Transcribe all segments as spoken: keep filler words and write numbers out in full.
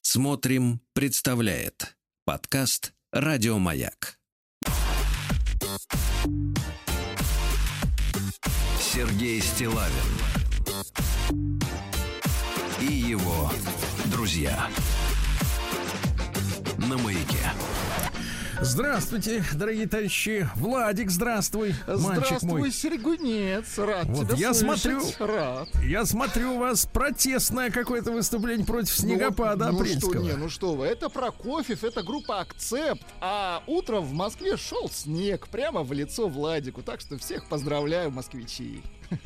Смотрим, представляет подкаст «Радиомаяк». Сергей Стиллавин и его друзья на Маяке. Здравствуйте, дорогие товарищи. Владик, здравствуй. Здравствуй, мой. Сергунец. Рад вот тебя я слышать. смотрю, Рад. Я смотрю, у вас протестное какое-то выступление против снегопада ну, апрельского. Ну что, не, ну что вы, это Прокофьев, это группа «Акцепт», а утром в Москве шел снег прямо в лицо Владику, так что всех поздравляю, москвичи.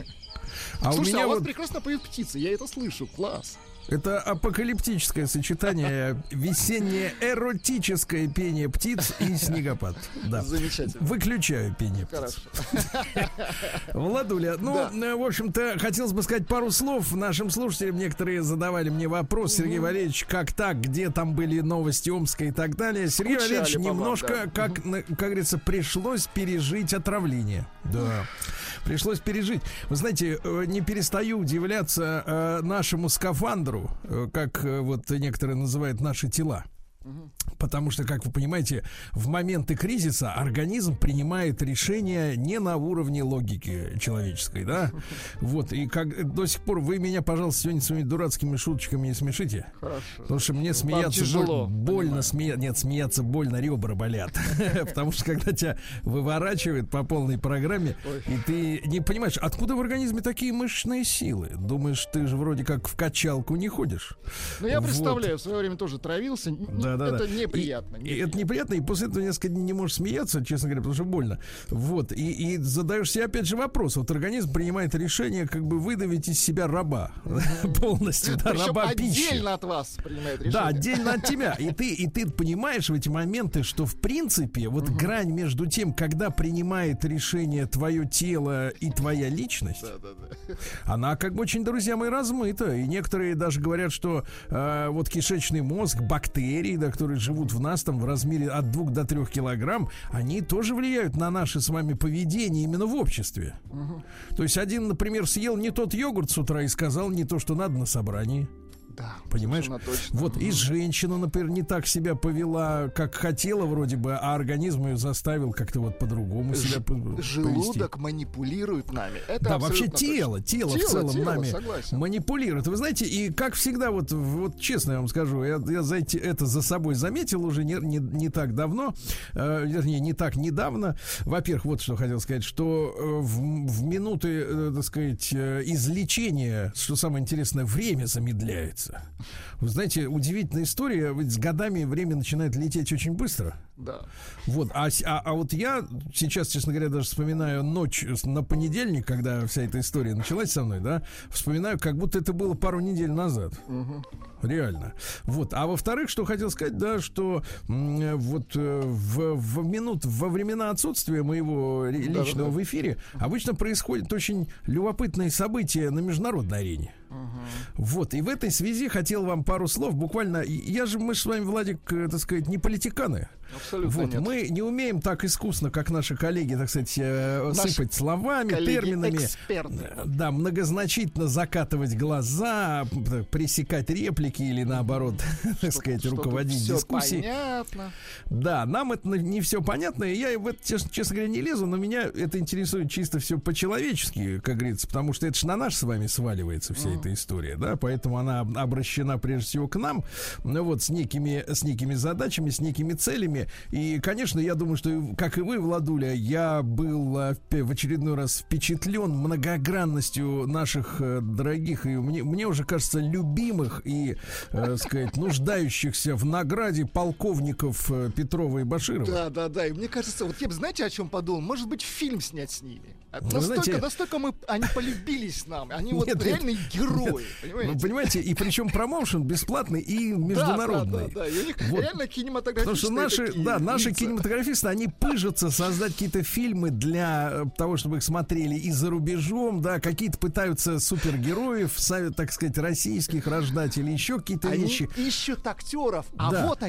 А Слушайте, у меня а у вас вот... прекрасно поют птицы, я это слышу, класс. Это апокалиптическое сочетание, весеннее эротическое пение птиц и снегопад. Да. Замечательно. Выключаю пение птиц. Хорошо. Владуля, ну, да. в общем-то, хотелось бы сказать пару слов нашим слушателям. Некоторые задавали мне вопрос, Сергей угу. Валерьевич, как так, где там были новости Омска и так далее. Сергей Скучали Валерьевич, немножко, вам, да. как, угу. как говорится, пришлось пережить отравление. Да. Пришлось пережить. Вы знаете, не перестаю удивляться э, нашему скафандру, э, как э, вот некоторые называют наши тела. Потому что, как вы понимаете, в моменты кризиса организм принимает решения не на уровне логики человеческой, да? Вот, и как до сих пор вы меня, пожалуйста, сегодня своими дурацкими шуточками не смешите. Хорошо. Потому что мне смеяться тяжело, боль, больно, смеяться, нет, смеяться больно, ребра болят. Потому что когда тебя выворачивают по полной программе, и ты не понимаешь, откуда в организме такие мышечные силы? Думаешь, ты же вроде как в качалку не ходишь. Ну, я представляю, в свое время тоже травился. Да, да, это да. неприятно. И, неприятно. и это неприятно, и после этого несколько дней не можешь смеяться, честно говоря, потому что больно. Вот. И, и задаешь себе опять же вопрос. Вот организм принимает решение как бы выдавить из себя раба. Mm-hmm. Полностью, да, причем раба отдельно пищи. Отдельно от вас принимает решение. Да, отдельно от тебя. И ты, и ты понимаешь в эти моменты, что в принципе вот mm-hmm. грань между тем, когда принимает решение твое тело и твоя личность, да, да, да. она как бы очень, друзья мои, размыта. И некоторые даже говорят, что э, вот кишечный мозг, бактерии, да, которые живут в нас там в размере от двух до трех килограмм, они тоже влияют на наше с вами поведение именно в обществе. Угу. То есть один, например, съел не тот йогурт с утра и сказал не то, что надо на собрании. Да, понимаешь? Вот, и женщина, например, не так себя повела, как хотела вроде бы, а организм ее заставил как-то вот по-другому себя Ж- повести. Желудок манипулирует нами. Это да, вообще тело, тело, тело в целом тело, нами согласен. манипулирует. Вы знаете, и как всегда, вот, вот честно я вам скажу, я, я за эти, это за собой заметил уже не, не, не так давно, э, вернее, не так недавно. Во-первых, вот что хотел сказать, что э, в, в минуты, э, так сказать, э, излечения, что самое интересное, время замедляется. Вы знаете, удивительная история. Ведь с годами время начинает лететь очень быстро. Да. Вот, а, а, а вот я сейчас, честно говоря, даже вспоминаю ночь на понедельник, когда вся эта история началась со мной, да, вспоминаю, как будто это было пару недель назад. Угу. Реально. Вот. А во-вторых, что хотел сказать, да, что м- вот э, в, в минут, во времена отсутствия моего личного да, да. в эфире обычно происходят очень любопытные события на международной арене. Угу. Вот. И в этой связи хотел вам пару слов. Буквально, я же, мы же с вами, Владик, так сказать, не политиканы. Абсолютно вот, нет. Мы не умеем так искусно, как наши коллеги, так сказать, наши сыпать словами, терминами. Эксперты. Да, многозначительно закатывать глаза, пресекать реплики или наоборот, так сказать, руководить дискуссией. Понятно. Да, нам это не все понятно, и я в это, честно, честно говоря, не лезу, но меня это интересует чисто все по-человечески, как говорится, потому что это же на нас с вами сваливается вся mm. эта история, да, поэтому она обращена прежде всего к нам, ну вот, с некими, с некими задачами, с некими целями. И, конечно, я думаю, что, как и вы, Владуля, я был в очередной раз впечатлен многогранностью наших э, дорогих и мне, мне уже кажется, любимых и, э, сказать, нуждающихся в награде полковников э, Петрова и Баширова. Да, да, да. И мне кажется, вот я бы, знаете, о чем подумал? Может быть, фильм снять с ними. Настолько, знаете, настолько мы, они полюбились нам. Они нет, вот реальные нет, герои. Нет. Понимаете? Вы понимаете, и причем промоушен бесплатный и международный. Да, да, да, да. И у них вот. Реально кинематографичные. Потому что наши, такие да, наши лица. кинематографисты, они пыжатся создать какие-то фильмы для того, чтобы их смотрели и за рубежом, да, какие-то пытаются супергероев, так сказать, российских рождать или еще какие-то они вещи. Ищут актеров, а да. вот они.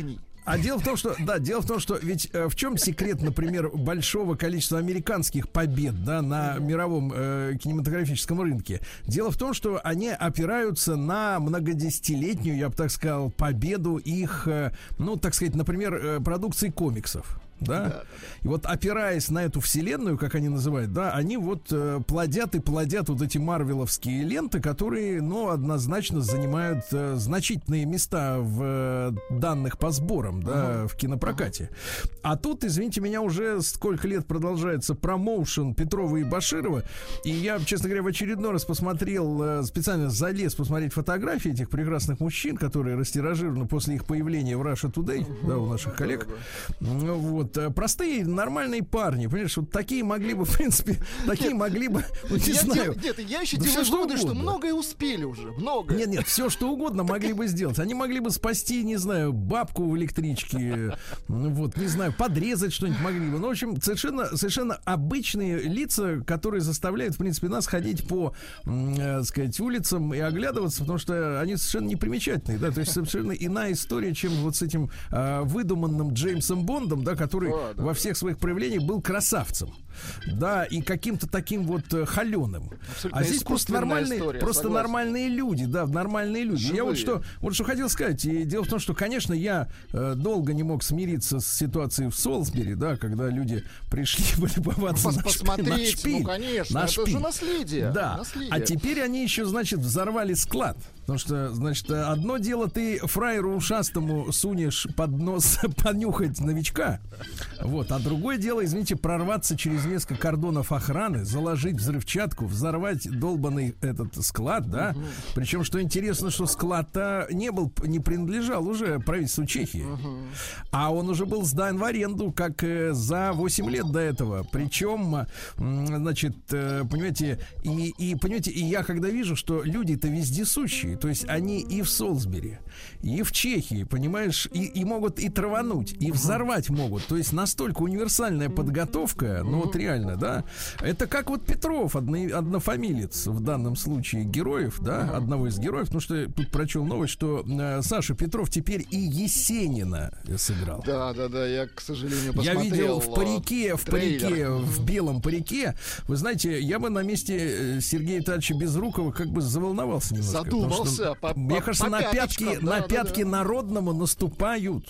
А дело в том, что, да, дело в том, что ведь э, в чем секрет, например, большого количества американских побед, да, на мировом э, кинематографическом рынке? Дело в том, что они опираются на многодесятилетнюю, я бы так сказал, победу их, э, ну, так сказать, например, э, продукции комиксов. Да? Да, да, да. И вот опираясь на эту вселенную, как они называют, да, они вот э, плодят и плодят вот эти марвеловские ленты, которые, ну, однозначно занимают э, значительные места в э, данных по сборам, да, uh-huh. в кинопрокате. Uh-huh. А тут, извините меня, уже сколько лет продолжается промоушен Петрова и Баширова, и я, честно говоря, в очередной раз посмотрел, э, специально залез посмотреть фотографии этих прекрасных мужчин, которые растиражированы после их появления в Russia Today, uh-huh. да, у наших коллег. Uh-huh. Вот. Простые, нормальные парни, понимаешь, вот такие могли бы, в принципе, такие нет, могли бы, ну, не я знаю. Дел, нет, я еще да делаю выводы, что многое успели уже, многое. Нет, нет, все что угодно могли бы сделать. Они могли бы спасти, не знаю, бабку в электричке, вот, не знаю, подрезать что-нибудь могли бы. Ну, в общем, совершенно, совершенно обычные лица, которые заставляют, в принципе, нас ходить по, э, сказать, улицам и оглядываться, потому что они совершенно непримечательные, да, то есть совершенно иная история, чем вот с этим э, выдуманным Джеймсом Бондом, да, который О, да, во всех своих проявлениях был красавцем, да, и каким-то таким вот э, холеным. Абсолютно а здесь просто нормальные, история, просто нормальные люди, да, нормальные люди. Живые. Я вот что, вот что хотел сказать. И дело в том, что, конечно, я э, долго не мог смириться с ситуацией в Солсбери, да, когда люди пришли полюбоваться Пос- на, посмотреть, на шпиль. Ну, конечно, на это шпиль. же наследие. Да. наследие. А теперь они еще, значит, взорвали склад. Потому что, значит, одно дело ты фраеру ушастому сунешь под нос понюхать новичка, вот, а другое дело, извините, прорваться через несколько кордонов охраны, заложить взрывчатку, взорвать долбанный этот склад, да. Угу. Причем, что интересно, что склад-то не был, не принадлежал уже правительству Чехии, угу. а он уже был сдан в аренду как э, за восемь лет до этого. Причем, э, значит, э, понимаете, и, и понимаете, и я когда вижу, что люди-то вездесущие, то есть они и в Солсбери, и в Чехии, понимаешь, и, и могут и травануть, и взорвать могут. То есть настолько универсальная подготовка, ну вот реально, да. Это как вот Петров, одно, однофамилец в данном случае героев, да, одного из героев, потому что тут прочел новость, что э, Саша Петров теперь и Есенина сыграл. Да, да, да, я, к сожалению, посмотрел. Я видел в парике, в трейлер. парике, в белом парике. Вы знаете, я бы на месте Сергея Витальевича Безрукова как бы заволновался немножко. Задумался. Что, по, мне по, кажется, по на пятки, пяточкам, на да, пятки да, да. народному наступают.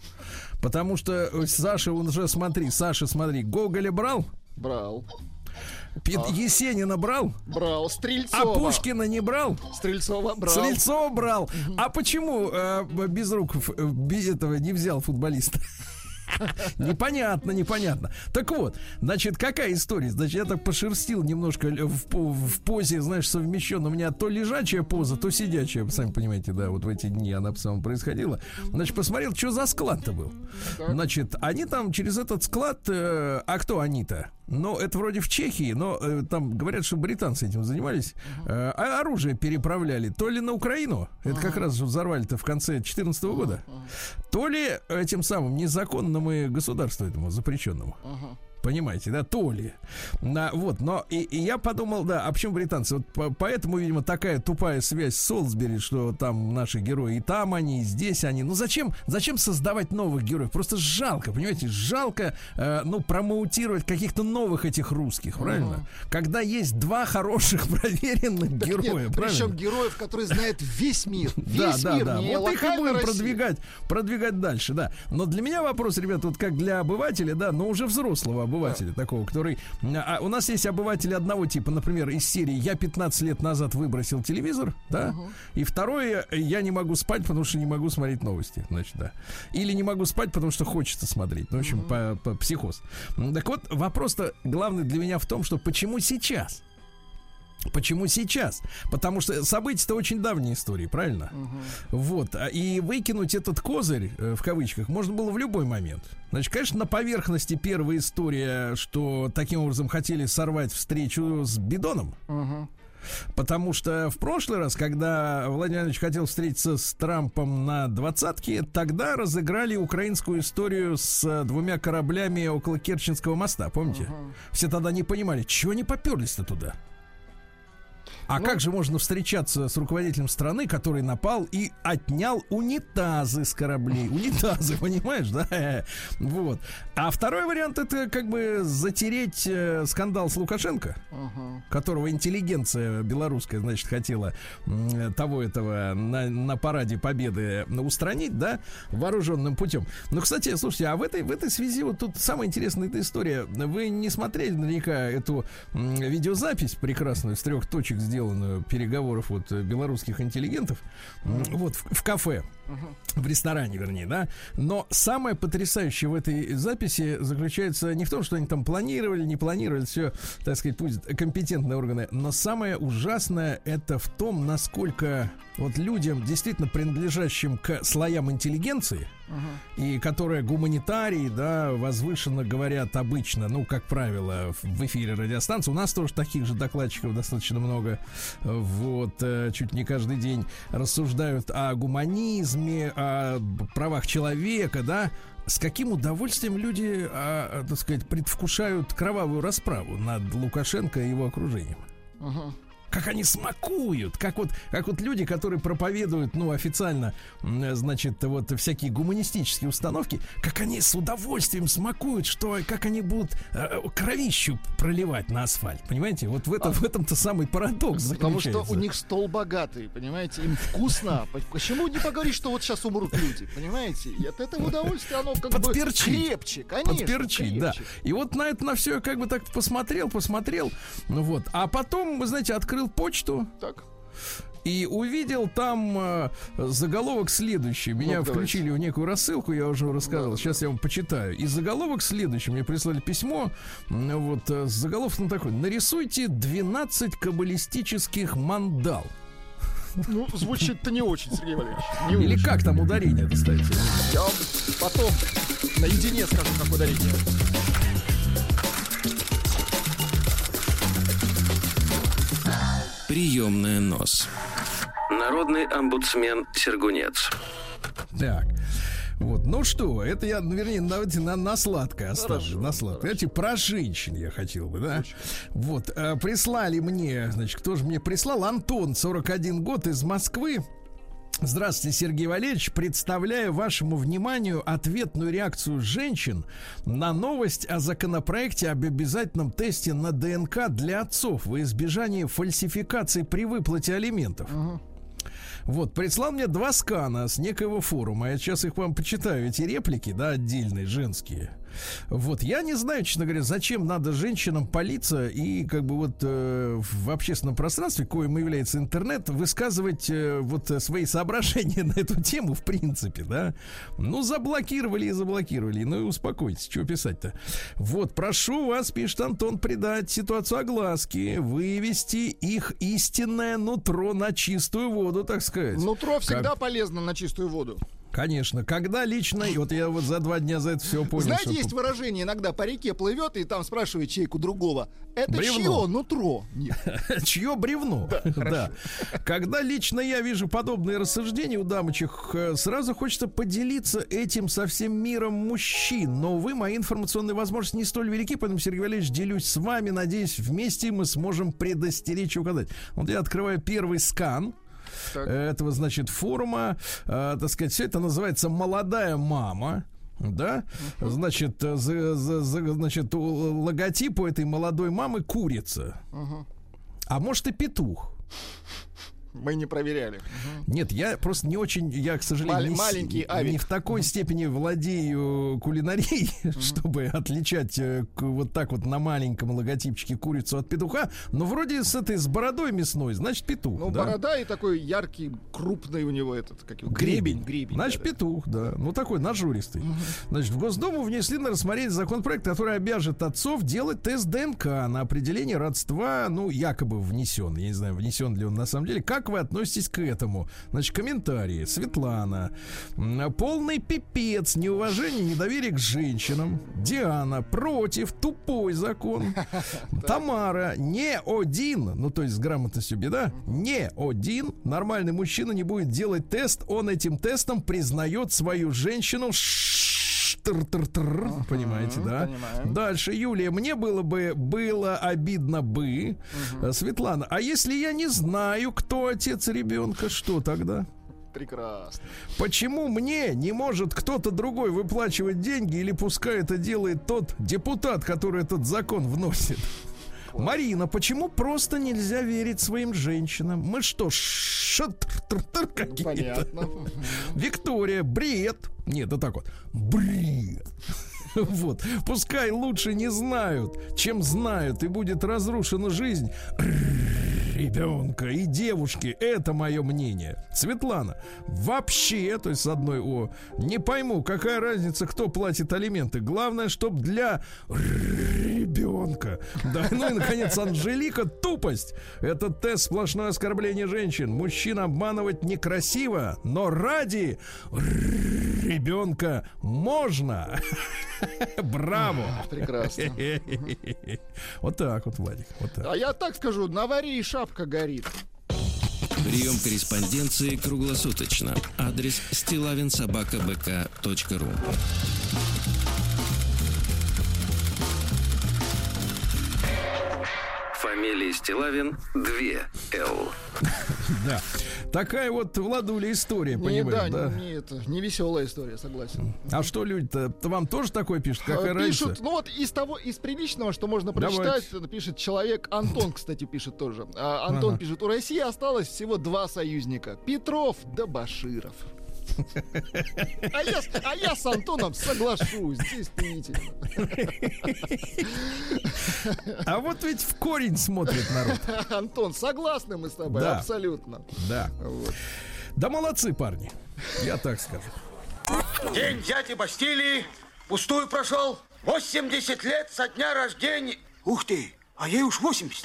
Потому что Саша, он уже, смотри, Саша, смотри, Гоголя брал? Брал. Пет... А. Есенина брал? Брал. Стрельцова. А Пушкина не брал? Стрельцова брал. Стрельцова брал. Угу. А почему э, Безруков э, этого не взял футболиста? Непонятно, непонятно. Так вот, значит, какая история? Значит, я так пошерстил немножко в, в позе, знаешь, совмещенно. У меня то лежачая поза, то сидячая. Вы сами понимаете, да, вот в эти дни она по-самому происходила. Значит, посмотрел, что за склад-то был. Значит, они там через этот склад... Э, а кто они-то? Ну, это вроде в Чехии, но э, там говорят, что британцы этим занимались. Э, а оружие переправляли то ли на Украину, это как раз взорвали-то в конце две тысячи четырнадцатого года, то ли этим самым незаконному государству этому запрещенному. Понимаете, да, то ли. На, вот, но и, и я подумал, да, а почему британцы? Вот по, поэтому, видимо, такая тупая связь с Солсбери, что там наши герои, и там они, и здесь они. Ну зачем, зачем создавать новых героев? Просто жалко, понимаете, жалко, э, ну, промоутировать каких-то новых этих русских, правильно? Uh-huh. Когда есть два хороших, проверенных так героя, нет, правильно? Причем героев, которые знает весь мир. Да, весь да, мир, да. Не вот их и будем Россия. продвигать, продвигать дальше, да. Но для меня вопрос, ребята, вот как для обывателя, да, но уже взрослого обывателя, да. такого, который... А у нас есть обыватели одного типа, например, из серии «Я пятнадцать лет назад выбросил телевизор», да, uh-huh. и второе, «Я не могу спать, потому что не могу смотреть новости», значит, да. Или «Не могу спать, потому что хочется смотреть». Ну, в общем, uh-huh. по, по психоз. Так вот, вопрос-то главный для меня в том, что почему сейчас? Почему сейчас? Потому что события-то очень давние истории, правильно? Угу. Вот. И выкинуть этот козырь, в кавычках, можно было в любой момент. Значит, конечно, на поверхности первая история, что таким образом хотели сорвать встречу с Бидоном. Угу. Потому что в прошлый раз, когда Владимир Владимирович хотел встретиться с Трампом на двадцатке, тогда разыграли украинскую историю с двумя кораблями около Керченского моста, помните? Угу. Все тогда не понимали, чего они поперлись-то туда. А Ну, как же можно встречаться с руководителем страны, который напал и отнял унитазы с кораблей? Унитазы, понимаешь, да? Вот. А второй вариант — это как бы затереть э, скандал с Лукашенко, ага. которого интеллигенция белорусская, значит, хотела м, того этого на, на параде Победы устранить, да, вооруженным путем. Но, кстати, слушайте, а в этой, в этой связи вот тут самая интересная эта история. Вы не смотрели наверняка эту м, видеозапись прекрасную с трех точек, сделанную переговоров вот белорусских интеллигентов, м, вот в, в кафе. В ресторане, вернее, да. Но самое потрясающее в этой записи заключается не в том, что они там планировали, не планировали, все, так сказать, пусть компетентные органы. Но самое ужасное — это в том, насколько вот людям, действительно принадлежащим к слоям интеллигенции, uh-huh. и которые гуманитарии, да, возвышенно говорят обычно, ну, как правило, в эфире радиостанции. У нас тоже таких же докладчиков достаточно много. Вот, чуть не каждый день рассуждают о гуманизме, о правах человека, да. С каким удовольствием люди, а, так сказать, предвкушают кровавую расправу над Лукашенко и его окружением. Uh-huh. Как они смакуют, как вот, как вот люди, которые проповедуют, ну, официально, значит, вот всякие гуманистические установки, как они с удовольствием смакуют, что, как они будут э, кровищу проливать на асфальт, понимаете? Вот в, этом, а, в этом-то самый парадокс заключается. Потому что у них стол богатый, понимаете, им вкусно. Почему не поговорить, что вот сейчас умрут люди, понимаете? И от этого удовольствия оно как подперчить. бы крепче, конечно. Подперчить, крепче. Да. И вот на это, на все я как бы так посмотрел, посмотрел, ну вот. А потом, вы знаете, открыл почту. Так. И увидел там э, заголовок следующий. Меня ну, включили в некую рассылку, я уже рассказал. Да, Сейчас да. я вам почитаю. И заголовок следующий. Мне прислали письмо. Вот с заголовком такой: нарисуйте двенадцать каббалистических мандал. Ну, звучит-то не очень, Сергей Валерьевич. Не Или очень. как там ударение ставится? Я вам потом наедине скажу, как ударение. Приемная нос. Народный омбудсмен Сергунец. Так. Вот, ну что, это я, вернее, давайте на, на сладкое оставлю. Хорошо, на сладкое. Давайте про женщин я хотел бы, да? Хорошо. Вот, э, прислали мне, значит, кто же мне прислал? Антон, сорок один год, из Москвы. Здравствуйте, Сергей Валерьевич. Представляю вашему вниманию ответную реакцию женщин на новость о законопроекте об обязательном тесте на ДНК для отцов во избежание фальсификации при выплате алиментов. Uh-huh. Вот, прислал мне два скана с некоего форума. Я сейчас их вам почитаю, эти реплики, да, отдельные, женские. Вот, я не знаю, честно говоря, зачем надо женщинам палиться и как бы вот э, в общественном пространстве, коим является интернет, высказывать э, вот свои соображения на эту тему, в принципе, да. Ну, заблокировали и заблокировали. Ну и успокойтесь, чего писать-то. Вот, прошу вас, пишет Антон, придать ситуацию огласки, вывести их истинное нутро на чистую воду, так сказать. Нутро всегда как... полезно на чистую воду. Конечно, когда лично, вот я вот за два дня за это все понял. Знаете, что... есть выражение, иногда по реке плывет и там спрашивает чайку другого: это бревно. чье нутро? Чье бревно? Да, да. Когда лично я вижу подобные рассуждения у дамочек, сразу хочется поделиться этим со всем миром мужчин. Но, увы, мои информационные возможности не столь велики, поэтому, Сергей Валерьевич, делюсь с вами. Надеюсь, вместе мы сможем предостеречь и указать. Вот я открываю первый скан. Так. Этого, значит, форума, э, так сказать, все это называется «Молодая мама». Да, uh-huh. значит, за, за, за, значит, логотип у этой молодой мамы курица. Uh-huh. А может и петух. Мы не проверяли. Угу. Нет, я просто не очень, я, к сожалению, Мал- маленький не, не в такой степени владею кулинарией, угу. чтобы отличать э, к, вот так вот на маленьком логотипчике курицу от петуха. Но вроде с этой, с бородой мясной, значит, петух. Ну, да? борода и такой яркий, крупный у него этот, как его, гребень. гребень значит, да, петух, да. Ну, такой нажористый. Угу. Значит, в Госдуму внесли на рассмотрение законопроект, который обяжет отцов делать тест ДНК на определение родства, ну, якобы внесен. Я не знаю, внесен ли он на самом деле. Как вы относитесь к этому? Значит, комментарии. Светлана. Полный пипец, неуважение, недоверие к женщинам. Диана. Против, тупой закон. Тамара. Не один, ну то есть с грамотностью беда, не один нормальный мужчина не будет делать тест. Он этим тестом признает свою женщину Тр-тр-тр, понимаете, да? Понимаем. Дальше, Юлия, мне было бы, было обидно бы. Угу. Светлана, а если я не знаю, кто отец ребенка, что тогда? Прекрасно. Почему мне не может кто-то другой выплачивать деньги, или пускай это делает тот депутат, который этот закон вносит? Марина, почему просто нельзя верить своим женщинам? Мы что, шатр-тр-тр какие-то? Понятно. Виктория, бред. Нет, вот так вот. Бред. Вот. Пускай лучше не знают, чем знают, и будет разрушена жизнь ребенка и девушки. Это мое мнение. Светлана, вообще, то есть с одной О, не пойму, какая разница, кто платит алименты. Главное, чтобы для ребенка. Да, ну и, наконец, Анжелика, тупость. Этот тест сплошное оскорбление женщин. Мужчин обманывать некрасиво, но ради ребенка можно. Браво! Прекрасно. Вот так вот, Владик. Вот так. А я так скажу, на варе и шапка горит. Прием корреспонденции круглосуточно. Адрес стилавин собака бэ ка точка ру. Фамилия Стилавин два Л. Да. Такая вот, Владуля, история, Не, понимаешь, да, да? Не, это, не веселая история, согласен. А что люди-то вам тоже такое пишут? Какая Пишут, разница? ну вот из того, из приличного, что можно прочитать, это пишет человек. Антон, кстати, пишет тоже. А, Антон Ага. пишет: у России осталось всего два союзника: Петров да Баширов. А я, а я с Антоном соглашусь, действительно. А вот ведь в корень смотрит народ. Антон, согласны мы с тобой, Да. абсолютно. Да. Вот. Да молодцы, парни. Я так скажу. День дяди Бастилии пустую прошел. восемьдесят лет со дня рождения. Ух ты, а ей уж восемьдесят.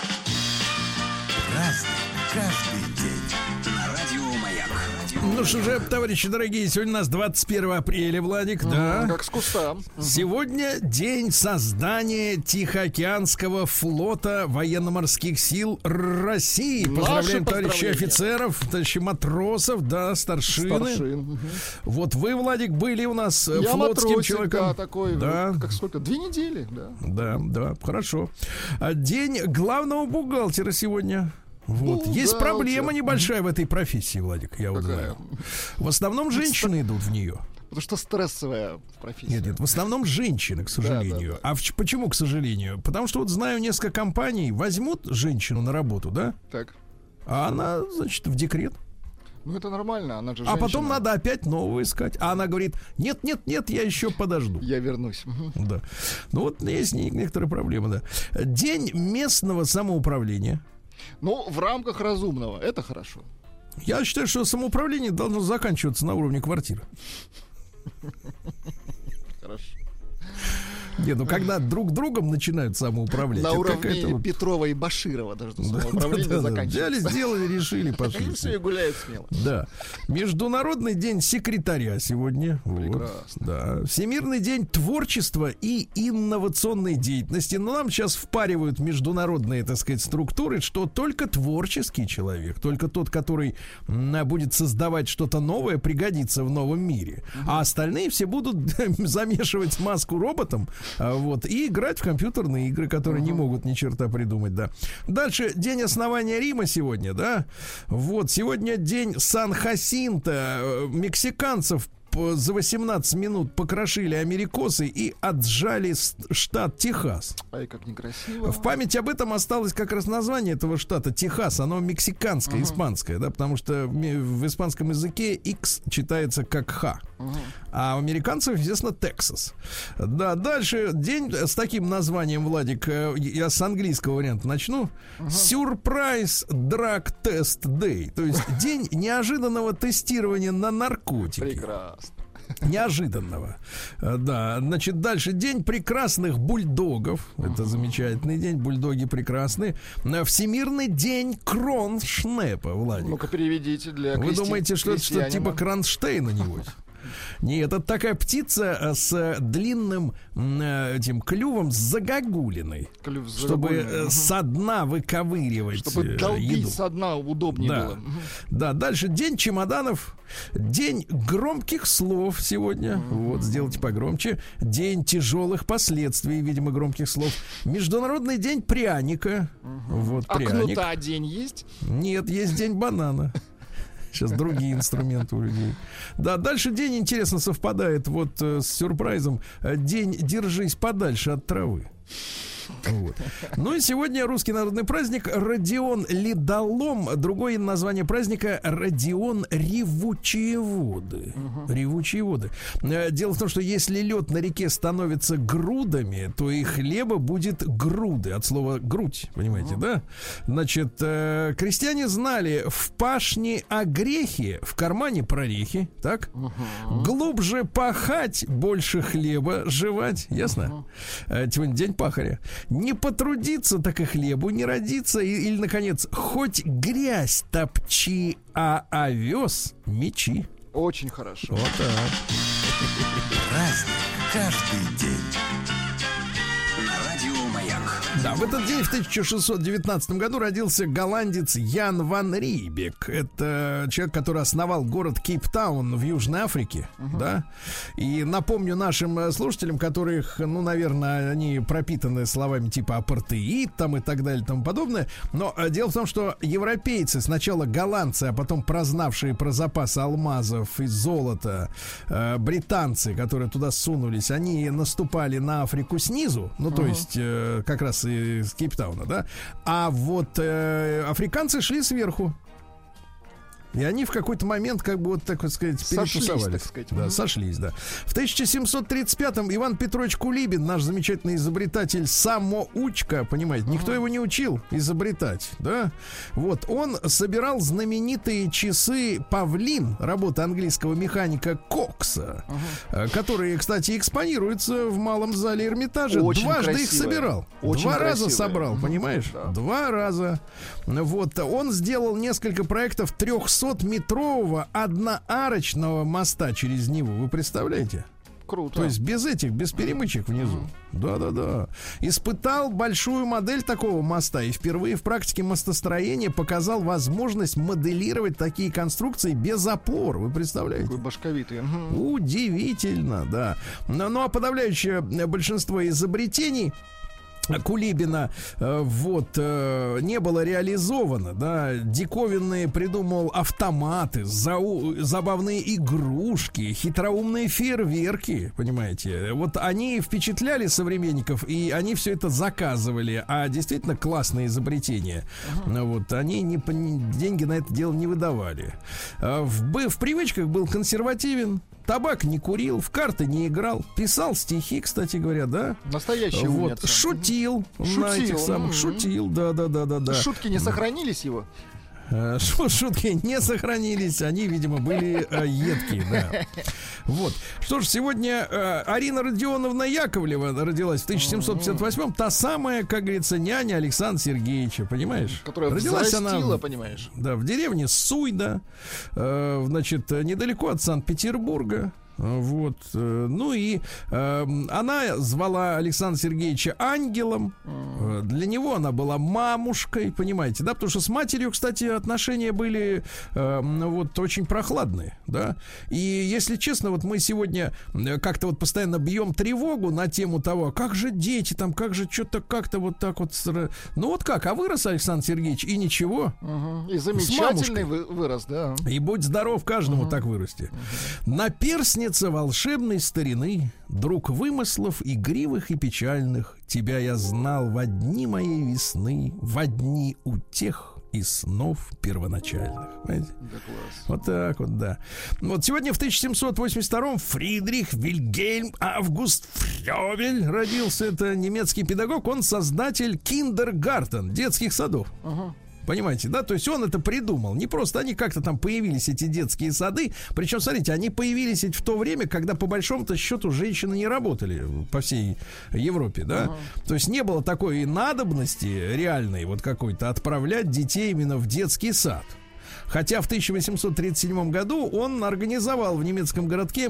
Разный, каждый день. На радио Маяк. Ну что же, товарищи дорогие, сегодня у нас двадцать первого апреля, Владик, да? Как с куста. Сегодня день создания Тихоокеанского флота военно-морских сил России. Поздравляем, товарищи поздравления. офицеров, товарищи матросов, да, старшины. Старшин. Мгм. Вот вы, Владик, были у нас э, Я флотским матросик, человеком. да, такой, Да. как сколько, две недели, да. Да, да, хорошо. А День главного бухгалтера сегодня. Вот. Есть Бухгалтер. проблема небольшая в этой профессии, Владик, я вот Какая? знаю. В основном женщины идут в нее. Потому что стрессовая профессия. Нет, нет, в основном женщины, к сожалению. Да, да, да. А в- почему, к сожалению? Потому что вот знаю несколько компаний, возьмут женщину на работу, да, Так. а она, значит, в декрет. Ну это нормально, она же А потом женщина. надо опять нового искать. А она говорит, нет, нет, нет, я еще подожду. Я вернусь. Мгм. Да. Ну вот есть не- некоторые проблемы, да. День местного самоуправления. Ну, в рамках разумного, это хорошо. Я считаю, что самоуправление должно заканчиваться на уровне квартиры. Хорошо. Нет, ну когда друг другом начинают самоуправлять, На это уровне какая-то вот- Петрова и Баширова даже Да, самоуправление да, да, да. заканчивается. Взяли, сделали, решили, пошли. И все, и гуляют смело. Да. Международный день секретаря сегодня. Вот. Прекрасно. Да. Всемирный день творчества и инновационной деятельности. Но нам сейчас впаривают международные, так сказать, структуры, что только творческий человек, только тот, который м, будет создавать что-то новое, пригодится в новом мире. А остальные все будут замешивать маску роботом, а, вот, и играть в компьютерные игры, которые не могут ни черта придумать, да. Дальше день основания Рима сегодня, да. Вот, сегодня день Сан-Хасинто. Э, Мексиканцев п- за восемнадцать минут покрошили америкосы и отжали с- штат Техас. Ай, как некрасиво. В память об этом осталось как раз название этого штата Техас. Оно мексиканское, испанское, да, потому что в, ми- в испанском языке X читается как Х. А у американцев, естественно, Тексас. Да, дальше день с таким названием, Владик, э, я с английского варианта начну. Сюрприз драг тест дэй. То есть день неожиданного тестирования на наркотики. Прекрасно. Неожиданного. Э, Да, значит, дальше день прекрасных бульдогов. Это замечательный день, бульдоги прекрасны. Э, Всемирный день кроншнепа, Владик. Ну-ка переведите для Вы крести- думаете, что это что-то типа крестьянина. Кронштейна, небось? Нет, это такая птица с длинным этим клювом с загогулиной. Клюв с чтобы загогулиной. со дна выковыривать Чтобы еду. долбить со дна удобнее Да. было. Да, дальше день чемоданов, день громких слов сегодня. Mm-hmm. Вот, сделайте погромче. День тяжелых последствий, видимо, громких слов. Международный день пряника. Mm-hmm. Вот, а пряник. кнута день есть? Нет, есть день банана. Сейчас другие инструменты у людей. Да, дальше день, интересно, совпадает вот э, с сюрпризом. День «Держись подальше от травы». Вот. Ну и сегодня русский народный праздник Родион Ледолом. Другое название праздника Родион Ревучие воды. uh-huh. Ревучие воды. Дело в том, что если лед на реке становится грудами, то и хлеба будет груды. От слова грудь, понимаете, uh-huh. да? Значит, э, крестьяне знали: в пашне огрехи, в кармане прорехи. Так? Uh-huh. Глубже пахать, больше хлеба жевать. Ясно? Uh-huh. Сегодня день пахаря. Не потрудиться, так и хлебу не родиться. И, или, наконец, хоть грязь топчи, а овес мечи. Очень хорошо. Вот так. Праздник каждый день. На радио Маяк. Да, в этот день, в тысяча шестьсот девятнадцатом году, родился голландец Ян ван Рийбек. Это человек, который основал город Кейптаун в Южной Африке, uh-huh. да. И напомню нашим слушателям, которых, ну, наверное, они пропитаны словами типа апартеид там и так далее и тому подобное. Но дело в том, что европейцы, сначала голландцы, а потом прознавшие про запасы алмазов и золота, э, британцы, которые туда сунулись, они наступали на Африку снизу, ну, то uh-huh. есть э, как раз из Кейптауна, да. А вот э, африканцы шли сверху. И они в какой-то момент, как бы, вот так вот сказать, перетусовались. Так сказать. Да, mm-hmm. сошлись, да. В тысяча семьсот тридцать пятом Иван Петрович Кулибин, наш замечательный изобретатель, самоучка, понимаете, никто mm-hmm. его не учил изобретать, да. Вот, он собирал знаменитые часы «Павлин», работы английского механика Кокса, mm-hmm. которые, кстати, экспонируются в малом зале Эрмитажа. Очень Дважды красивая. Их собирал. Очень Два красивая. раза собрал, mm-hmm. понимаешь? Да. Два раза. Вот, он сделал несколько проектов трехсотметрового одноарочного моста через Неву. Вы представляете? Круто. То есть без этих, без перемычек внизу. Mm-hmm. Да-да-да. Испытал большую модель такого моста и впервые в практике мостостроения показал возможность моделировать такие конструкции без опор. Вы представляете? Такой башковитый. Mm-hmm. Удивительно, да. Ну а подавляющее большинство изобретений Кулибина э, вот э, не было реализовано, да. Диковинные придумал автоматы, зау- забавные игрушки, хитроумные фейерверки, понимаете. Вот они впечатляли современников, и они все это заказывали. А действительно классные изобретения. Uh-huh. Вот они не, деньги на это дело не выдавали. В, в привычках был консервативен. Табак не курил, в карты не играл, писал стихи, кстати говоря, да. Настоящий вот. умница. Шутил, шутил на этих самых, mm-hmm. шутил, да, да, да, да, да. Шутки не сохранились его? Шутки не сохранились, они, видимо, были э, едкие, да. Вот. Что ж, сегодня э, Арина Родионовна Яковлева родилась в тысяча семьсот пятьдесят восьмом, та самая, как говорится, няня Александра Сергеевича, понимаешь? Которая родилась взрастила, она, понимаешь? Да, в деревне Суйда, э, значит, недалеко от Санкт-Петербурга. Вот, ну и э, она звала Александра Сергеевича ангелом. Mm. Для него она была мамушкой, понимаете, да, потому что с матерью, кстати, отношения были э, вот очень прохладные, да. И если честно, вот мы сегодня как-то вот постоянно бьем тревогу на тему того, как же дети там, как же что-то как-то вот так вот. Ну вот как, а вырос Александр Сергеевич и ничего. Uh-huh. И замечательный вы, вырос, да. И будь здоров каждому uh-huh. так вырасти. Uh-huh. Наперстница волшебной старины, друг вымыслов игривых и печальных, тебя я знал во дни моей весны, во дни утех и снов первоначальных. Понимаете? Да, класс. Вот так вот, да. Вот сегодня в тысяча семьсот восемьдесят втором Фридрих Вильгельм Август Фрёбель родился. Это немецкий педагог, он создатель киндергартен, детских садов. Ага. Понимаете, да? То есть он это придумал. Не просто они как-то там появились, эти детские сады. Причем, смотрите, они появились в то время, когда по большому-то счету женщины не работали по всей Европе, да? Uh-huh. То есть не было такой надобности реальной вот какой-то отправлять детей именно в детский сад. Хотя в тысяча восемьсот тридцать седьмом году он организовал в немецком городке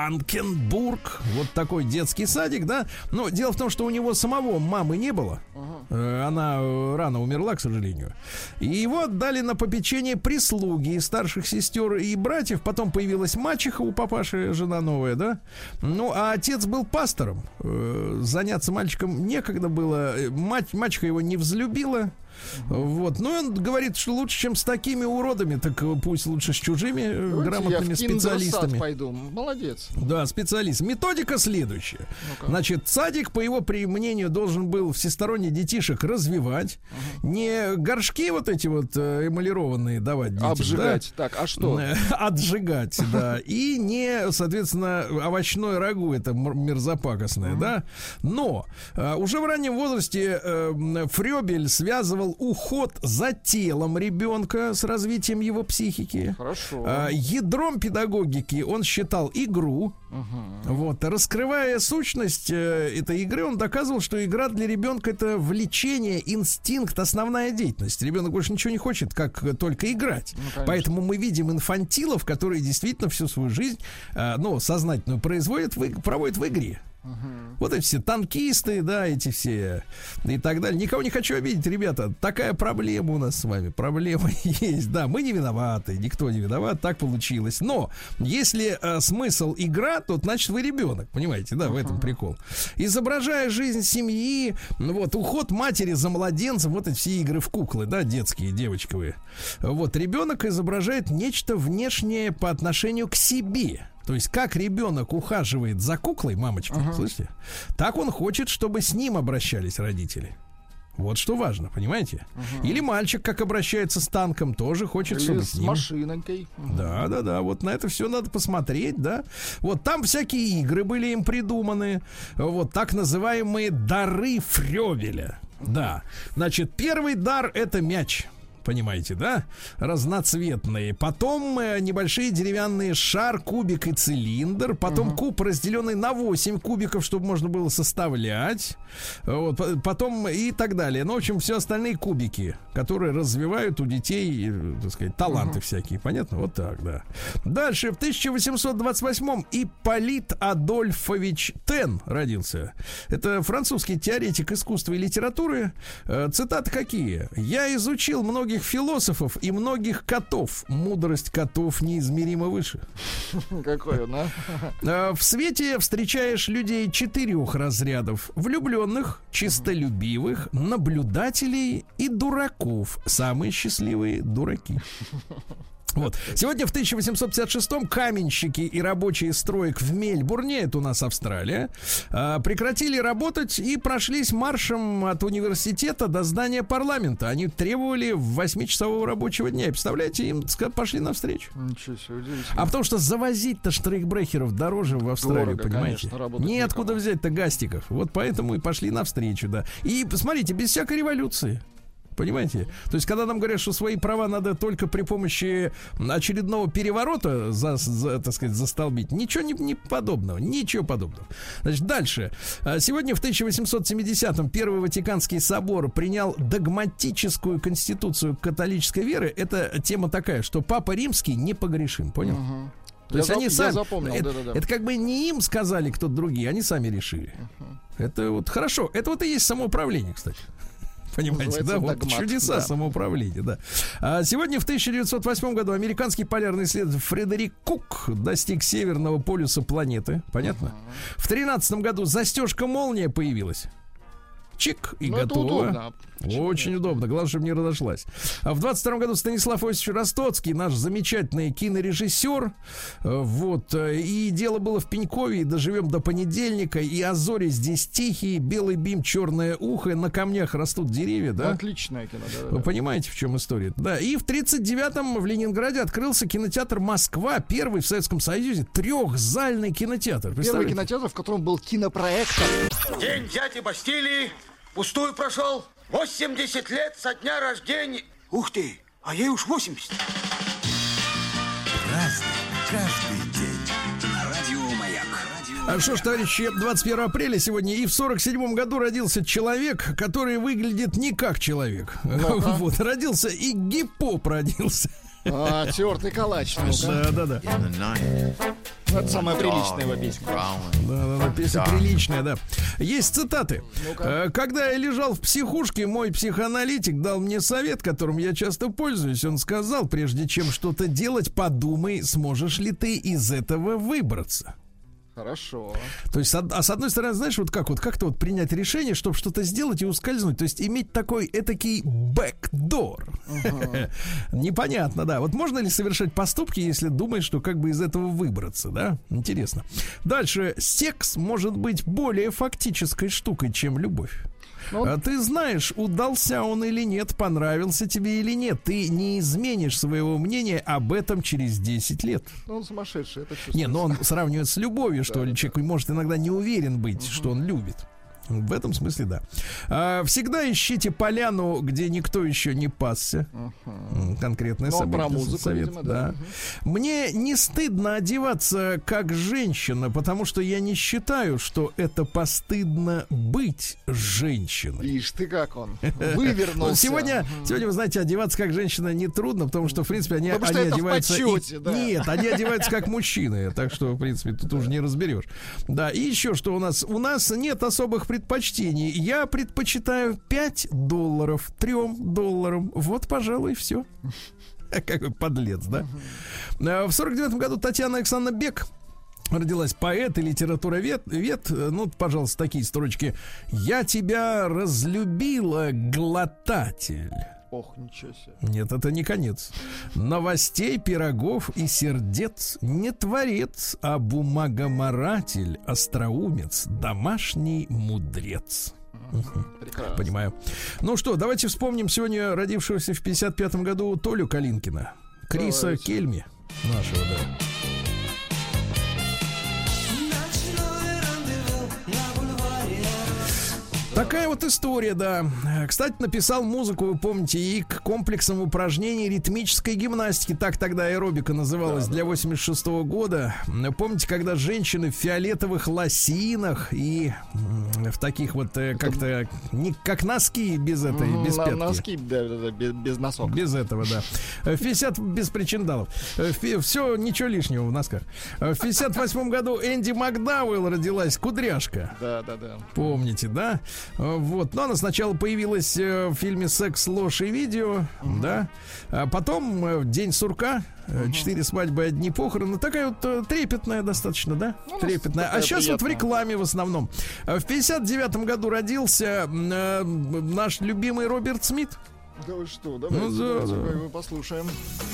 Бланкенбург вот такой детский садик, да. Но дело в том, что у него самого мамы не было. Uh-huh. Она рано умерла, к сожалению. И его отдали на попечение прислуги, старших сестер и братьев. Потом появилась мачеха у папаши, жена новая, да. Ну, а отец был пастором. Заняться мальчиком некогда было. Мать, мачеха его не взлюбила. Uh-huh. Вот. Но он говорит, что лучше, чем с такими уродами, так пусть лучше с чужими Давайте грамотными я в специалистами. Пойду. Молодец. Да, специалист. Методика следующая. Ну-ка. Значит, садик, по его мнению, должен был всесторонне детишек развивать. Uh-huh. Не горшки вот эти вот эмалированные давать детям. Обжигать. Да? Так, а что? Отжигать, да. И не, соответственно, овощное рагу, это мерзопакостное, да. Но уже в раннем возрасте Фрёбель связывал уход за телом ребенка с развитием его психики. Хорошо. А, ядром педагогики он считал игру. Угу. Вот, раскрывая сущность э, этой игры, он доказывал, что игра для ребенка — это влечение, инстинкт, основная деятельность. Ребенок больше ничего не хочет, как только играть. Ну, поэтому мы видим инфантилов, которые действительно всю свою жизнь, э, ну, сознательную производят, в, проводят в игре. Uh-huh. Вот эти все танкисты, да, эти все и так далее. Никого не хочу обидеть, ребята. Такая проблема у нас с вами. Проблема есть, да. Мы не виноваты, никто не виноват, так получилось. Но если э, смысл игра, то значит вы ребенок, понимаете, да, uh-huh. в этом прикол. Изображая жизнь семьи, вот, уход матери за младенцем, вот эти все игры в куклы, да, детские, девочковые. Вот, ребенок изображает нечто внешнее по отношению к себе. То есть, как ребенок ухаживает за куклой, мамочка, uh-huh. слышите? Так он хочет, чтобы с ним обращались родители. Вот что важно, понимаете? Uh-huh. Или мальчик, как обращается с танком, тоже хочет, Или чтобы с с ним. машинкой. Uh-huh. Да, да, да. Вот на это все надо посмотреть, да. Вот там всякие игры были им придуманы. Вот так называемые дары Фрёбеля. Да. Значит, первый дар — это мяч. Понимаете, да? Разноцветные. Потом э, небольшие деревянные шар, кубик и цилиндр. Потом uh-huh. куб, разделенный на восемь кубиков, чтобы можно было составлять. Вот, потом и так далее. Ну, в общем, все остальные кубики, которые развивают у детей, э, так сказать, таланты uh-huh. всякие. Понятно? Вот так, да. Дальше. В тысяча восемьсот двадцать восьмом Ипполит Адольфович Тен родился. Это французский теоретик искусства и литературы. Э, цитаты какие? «Я изучил многие философов и многих котов. Мудрость котов неизмеримо выше». Какой он, а? В свете встречаешь людей четырех разрядов: влюбленных, чистолюбивых, наблюдателей и дураков. Самые счастливые дураки. Вот. Сегодня в тысяча восемьсот пятьдесят шестом каменщики и рабочие строек в Мельбурне, это у нас Австралия, прекратили работать и прошлись маршем от университета до здания парламента. Они требовали восьмичасового рабочего дня. И, представляете, им пошли навстречу. Ничего себе, удивительно. А потому что завозить-то штрейхбрехеров дороже в Австралию, дорого, понимаете? Конечно, неоткуда взять-то гастиков. Вот поэтому и пошли навстречу, да. И посмотрите, без всякой революции. Понимаете? То есть, когда нам говорят, что свои права надо только при помощи очередного переворота, за, за, так сказать, застолбить, ничего не, не подобного, ничего подобного. Значит, дальше. Сегодня в тысяча восемьсот семидесятом Первый Ватиканский собор принял догматическую конституцию католической веры. Это тема такая, что Папа Римский непогрешим, понял? Угу. То я есть зап- они сами, запомнил, это, да, да, да. это как бы не им сказали кто-то другие, они сами решили. Uh-huh. Это вот хорошо. Это вот и есть самоуправление, кстати. Понимаете, называется, да? Вот догмат, чудеса да. самоуправления, да. А сегодня в тысяча девятьсот восьмом году американский полярный исследователь Фредерик Кук достиг северного полюса планеты. Понятно? Uh-huh. В тринадцатом году застежка молния появилась. Чик, и ну, готово. Очень удобно. Главное, чтобы не разошлась. А в двадцать втором году Станислав Иосифович Ростоцкий, наш замечательный кинорежиссер. Вот. И дело было в Пенькове, и доживем до понедельника. И а зори здесь тихие, белый бим, черное ухо, на камнях растут деревья, да? Отличное кино, да. Вы понимаете, в чем история? Да. И в тридцать девятом в Ленинграде открылся кинотеатр «Москва», первый в Советском Союзе трехзальный кинотеатр. Первый кинотеатр, в котором был кинопроектор. День дяди Бастилии пустую прошел. восемьдесят лет со дня рождения. Ух ты, а ей уж восемьдесят. Разный, каждый день. На радио Маяк. А что ж, товарищи, двадцать первого апреля сегодня, и в сорок седьмом году родился человек, который выглядит не как человек. Ну-ка. Вот, родился и гипоп родился. А, тертый калач. Да, да, да. Это самая приличная его песня. Да, да, да, песня приличная, да. Есть цитаты. Ну-ка. Когда я лежал в психушке, мой психоаналитик дал мне совет, которым я часто пользуюсь. Он сказал, прежде чем что-то делать, подумай, сможешь ли ты из этого выбраться. Хорошо. То есть, а с одной стороны, знаешь, вот как вот как-то вот принять решение, чтобы что-то сделать и ускользнуть. То есть иметь такой этакий бэкдор. Uh-huh. Непонятно, да. Вот можно ли совершать поступки, если думаешь, что как бы из этого выбраться, да? Интересно. Дальше. Секс может быть более фактической штукой, чем любовь. Ну, а ты знаешь, удался он или нет, понравился тебе или нет. Ты не изменишь своего мнения об этом через десять лет. Ну, он сумасшедший, это чувствуется. Не, но он сравнивает с любовью, что ли. Человек может иногда не уверен быть, что он любит. В этом смысле, да. А, всегда ищите поляну, где никто еще не пасся. Uh-huh. Конкретное ну, событие. Про музыку, совет, видимо, да. да. Uh-huh. Мне не стыдно одеваться как женщина, потому что я не считаю, что это постыдно быть женщиной. Ишь ты как он вывернулся. Сегодня, сегодня, вы знаете, одеваться как женщина нетрудно, потому что, в принципе, они, потому они что это одеваются... в почете, и... да. Нет, они одеваются как мужчины, так что, в принципе, тут уже не разберешь. Да, и еще что у нас? У нас нет особых предпочтений. Я предпочитаю пять долларов трем долларам. Вот, пожалуй, все. Какой подлец, да? В сорок девятом году Татьяна Александровна Бек родилась, поэт и литературовед. Вед, ну, пожалуйста, такие строчки. «Я тебя разлюбила, глотатель». Ох, ничего себе. Нет, это не конец. Новостей, пирогов и сердец не творец, а бумагоморатель, остроумец, домашний мудрец. Прекрасно. Понимаю. Ну что, давайте вспомним сегодня родившегося в пятьдесят пятом году Толю Калинкина, Криса Давайте. Кельми нашего, да. Такая вот история, да. Кстати, написал музыку, вы помните, и к комплексам упражнений ритмической гимнастики. Так тогда аэробика называлась, да, для восемьдесят шестого года. Помните, когда женщины в фиолетовых лосинах и в таких вот как-то не как носки без этой, без пятки. Носки, да, да, да, без, без носок. Без этого, да. В пятьдесят без причиндалов. Все, ничего лишнего в носках. В пятьдесят восьмом году Энди Макдауэлл родилась, кудряшка. Да, да, да. Помните, да? Вот. Но она сначала появилась в фильме «Секс, ложь и видео», uh-huh. да. А потом «День сурка», «Четыре uh-huh. свадьбы, одни похороны». Такая вот трепетная достаточно, да? Ну, трепетная. А сейчас приятная. Вот в рекламе в основном. В пятьдесят девятом году родился э, наш любимый Роберт Смит. Да вы что, давайте, ну, да, давайте да. его послушаем.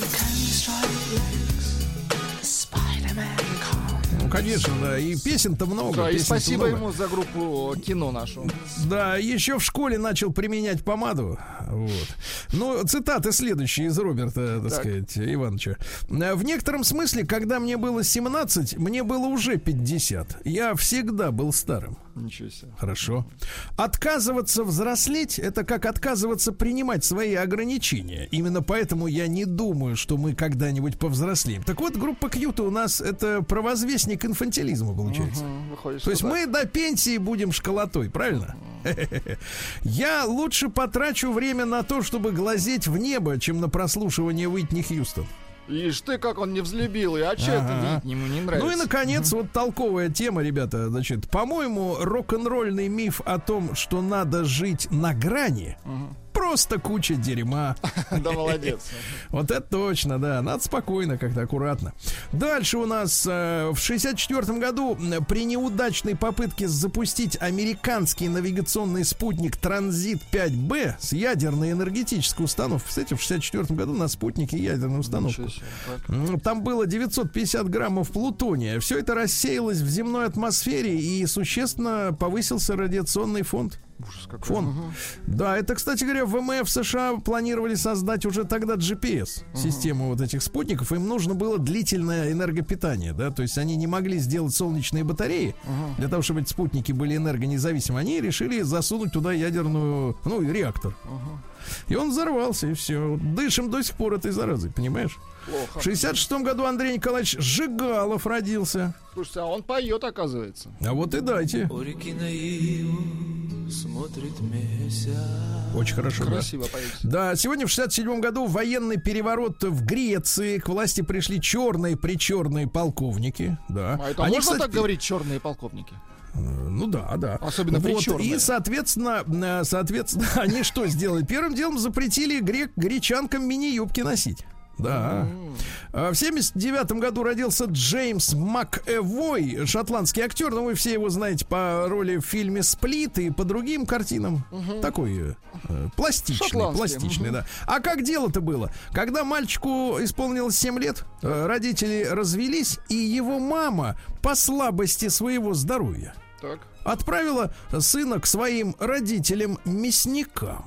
Ну, конечно, да. И песен-то много. Да, и песен-то спасибо много. ему за группу кино нашу. Да, еще в школе начал применять помаду. Вот. Ну, цитаты следующие из Роберта, так, так. сказать, Ивановича. В некотором смысле, когда мне было семнадцать, мне было уже пятьдесят. Я всегда был старым. Ничего себе. Хорошо. Отказываться взрослеть — это как отказываться принимать свои ограничения. Именно поэтому я не думаю, что мы когда-нибудь повзрослеем. Так вот, группа Кьюта у нас — это провозвестник инфантилизма, получается. Угу, выходит, то есть так. мы до пенсии будем школотой, правильно? Я лучше потрачу время на то, чтобы глазеть в небо, чем на прослушивание Уитни Хьюстон. Ишь ты, как он не взлюбил, и а че ага. это Витни ему не нравится? Ну и, наконец, вот толковая тема, ребята. Значит, по-моему, рок-н-ролльный миф о том, что надо жить на грани, просто куча дерьма. Да, молодец. Вот это точно, да. Надо спокойно, как-то аккуратно. Дальше у нас э, в шестьдесят четвёртом году при неудачной попытке запустить американский навигационный спутник Транзит пять бэ с ядерной энергетической установкой. Кстати, в шестьдесят четвёртом году на спутнике ядерная установка. Там было девятьсот пятьдесят граммов плутония. Все это рассеялось в земной атмосфере и существенно повысился радиационный фонд. Ужас какой. Фон. Угу. Да, это, кстати говоря, в ВМФ США планировали создать уже тогда джи пи эс, угу. систему вот этих спутников. Им нужно было длительное энергопитание, да, то есть они не могли сделать солнечные батареи угу. для того, чтобы эти спутники были энергонезависимы. Они решили засунуть туда ядерную, ну, реактор. Угу. И он взорвался, и все. Дышим до сих пор этой заразой, понимаешь? Плохо. В шестьдесят шестом году Андрей Николаевич Жигалов родился. Слушайте, а он поет, оказывается. А вот и дайте. смотрит месяц. Очень хорошо. Красиво да. поете. Да, сегодня в шестьдесят седьмом году военный переворот в Греции. К власти пришли черные-причерные полковники. Да. А это Они, можно кстати, так говорить, черные полковники? Ну да, да. Особенно вот, причерные. и, соответственно, соответственно, они что сделали? Первым делом запретили грек, гречанкам мини-юбки носить. Да. Mm-hmm. В семьдесят девятом году родился Джеймс МакЭвой, шотландский актер, но вы все его знаете по роли в фильме «Сплит» и по другим картинам. Mm-hmm. Такой э, пластичный, пластичный, mm-hmm. да. А как дело-то было? Когда мальчику исполнилось семь лет, э, родители развелись, и его мама по слабости своего здоровья так. отправила сына к своим родителям-мясникам.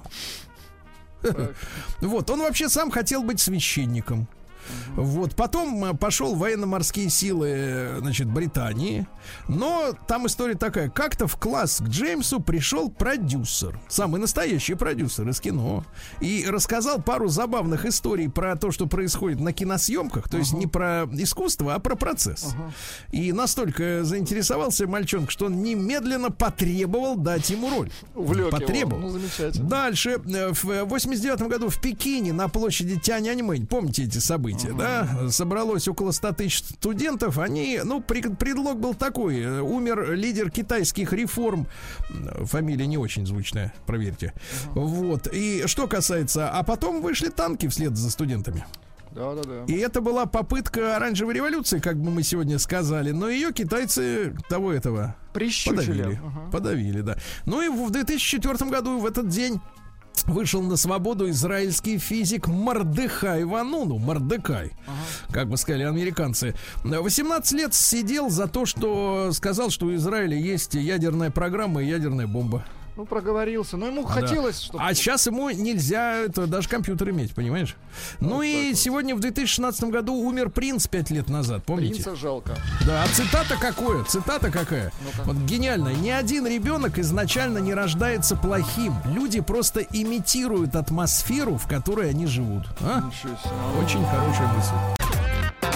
Вот, он вообще сам хотел быть священником. Uh-huh. Вот, потом пошел в военно-морские силы, значит, Британии. Но там история такая: как-то в класс к Джеймсу пришел продюсер, самый настоящий продюсер из кино, и рассказал пару забавных историй про то, что происходит на киносъемках. То uh-huh. есть не про искусство, а про процесс. Uh-huh. И настолько заинтересовался мальчонка, что он немедленно потребовал дать ему роль. Увлек потребовал. Его. Ну, замечательно. Дальше, в восемьдесят девятом году в Пекине на площади Тяньаньмэнь, помните эти события, uh-huh. да? Собралось около ста тысяч студентов. Они, ну, при, предлог был такой: умер лидер китайских реформ. Фамилия не очень звучная, проверьте. Uh-huh. Вот. И что касается... А потом вышли танки вслед за студентами. Да, да, да. И это была попытка оранжевой революции, как бы мы сегодня сказали. Но ее китайцы того этого подавили. Uh-huh. Подавили, да. Ну и в две тысячи четвёртом году в этот день вышел на свободу израильский физик Мордехай Вануну. Мордекай, ага. как бы сказали американцы. восемнадцать лет сидел за то, что сказал, что у Израиля есть ядерная программа и ядерная бомба. Ну, проговорился. Но ему да. хотелось, чтобы... А сейчас ему нельзя это, даже компьютер иметь, понимаешь? Вот ну и вот. Сегодня в две тысячи шестнадцатом году умер принц пять лет назад, помните? Принца жалко. Да, а цитата какое? Цитата какая? Ну-ка. Вот гениальная. Ни один ребенок изначально не рождается плохим. Люди просто имитируют атмосферу, в которой они живут. А? Очень хорошая мысль.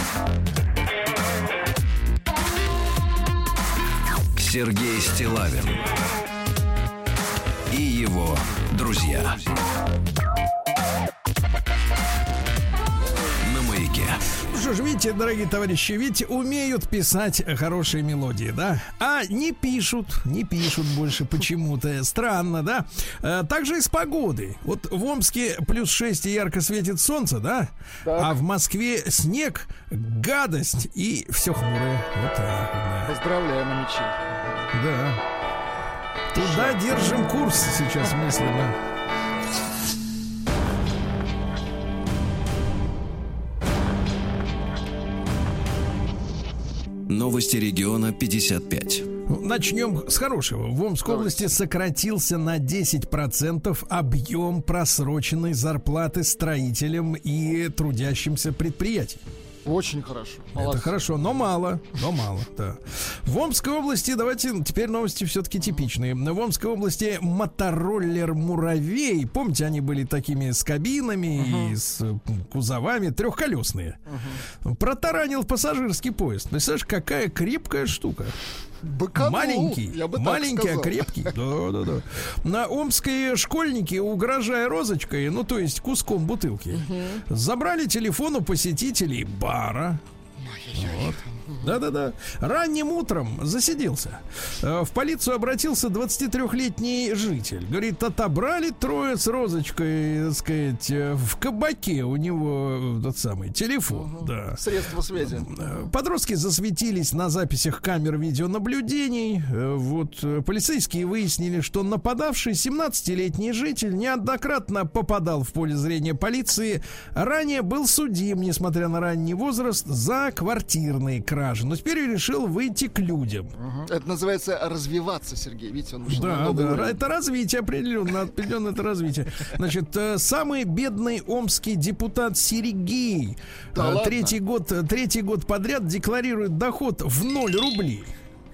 Сергей Стиллавин и его друзья. На Маяке. Ну что ж, видите, дорогие товарищи, ведь умеют писать хорошие мелодии, да? А не пишут, не пишут больше почему-то. Странно, да? А, также и с погодой. Вот в Омске плюс шесть и ярко светит солнце, да? Так. А в Москве снег, гадость и все хмурое. Вот так, да. Поздравляем, амичи. Да. Туда держим курс сейчас мысленно. Новости региона пятьдесят пять. Начнем с хорошего. В Омской области сократился на десять процентов объем просроченной зарплаты строителям и трудящимся предприятий. Очень хорошо. Молодцы. Это хорошо, но мало, но мало, да. В Омской области, давайте теперь новости все-таки типичные. В Омской области мотороллер «Муравей», помните, они были такими с кабинами uh-huh. и с кузовами, трехколесные, uh-huh. протаранил пассажирский поезд. Представляешь, какая крепкая штука. Быканул, маленький, маленький, а крепкий. Да, да, да. На омские школьники, угрожая розочкой, ну то есть куском бутылки, угу. забрали телефон у посетителей бара. Вот. Да-да-да. Ранним утром засиделся. В полицию обратился двадцатитрёхлетний житель. Говорит, отобрали трое с розочкой, так сказать, в кабаке у него тот самый телефон. Угу. Да. Средства связи. Подростки засветились на записях камер видеонаблюдений. Вот полицейские выяснили, что нападавший семнадцатилетний житель неоднократно попадал в поле зрения полиции. Ранее был судим, несмотря на ранний возраст, за квартирные кражи. Но теперь решил выйти к людям. Угу. Это называется развиваться, Сергей. Видите, он вышел да, на новый да, уровень. Это развитие определенно, определенно это развитие. Значит, самый бедный омский депутат Сергей да третий год, третий год подряд декларирует доход в ноль рублей.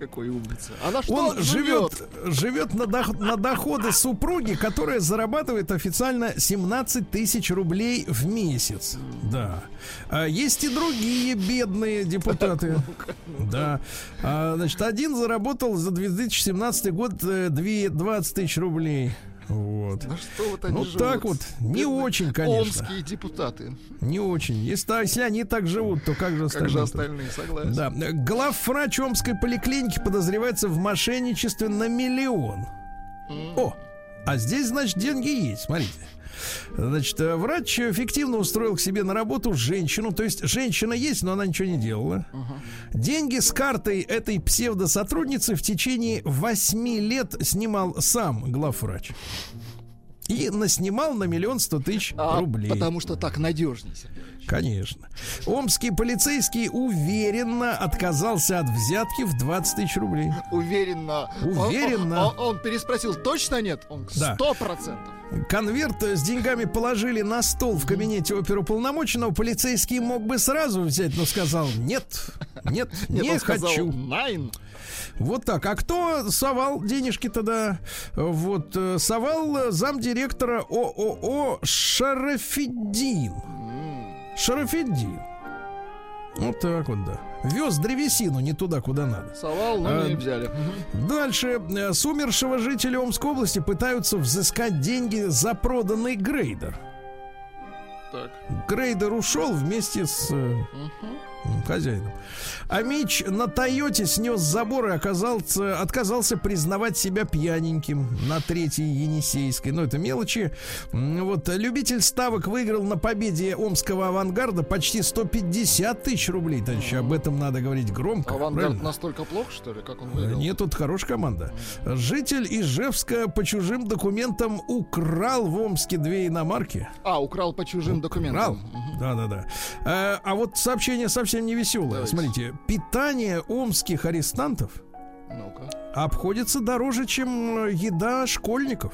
Какой умница. А на что Он, он живет, живет? живет на, дох- на доходы супруги, которая зарабатывает официально семнадцать тысяч рублей в месяц. Да. А есть и другие бедные депутаты. Да. А, значит, один заработал за две тысячи семнадцатый год э, двадцать тысяч рублей. Вот. На что вот они Ну живут? так вот, не Бедные очень, конечно. Омские депутаты. Не очень. Если, та- если они так живут, то как же Как остальные? же остальные, согласен. Да. Главврач Омской поликлиники подозревается в мошенничестве на миллион. О, а здесь, значит, деньги есть, смотрите. Значит, э, врач фиктивно устроил к себе на работу женщину. То есть женщина есть, но она ничего не делала. Деньги с картой этой псевдосотрудницы в течение восьми лет снимал сам главврач. И наснимал на миллион сто тысяч А, рублей. потому что так надежнее, Сергеевич. Конечно. Омский полицейский уверенно отказался от взятки в двадцать тысяч рублей. Уверенно. Уверенно. Он, он- он переспросил, точно нет? Он Да. сто процентов. Конверт с деньгами положили на стол в кабинете оперуполномоченного. Полицейский мог бы сразу взять, но сказал: нет, нет, Нет, не он сказал, хочу. найн. Вот так. А кто совал денежки тогда? Вот, э, совал замдиректора ООО Шарафеддин. Шарафеддин. Вот так вот, да. Вез древесину не туда, куда надо. Совал, но А, не взяли. Дальше. э, С умершего жителя Омской области пытаются взыскать деньги за проданный грейдер. Так. Грейдер ушел вместе с э, хозяином. А Мич на Тойоте снес забор и оказался, отказался признавать себя пьяненьким на Третьей Енисейской. Ну, это мелочи. М, Вот, любитель ставок выиграл на победе омского авангарда почти сто пятьдесят тысяч рублей, товарищи. Об этом надо говорить громко. Авангард правильно? настолько плохо, что ли, как он Э, выиграл? Нет, тут хорошая команда. Житель Ижевска по чужим документам украл в Омске две иномарки. А, украл по чужим Украл. документам. Мгм. Да-да-да. А, а вот сообщение совсем не веселое. Давайте. Смотрите, питание омских арестантов Ну-ка. обходится дороже, чем э, еда школьников.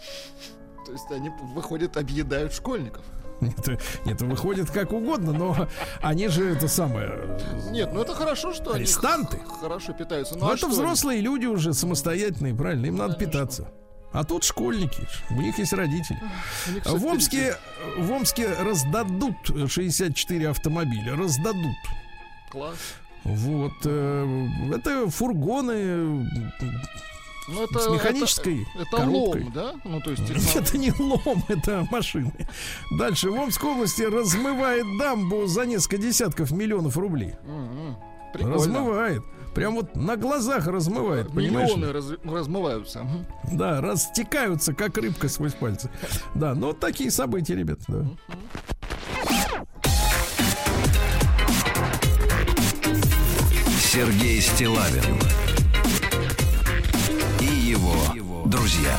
То есть они, выходит, объедают школьников. Это, это выходит как угодно, но они же это самое... э, Нет, ну это хорошо, что Арестанты? они х- хорошо питаются. Ну, Но а это что? взрослые люди уже самостоятельные, правильно? Им надо Конечно. питаться. А тут школьники, у них есть родители. У них всё В Омске, впереди. в Омске раздадут шестьдесят четыре автомобиля. Раздадут. Класс. Вот. э, Это фургоны. Ну, это, С механической это, это коробкой. лом, да? Ну, то есть... Это не лом, это машины. Дальше. В Омской области размывает дамбу за несколько десятков миллионов рублей. М-м, прикольно. Размывает. Прям вот на глазах размывает, понимаешь? Миллионы раз- размываются. Мгм. Да, растекаются, как рыбка сквозь пальцы. Да, ну вот такие события, ребят. Да. Сергей Стиллавин и его друзья.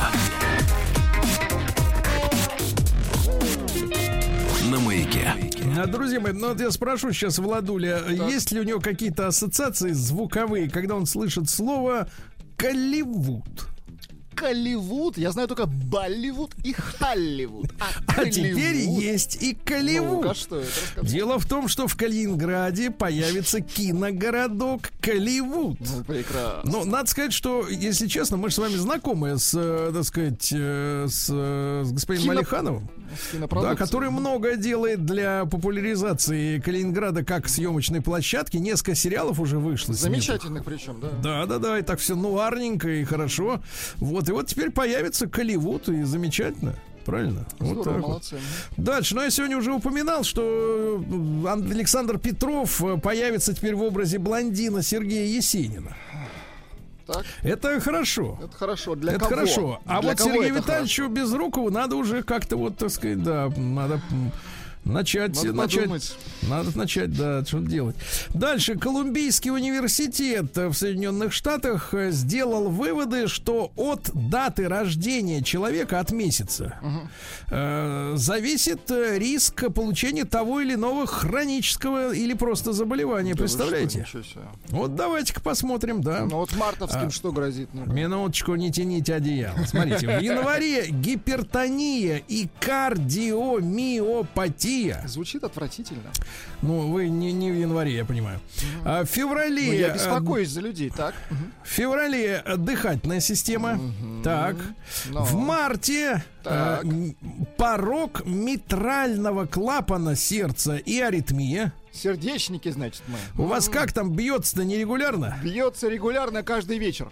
На маяке. А, друзья мои, ну вот я спрошу сейчас Владуля, есть ли у него какие-то ассоциации звуковые, когда он слышит слово Голливуд? Голливуд, я знаю только Болливуд и Холливуд. А теперь Голливуд? есть и Ну-ка, Голливуд. что это? Расскажи. Дело в том, что в Калининграде появится киногородок Голливуд. Ну, прекрасно. Ну, надо сказать, что, если честно, мы же с вами знакомы с, э, так сказать, э, с, э, с господином Кино- Алихановым, С да, кинопродукцией. который многое делает для популяризации Калининграда как съемочной площадки. Несколько сериалов уже вышло. с ним. Замечательных причем, да. Да, да, да, и так все нуарненько и хорошо. Вот, и вот теперь появится Голливуд, и замечательно. Правильно? Вот Здорово, так вот. молодцы. Дальше, ну я сегодня уже упоминал, что э, Александр Петров э, появится теперь в образе блондина Сергея Есенина. Так, Это хорошо. это хорошо. Для Это кого? хорошо. А Для вот кого Сергею это Витальевичу Безрукову надо уже как-то вот, так сказать, да, надо м, начать, Надо начать. подумать. Надо начать, да, что делать. Дальше. Колумбийский университет в Соединенных Штатах э, сделал выводы, что от даты рождения человека, от месяца, э, зависит э, риск получения того или иного хронического или просто заболевания. Да вы Представляете? что, ничего себе. Вот давайте-ка посмотрим, да. Ну вот мартовским А. что грозит? Ну, Минуточку, не тяните одеяло. Смотрите, в январе гипертония и кардиомиопатия стенокардия. Звучит отвратительно. Ну, вы не, не в январе, я понимаю. Угу. А в феврале... Ну, я беспокоюсь за людей, так? В феврале дыхательная система. Угу. Так. Но. В марте так. Э, порог митрального клапана сердца и аритмия. Сердечники, значит, мы. У вас как там бьется-то нерегулярно? Бьется регулярно каждый вечер.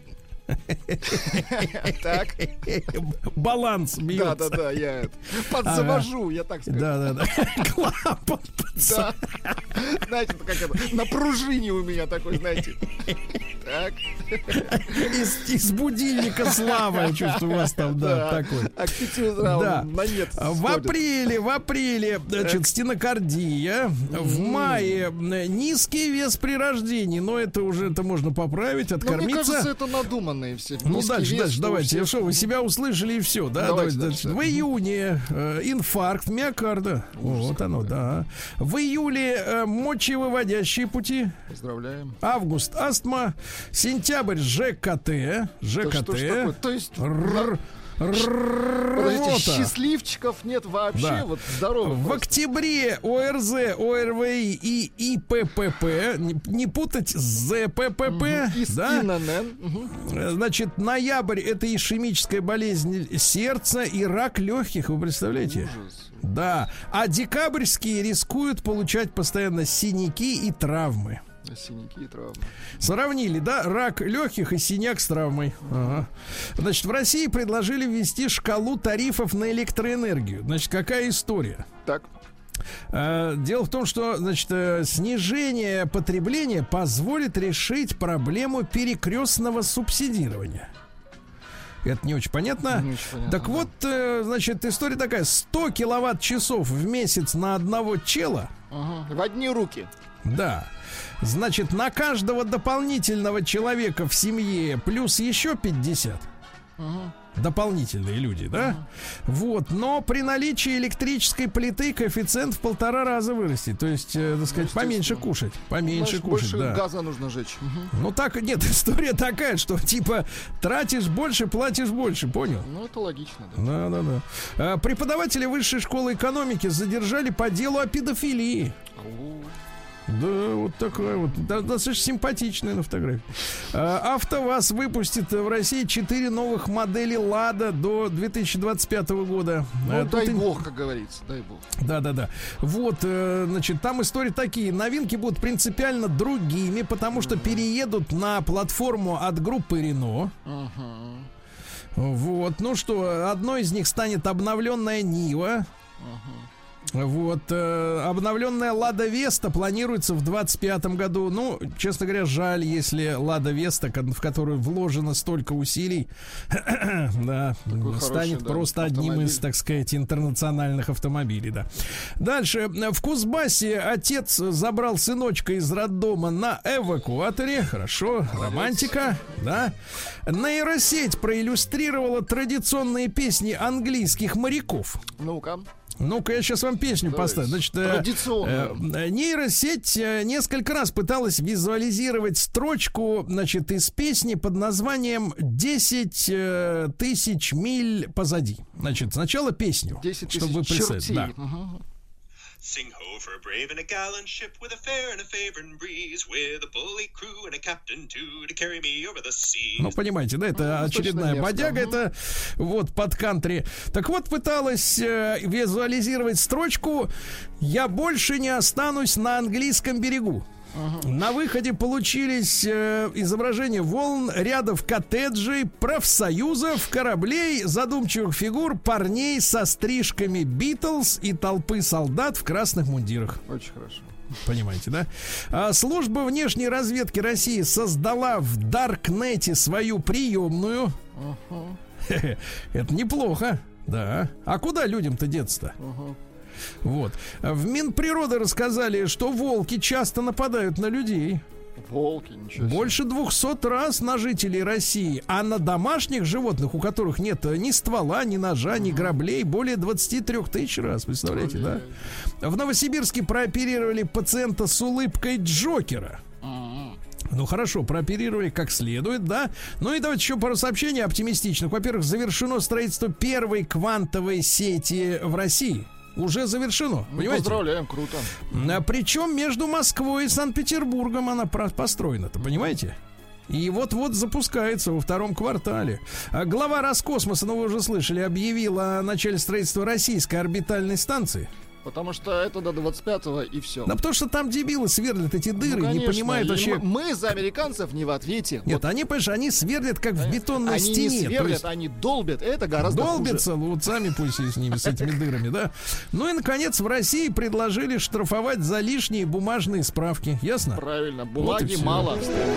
Так. Баланс бьется. Да, да, да, я подзавожу, ага. я так скажу. Да, да, да. Клапан. Да. Знаете, как это? На пружине у меня такой, знаете. Так. Из, из будильника слава, я чувствую, у вас там, да, да. такой. А к пяти утра да. монет В апреле, в апреле, значит, стенокардия. Mm-hmm. В мае низкий вес при рождении, но это уже, это можно поправить, откормиться. Ну, мне кажется, это надуманные все. Ну, низкий дальше, вес, дальше, давайте. все... Что, вы себя услышали и все, да? Давайте, давайте, дальше. В июне э, инфаркт миокарда. Ужас, вот оно, да. В июле э, мочевыводящие пути. Поздравляем. Август астма. Сентябрь ЖКТ. ЖКТ. Да что ж такое? То есть... Р- Подождите, счастливчиков нет вообще, да. вот здоровых. В просто. Октябре ОРЗ, ОРВИ и ИППП, не, не путать с ЗППП, угу. да? Угу. Значит, ноябрь — это ишемическая болезнь сердца и рак легких, вы представляете? Ужас. Да, а декабрьские рискуют получать постоянно синяки и травмы. Синяки и травмы. Сравнили, да, рак легких и синяк с травмой. Ага. Значит, в России предложили ввести шкалу тарифов на электроэнергию. Значит, какая история? Так. Дело в том, что, значит, снижение потребления позволит решить проблему перекрестного субсидирования. Это не очень понятно. Не очень понятно так да. вот, значит, история такая: сто киловатт-часов в месяц на одного чела. Угу. В одни руки. Да. Значит, на каждого дополнительного человека в семье плюс еще пятьдесят. Угу. Дополнительные люди, да? Угу. Вот, но при наличии электрической плиты коэффициент в полтора раза вырастет. То есть, э, так сказать, ну, поменьше кушать. Поменьше Знаешь, кушать, больше да. газа нужно жечь. Угу. Ну так, нет, история такая, что типа тратишь больше, платишь больше, понял? Ну, это логично, да. Да, да, да. А, преподаватели высшей школы экономики задержали по делу о педофилии. О-о-о. Да, вот такая вот, да, достаточно симпатичная на фотографии. А, АвтоВАЗ выпустит в России четыре новых модели Лада до две тысячи двадцать пятого года. Ну, а, дай тут... бог, как говорится, дай бог. Да, да, да. Вот, э, значит, там истории такие. Новинки будут принципиально другими, потому что переедут на платформу от группы Renault. Uh-huh. Вот, ну что, одной из них станет обновленная Нива. Uh-huh. Вот, э, обновленная Лада Веста планируется в двадцать пятом году. Ну, честно говоря, жаль, если Лада Веста, в которую вложено столько усилий, да, такой станет хороший, просто да, одним из, так сказать, интернациональных автомобилей, да. Дальше. В Кузбассе отец забрал сыночка из роддома на эвакуаторе. Хорошо, романтика, да. Нейросеть проиллюстрировала традиционные песни английских моряков. Ну-ка. Ну-ка, я сейчас вам песню Давайте. поставлю. Значит, традиционно. Э, нейросеть э, несколько раз пыталась визуализировать строчку, значит, из песни под названием «десять э, тысяч миль позади». Значит, сначала песню, чтобы вы представили. Да. Угу. Sing ho for a brave and a gallant ship with a fair and a favouring breeze, with a bully crew and a captain too to carry me over the sea. Ну, понимаете, да, это ну, очередная бодяга, это вот под кантри. Так вот, пыталась э, визуализировать строчку «Я больше не останусь на английском берегу». Uh-huh. На выходе получились э, изображения волн, рядов коттеджей, профсоюзов, кораблей, задумчивых фигур, парней со стрижками Битлз и толпы солдат в красных мундирах. Очень хорошо. Понимаете, да? А служба внешней разведки России создала в Даркнете свою приемную. Uh-huh. Это неплохо, да. А куда людям-то деться-то? Uh-huh. Вот. В Минприроды рассказали, что волки часто нападают на людей. Волки, ничего себе. Больше двухсот раз на жителей России. А на домашних животных, у которых нет ни ствола, ни ножа, ни граблей, более двадцать три тысяч раз. Представляете, да? В Новосибирске прооперировали пациента с улыбкой Джокера. Ну хорошо, прооперировали как следует, да. Ну и давайте еще пару сообщений оптимистичных. Во-первых, завершено строительство первой квантовой сети в России. уже завершено. Ну, понимаете? Поздравляем, круто. А, причем между Москвой и Санкт-Петербургом она про- построена-то, понимаете? И вот-вот запускается во втором квартале. А глава Роскосмоса, ну вы уже слышали, объявил о начале строительства российской орбитальной станции. Потому что это до двадцать пятого и все. Да потому что там дебилы сверлят эти дыры, Ну, не понимают и вообще. Мы, мы за американцев не в ответе. Нет, Вот они, понимаешь, они сверлят как в бетонной они стене. не То сверлят, есть они долбят. Это гораздо долбятся, вот сами пусть и с ними, с этими дырами, да. Ну и, наконец, в России предложили штрафовать за лишние бумажные справки. Ясно? хуже. Правильно, Вот бумаги и всё. мало.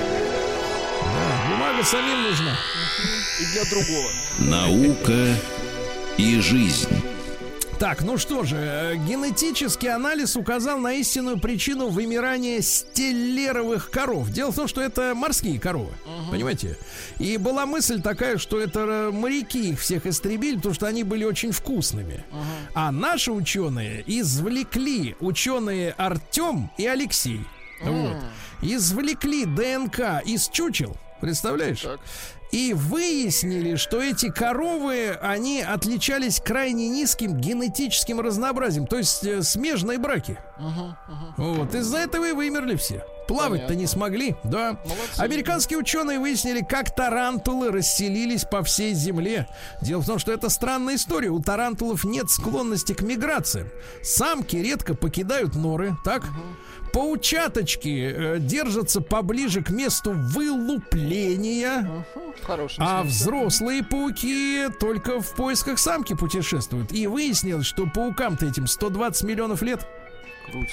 Да, бумага самим нужна. И для другого. Наука и жизнь. Так, ну что же, э, генетический анализ указал на истинную причину вымирания стеллеровых коров. Дело в том, что это морские коровы, uh-huh. понимаете? И была мысль такая, что это моряки их всех истребили, потому что они были очень вкусными. Uh-huh. А наши ученые извлекли, ученые Артем и Алексей, uh-huh. вот, извлекли ДНК из чучел, представляешь? Так. И выяснили, что эти коровы, они отличались крайне низким генетическим разнообразием, то есть э, смежные браки. Uh-huh, uh-huh. Вот, из-за этого и вымерли все. Плавать-то Понятно. не смогли, да. Молодцы. Американские ученые выяснили, как тарантулы расселились по всей земле. Дело в том, что это странная история. У тарантулов нет склонности к миграциям. Самки редко покидают норы, так? Uh-huh. Паучаточки э, держатся поближе к месту вылупления. Uh-huh. Хороший А смысл. взрослые пауки только в поисках самки путешествуют. И выяснилось, что паукам-то этим сто двадцать миллионов лет. Круто.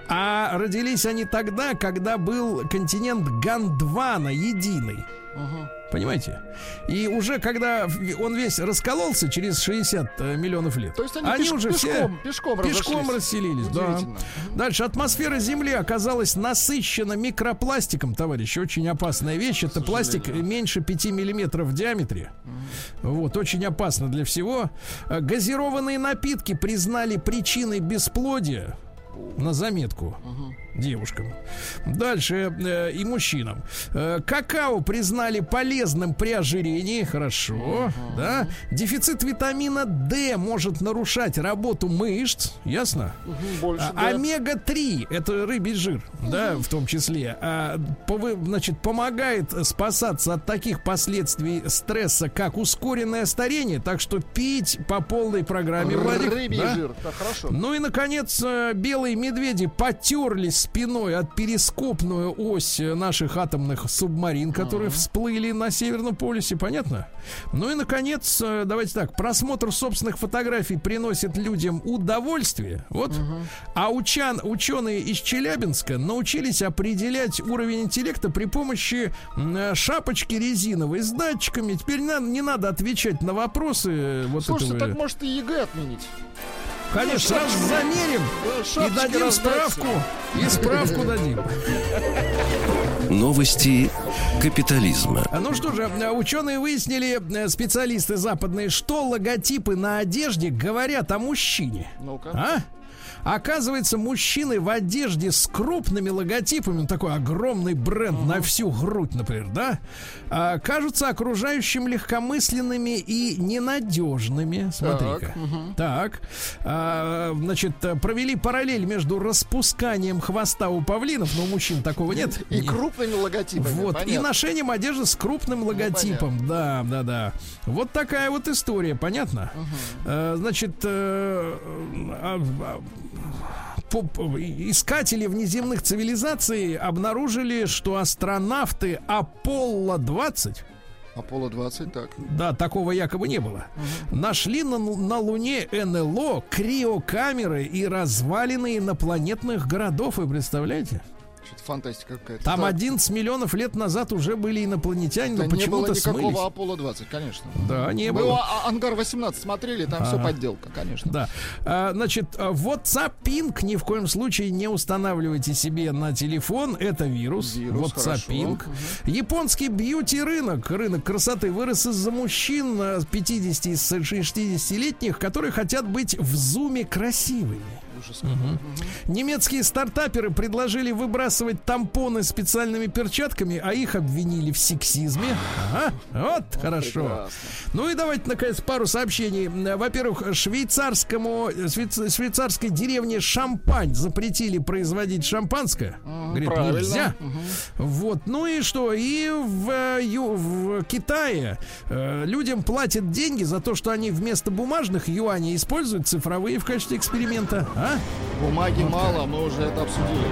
А родились они тогда, когда был континент Гондвана единый. Uh-huh. Понимаете? И уже когда он весь раскололся через шестьдесят миллионов лет, То есть они, пеш- уже пешком, все пешком, пешком расселились. Да. Удивительно. Дальше. Атмосфера Земли оказалась насыщена микропластиком, товарищи. Очень опасная вещь. Это пластик меньше пяти миллиметров в диаметре. Mm-hmm. Вот. Очень опасно для всего. Газированные напитки признали причиной бесплодия. На заметку uh-huh. девушкам. Дальше э, и мужчинам. Э, какао признали полезным при ожирении. Хорошо. Uh-huh. Да? Дефицит витамина D может нарушать работу мышц. Ясно? Uh-huh, больше, а, да. омега три, это рыбий жир, uh-huh. да, в том числе, а, повы, значит, помогает спасаться от таких последствий стресса, как ускоренное старение. Так что пить по полной программе, Владик. Рыбий да? жир. Так, хорошо. Ну и, наконец, белые медведи потерлись спиной от перископную ось наших атомных субмарин, которые uh-huh. всплыли на Северном полюсе, понятно? Ну и, наконец, давайте так, просмотр собственных фотографий приносит людям удовольствие, вот. Uh-huh. А учан, ученые из Челябинска научились определять уровень интеллекта при помощи шапочки резиновой с датчиками. Теперь не надо, не надо отвечать на вопросы. Вот Слушайте, этого... так может и ЕГЭ отменить? Конечно, сразу замерим и дадим справку. И справку дадим. Новости капитализма. Ну что же, ученые выяснили, специалисты западные, что логотипы на одежде говорят о мужчине. Ну-ка. А? Оказывается, мужчины в одежде с крупными логотипами, такой огромный бренд uh-huh. на всю грудь, например, да, а, кажутся окружающим легкомысленными и ненадежными. Смотри-ка. Так, uh-huh. так а, значит, провели параллель между распусканием хвоста у павлинов, но у мужчин такого нет. И нет. крупными логотипами. Вот, понятно. и ношением одежды с крупным логотипом. Ну, да, да, да. Вот такая вот история, понятно? Uh-huh. А, значит, э, а, а, искатели внеземных цивилизаций обнаружили, что астронавты Аполло двадцать, Аполло двадцать, так. да, такого якобы не было, угу. нашли на, на Луне эн эл о, криокамеры и развалины инопланетных городов. Вы представляете? Что-то фантастика какая-то. Там так. одиннадцать миллионов лет назад уже были инопланетяне, да но почему-то смылись. Не было никакого смылись. Аполло двадцать, конечно. Да, не Мы было. а- Ангар восемнадцать смотрели, там ага. все подделка, конечно. Да. А, значит, WhatsApp-пинг ни в коем случае не устанавливайте себе на телефон. Это вирус. Вирус, WhatsApp-пинг. Угу. Японский бьюти-рынок, рынок красоты, вырос из-за мужчин пятидесяти-шестидесятилетних, которые хотят быть в зуме красивыми. Ужас. Угу. Угу. Немецкие стартаперы предложили выбрасывать тампоны специальными перчатками, а их обвинили в сексизме. Ага, вот, вот хорошо. Прекрасно. Ну и давайте, наконец, пару сообщений. Во-первых, швейцарскому, швейц, швейцарской деревне Шампань запретили производить шампанское. Угу, говорит, правильно. Нельзя. Угу. Вот, ну и что? И в, в Китае э, людям платят деньги за то, что они вместо бумажных юаней используют цифровые в качестве эксперимента. А? Бумаги вот мало, так. Мы уже это обсудили.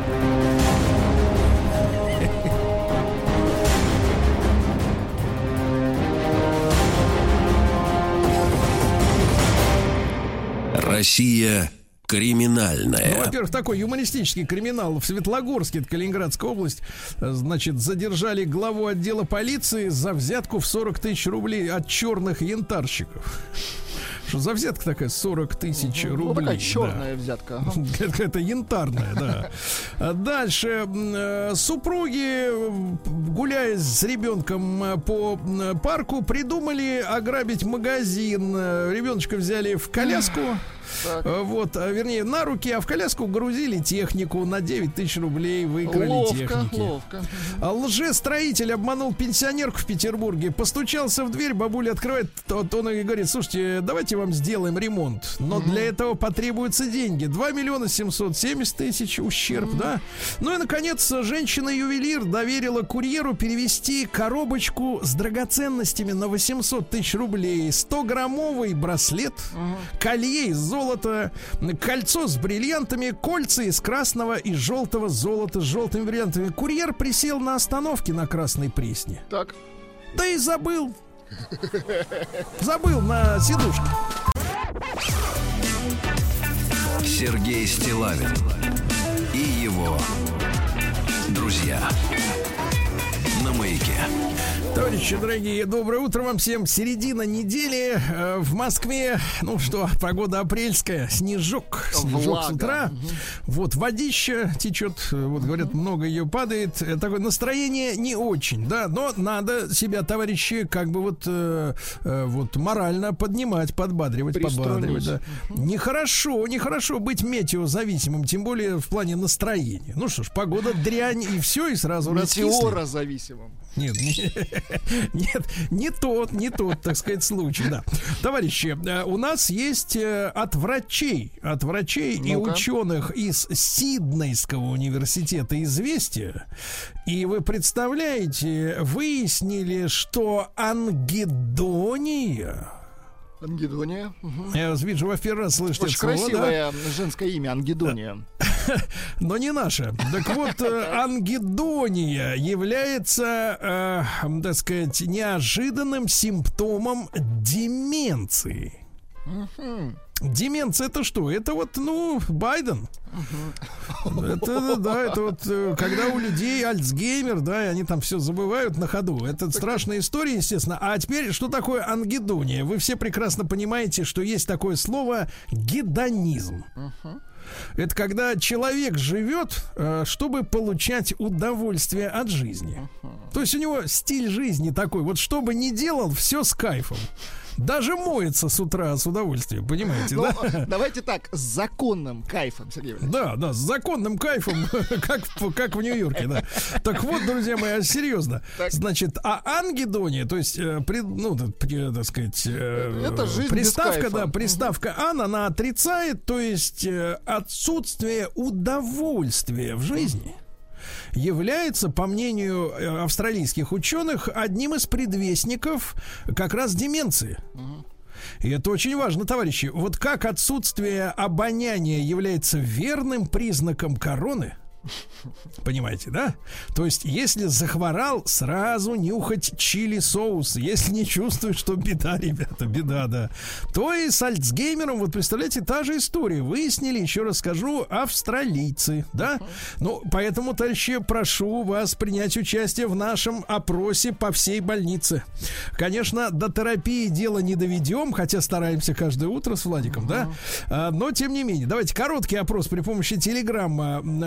Россия криминальная. Ну, во-первых, такой юмористический криминал. В Светлогорске, это Калининградская область, значит, задержали главу отдела полиции за взятку в сорок тысяч рублей от черных янтарщиков. Что за взятка такая? сорок тысяч рублей. Ну, такая черная да. взятка. Ага. Это янтарная, да. Дальше. Супруги, гуляя с ребенком по парку, придумали ограбить магазин. Ребеночка взяли в коляску. Так. Вот, вернее, на руки, а в коляску грузили технику на девять тысяч рублей, выкрали ловко, техники. Ловко. Лжестроитель обманул пенсионерку в Петербурге, постучался в дверь, бабуля открывает, тот он и говорит: слушайте, давайте вам сделаем ремонт, но mm-hmm. для этого потребуются деньги. два миллиона семьсот семьдесят тысяч ущерб, mm-hmm. да? Ну и, наконец, женщина-ювелир доверила курьеру перевести коробочку с драгоценностями на восемьсот тысяч рублей, сто-граммовый браслет, mm-hmm. колье из золото, кольцо с бриллиантами, кольца из красного и желтого золота с желтыми бриллиантами. Курьер присел на остановке на Красной Пресне. Так. Да и забыл. Забыл на сидушке. Сергей Стиллавин и его друзья на Маяке. Товарищи дорогие, доброе утро вам всем. Середина недели э, в Москве. Ну что, погода апрельская. Снежок. Снежок Влага. С утра. Угу. Вот водища течет. Вот говорят, угу. много ее падает. Такое настроение не очень, да. Но надо себя, товарищи, как бы вот, э, э, вот морально поднимать, подбадривать, подбадривать. Да. Угу. Нехорошо, нехорошо быть метеозависимым, тем более в плане настроения. Ну что ж, погода дрянь и все, и сразу раскисли. Метеорозависимым. Нет, не, нет, не тот, не тот, так сказать, случай, да. Товарищи, у нас есть от врачей, от врачей Ну-ка. и ученых из Сиднейского университета известия. И вы представляете, выяснили, что ангидония... Ангидония. Угу. Я вижу, вы в первый раз слышите Очень это слово, красивое да? женское имя, ангидония. Но не наше. Так вот, ангидония является, э, так сказать, неожиданным симптомом деменции. Деменция — это что? Это вот, ну, Байден. Это, да, это вот когда у людей Альцгеймер, да, и они там все забывают на ходу. Это страшная история, естественно. А теперь, что такое ангидония? Вы все прекрасно понимаете, что есть такое слово гедонизм. Это когда человек живет, чтобы получать удовольствие от жизни. То есть у него стиль жизни такой. Вот что бы ни делал, все с кайфом. Даже моется с утра с удовольствием, понимаете, ну, да? Давайте так, с законным кайфом, Сергей Валерьевич. Да, да, с законным кайфом, как, как в Нью-Йорке, да. Так вот, друзья мои, серьезно. Так. Значит, а ангидония, то есть, при, ну, так сказать, это жизнь приставка, да, приставка ан, она отрицает, то есть отсутствие удовольствия в жизни. Является, по мнению австралийских ученых, одним из предвестников как раз деменции. И это очень важно, товарищи. Вот как отсутствие обоняния является верным признаком короны, понимаете, да? То есть, если захворал, сразу нюхать чили-соус. Если не чувствуешь, что беда, ребята, беда, да. То и с Альцгеймером, вот представляете, та же история. Выяснили, еще раз скажу, австралийцы, да? Ну, поэтому, товарищи, прошу вас принять участие в нашем опросе по всей больнице. Конечно, до терапии дело не доведем, хотя стараемся каждое утро с Владиком, да? А, но, тем не менее, давайте короткий опрос при помощи телеграмма. Единица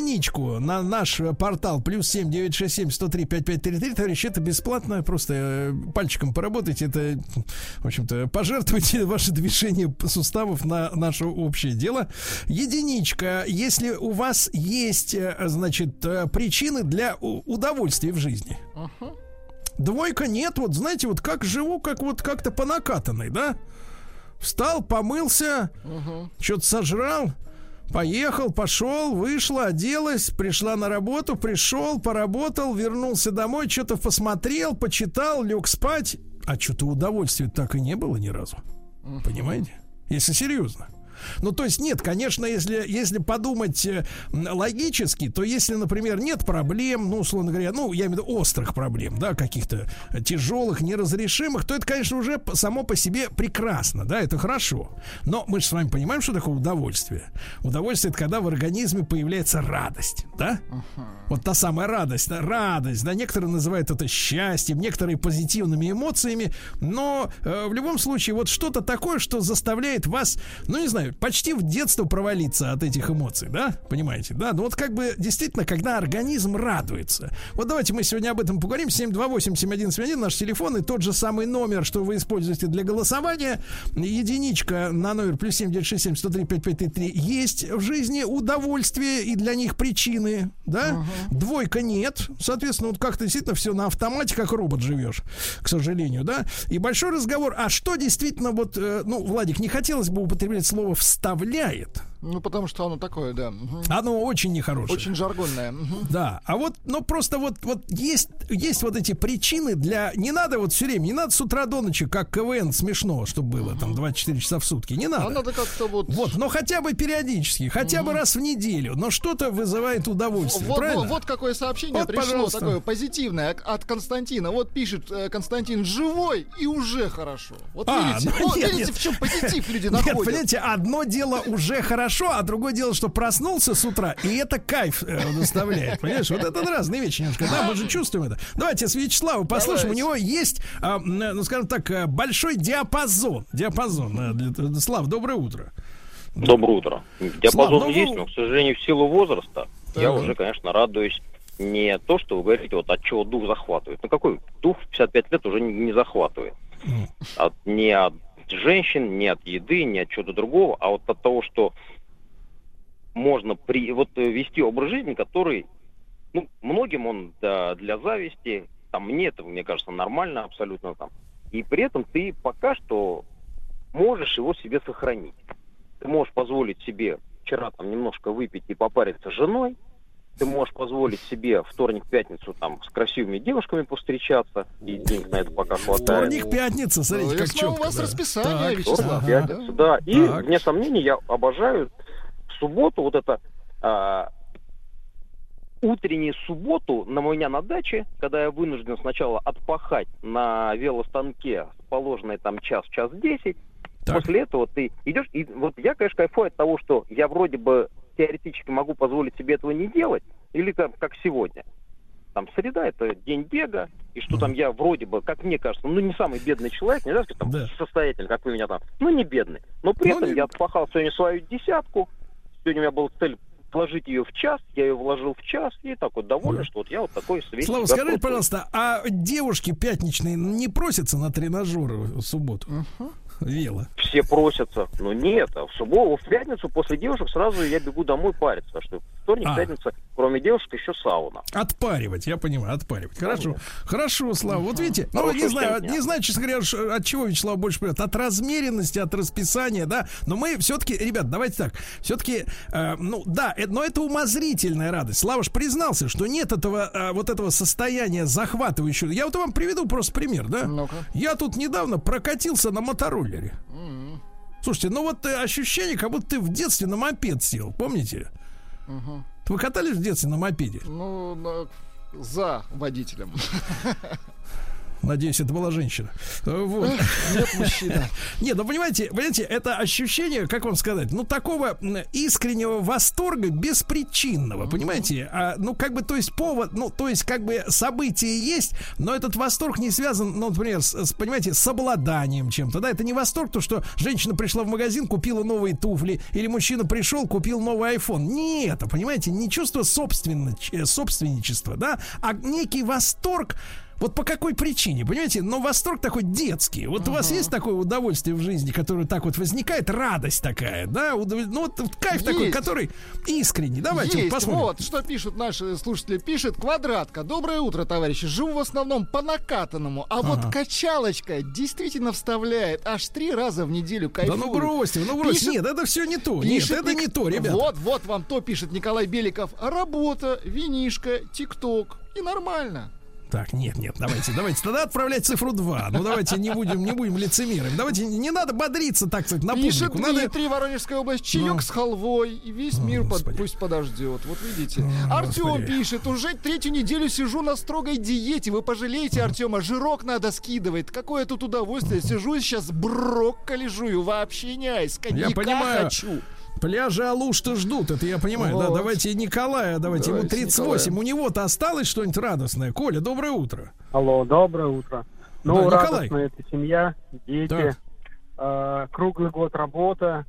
единичку на наш портал плюс семь девять шесть семь сто три пять пять три три. Товарищи, это бесплатно. Просто э, пальчиком поработайте. Это, в общем-то, пожертвуйте ваши движения суставов на наше общее дело. Единичка. Если у вас есть, значит, причины для удовольствия в жизни. Uh-huh. Двойка нет. Вот знаете, вот как живу, как вот как-то по накатанной, да? Встал, помылся, uh-huh. что-то сожрал, поехал, пошел, вышла, оделась, пришла на работу, пришел, поработал, вернулся домой, что-то посмотрел, почитал, лег спать. А что-то удовольствия так и не было ни разу. Uh-huh. Понимаете? Если серьезно. Ну, то есть нет, конечно, если, если подумать э, логически, то если, например, нет проблем, ну, условно говоря, ну, я имею в виду острых проблем, да, каких-то тяжелых, неразрешимых, то это, конечно, уже само по себе прекрасно, да, это хорошо. Но мы же с вами понимаем, что такое удовольствие. Удовольствие — это когда в организме появляется радость, да? Uh-huh. Вот та самая радость, да, радость, да, некоторые называют это счастьем, некоторые позитивными эмоциями, но э, в любом случае вот что-то такое, что заставляет вас, ну, не знаю, почти в детство провалиться от этих эмоций, да, понимаете, да, ну вот как бы действительно, когда организм радуется. Вот давайте мы сегодня об этом поговорим. Семь два восемь семь один семь один наш телефон и тот же самый номер, что вы используете для голосования. Единичка на номер плюс семь девять шесть семь сто три пять пять три три. Есть в жизни удовольствие и для них причины, да, uh-huh. Двойка нет, соответственно, вот как-то действительно все на автомате, как робот живешь, к сожалению, да, и большой разговор, а что действительно вот, э, ну, Владик, не хотелось бы употреблять слово вставляет. Ну, потому что оно такое, да. Оно очень нехорошее. Очень жаргонное. Да, а вот, ну, просто вот, вот есть, есть вот эти причины для... Не надо вот все время, не надо с утра до ночи, как КВН смешно, чтобы было там двадцать четыре часа в сутки. Не надо. А надо как-то вот... Вот, но хотя бы периодически, хотя бы раз в неделю, но что-то вызывает удовольствие, вот, правильно? Вот, вот какое сообщение вот, пришло, пожалуйста. Такое позитивное от Константина. Вот пишет Константин: живой и уже хорошо. Вот а, видите, ну, вот, нет, видите нет. в чем позитив люди Нет, находят. понимаете, одно дело уже хорошо, а другое дело, что проснулся с утра, и это кайф э, доставляет. Понимаешь, вот это разные вещи немножко. Да, мы же чувствуем это. Давайте с Вячеслава послушаем. У него есть, э, ну, скажем так, большой диапазон. Диапазон. Э, для... Слав, доброе утро. Доброе утро. Диапазон Слав, есть, ну... но, к сожалению, в силу возраста да. я уже, конечно, радуюсь не то, что вы говорите, вот от чего дух захватывает. Ну, какой дух в пятьдесят пять лет уже не, не захватывает. Mm. От, не от женщин, не от еды, не от чего-то другого, а вот от того, что можно при, вот, вести образ жизни, который, ну, многим он да, для зависти, там, мне это, мне кажется, нормально абсолютно там. И при этом ты пока что можешь его себе сохранить. Ты можешь позволить себе вчера там немножко выпить и попариться с женой, ты можешь позволить себе вторник-пятницу там с красивыми девушками повстречаться, и денег на это пока хватает. Вторник-пятница, смотрите, как четко. У вас да. расписание, так, Вячеслав. Вторник-пятница, да. да. И, вне сомнений, я обожаю субботу, вот это а, утреннюю субботу на меня на даче, когда я вынужден сначала отпахать на велостанке положенный там час, час десять. Так. После этого ты идешь, и вот я, конечно, кайфую от того, что я вроде бы теоретически могу позволить себе этого не делать, или как, как сегодня. Там среда, это день бега, и что mm. там я вроде бы, как мне кажется, ну не самый бедный человек, не знаю, там да. состоятельный, как вы меня там, ну не бедный, но при ну, этом не... я отпахал сегодня свою десятку, сегодня у меня была цель вложить ее в час, я ее вложил в час, и так вот доволен, mm. что вот я вот такой свет. Слава, скажите, пожалуйста, а девушки пятничные не просятся на тренажеры в субботу? Uh-huh. Вело. Все просятся, но нет, а в субботу, в пятницу после девушек сразу я бегу домой париться, потому что вторник, а. пятница, кроме девушек, еще сауна. Отпаривать, я понимаю, отпаривать. Хорошо, Понятно. Хорошо, Слава, вот видите, ну, не знаю, не знаю, честно говоря, от чего Вячеслав больше прет, от размеренности, от расписания, да, но мы все-таки, ребят, давайте так, все-таки, э, ну, да, э, но это умозрительная радость. Слава ж признался, что нет этого, э, вот этого состояния захватывающего. Я вот вам приведу просто пример, да. Ну-ка. Я тут недавно прокатился на мотороллере. Mm-hmm. Слушайте, ну вот э, ощущение, как будто ты в детстве на мопед сел, помните? Uh-huh. Вы катались в детстве на мопеде? Ну, на... за водителем. Надеюсь, это была женщина. Вот. Нет, мужчина. Нет, ну понимаете, понимаете, это ощущение, как вам сказать, ну такого искреннего восторга беспричинного, понимаете? А, ну как бы, то есть повод, ну то есть как бы событие есть, но этот восторг не связан, ну например, с, с, понимаете, с обладанием чем-то, да? Это не восторг, то что женщина пришла в магазин, купила новые туфли, или мужчина пришел, купил новый iPhone. Не это, понимаете, не чувство собственно, собственничества, да, а некий восторг. Вот по какой причине, понимаете? Но восторг такой детский. Вот uh-huh. у вас есть такое удовольствие в жизни, которое так вот возникает, радость такая, да? Удов... Ну вот кайф есть. Такой, который искренний. Давайте есть. Вот посмотрим. Вот, что пишут наши слушатели. Пишет Квадратка. Доброе утро, товарищи. Живу в основном по накатанному. А uh-huh. вот качалочка действительно вставляет. Аж три раза в неделю кайфую. Да ну бросьте, ну бросьте. Пишет... Нет, это все не то. Пишет... Нет, это не то, ребята. Вот, вот вам то пишет Николай Беликов. Работа, винишка, ТикТок. И нормально. Так, нет, нет, давайте, давайте, тогда отправлять цифру два. Ну, давайте не будем, не будем лицемерами. Давайте, не надо бодриться, так сказать, на Пишет публику. Надо... Дмитрий, Воронежская область, чаек ну. с халвой, и весь мир О, под, пусть подождет. Вот видите. О, Артем Господи. Пишет, уже третью неделю сижу на строгой диете. Вы пожалеете Артема, жирок надо скидывать. Какое тут удовольствие. Сижу сейчас, брокколи жую, вообще не айс, коньяка Я понимаю. хочу. Пляжи Алушты ждут, это я понимаю. Вот. Да, давайте Николая, давайте, давайте ему тридцать восемь. Николая. У него-то осталось что-нибудь радостное. Коля, доброе утро. Алло, доброе утро. Ну, да, радостная это семья, дети, э, круглый год работа.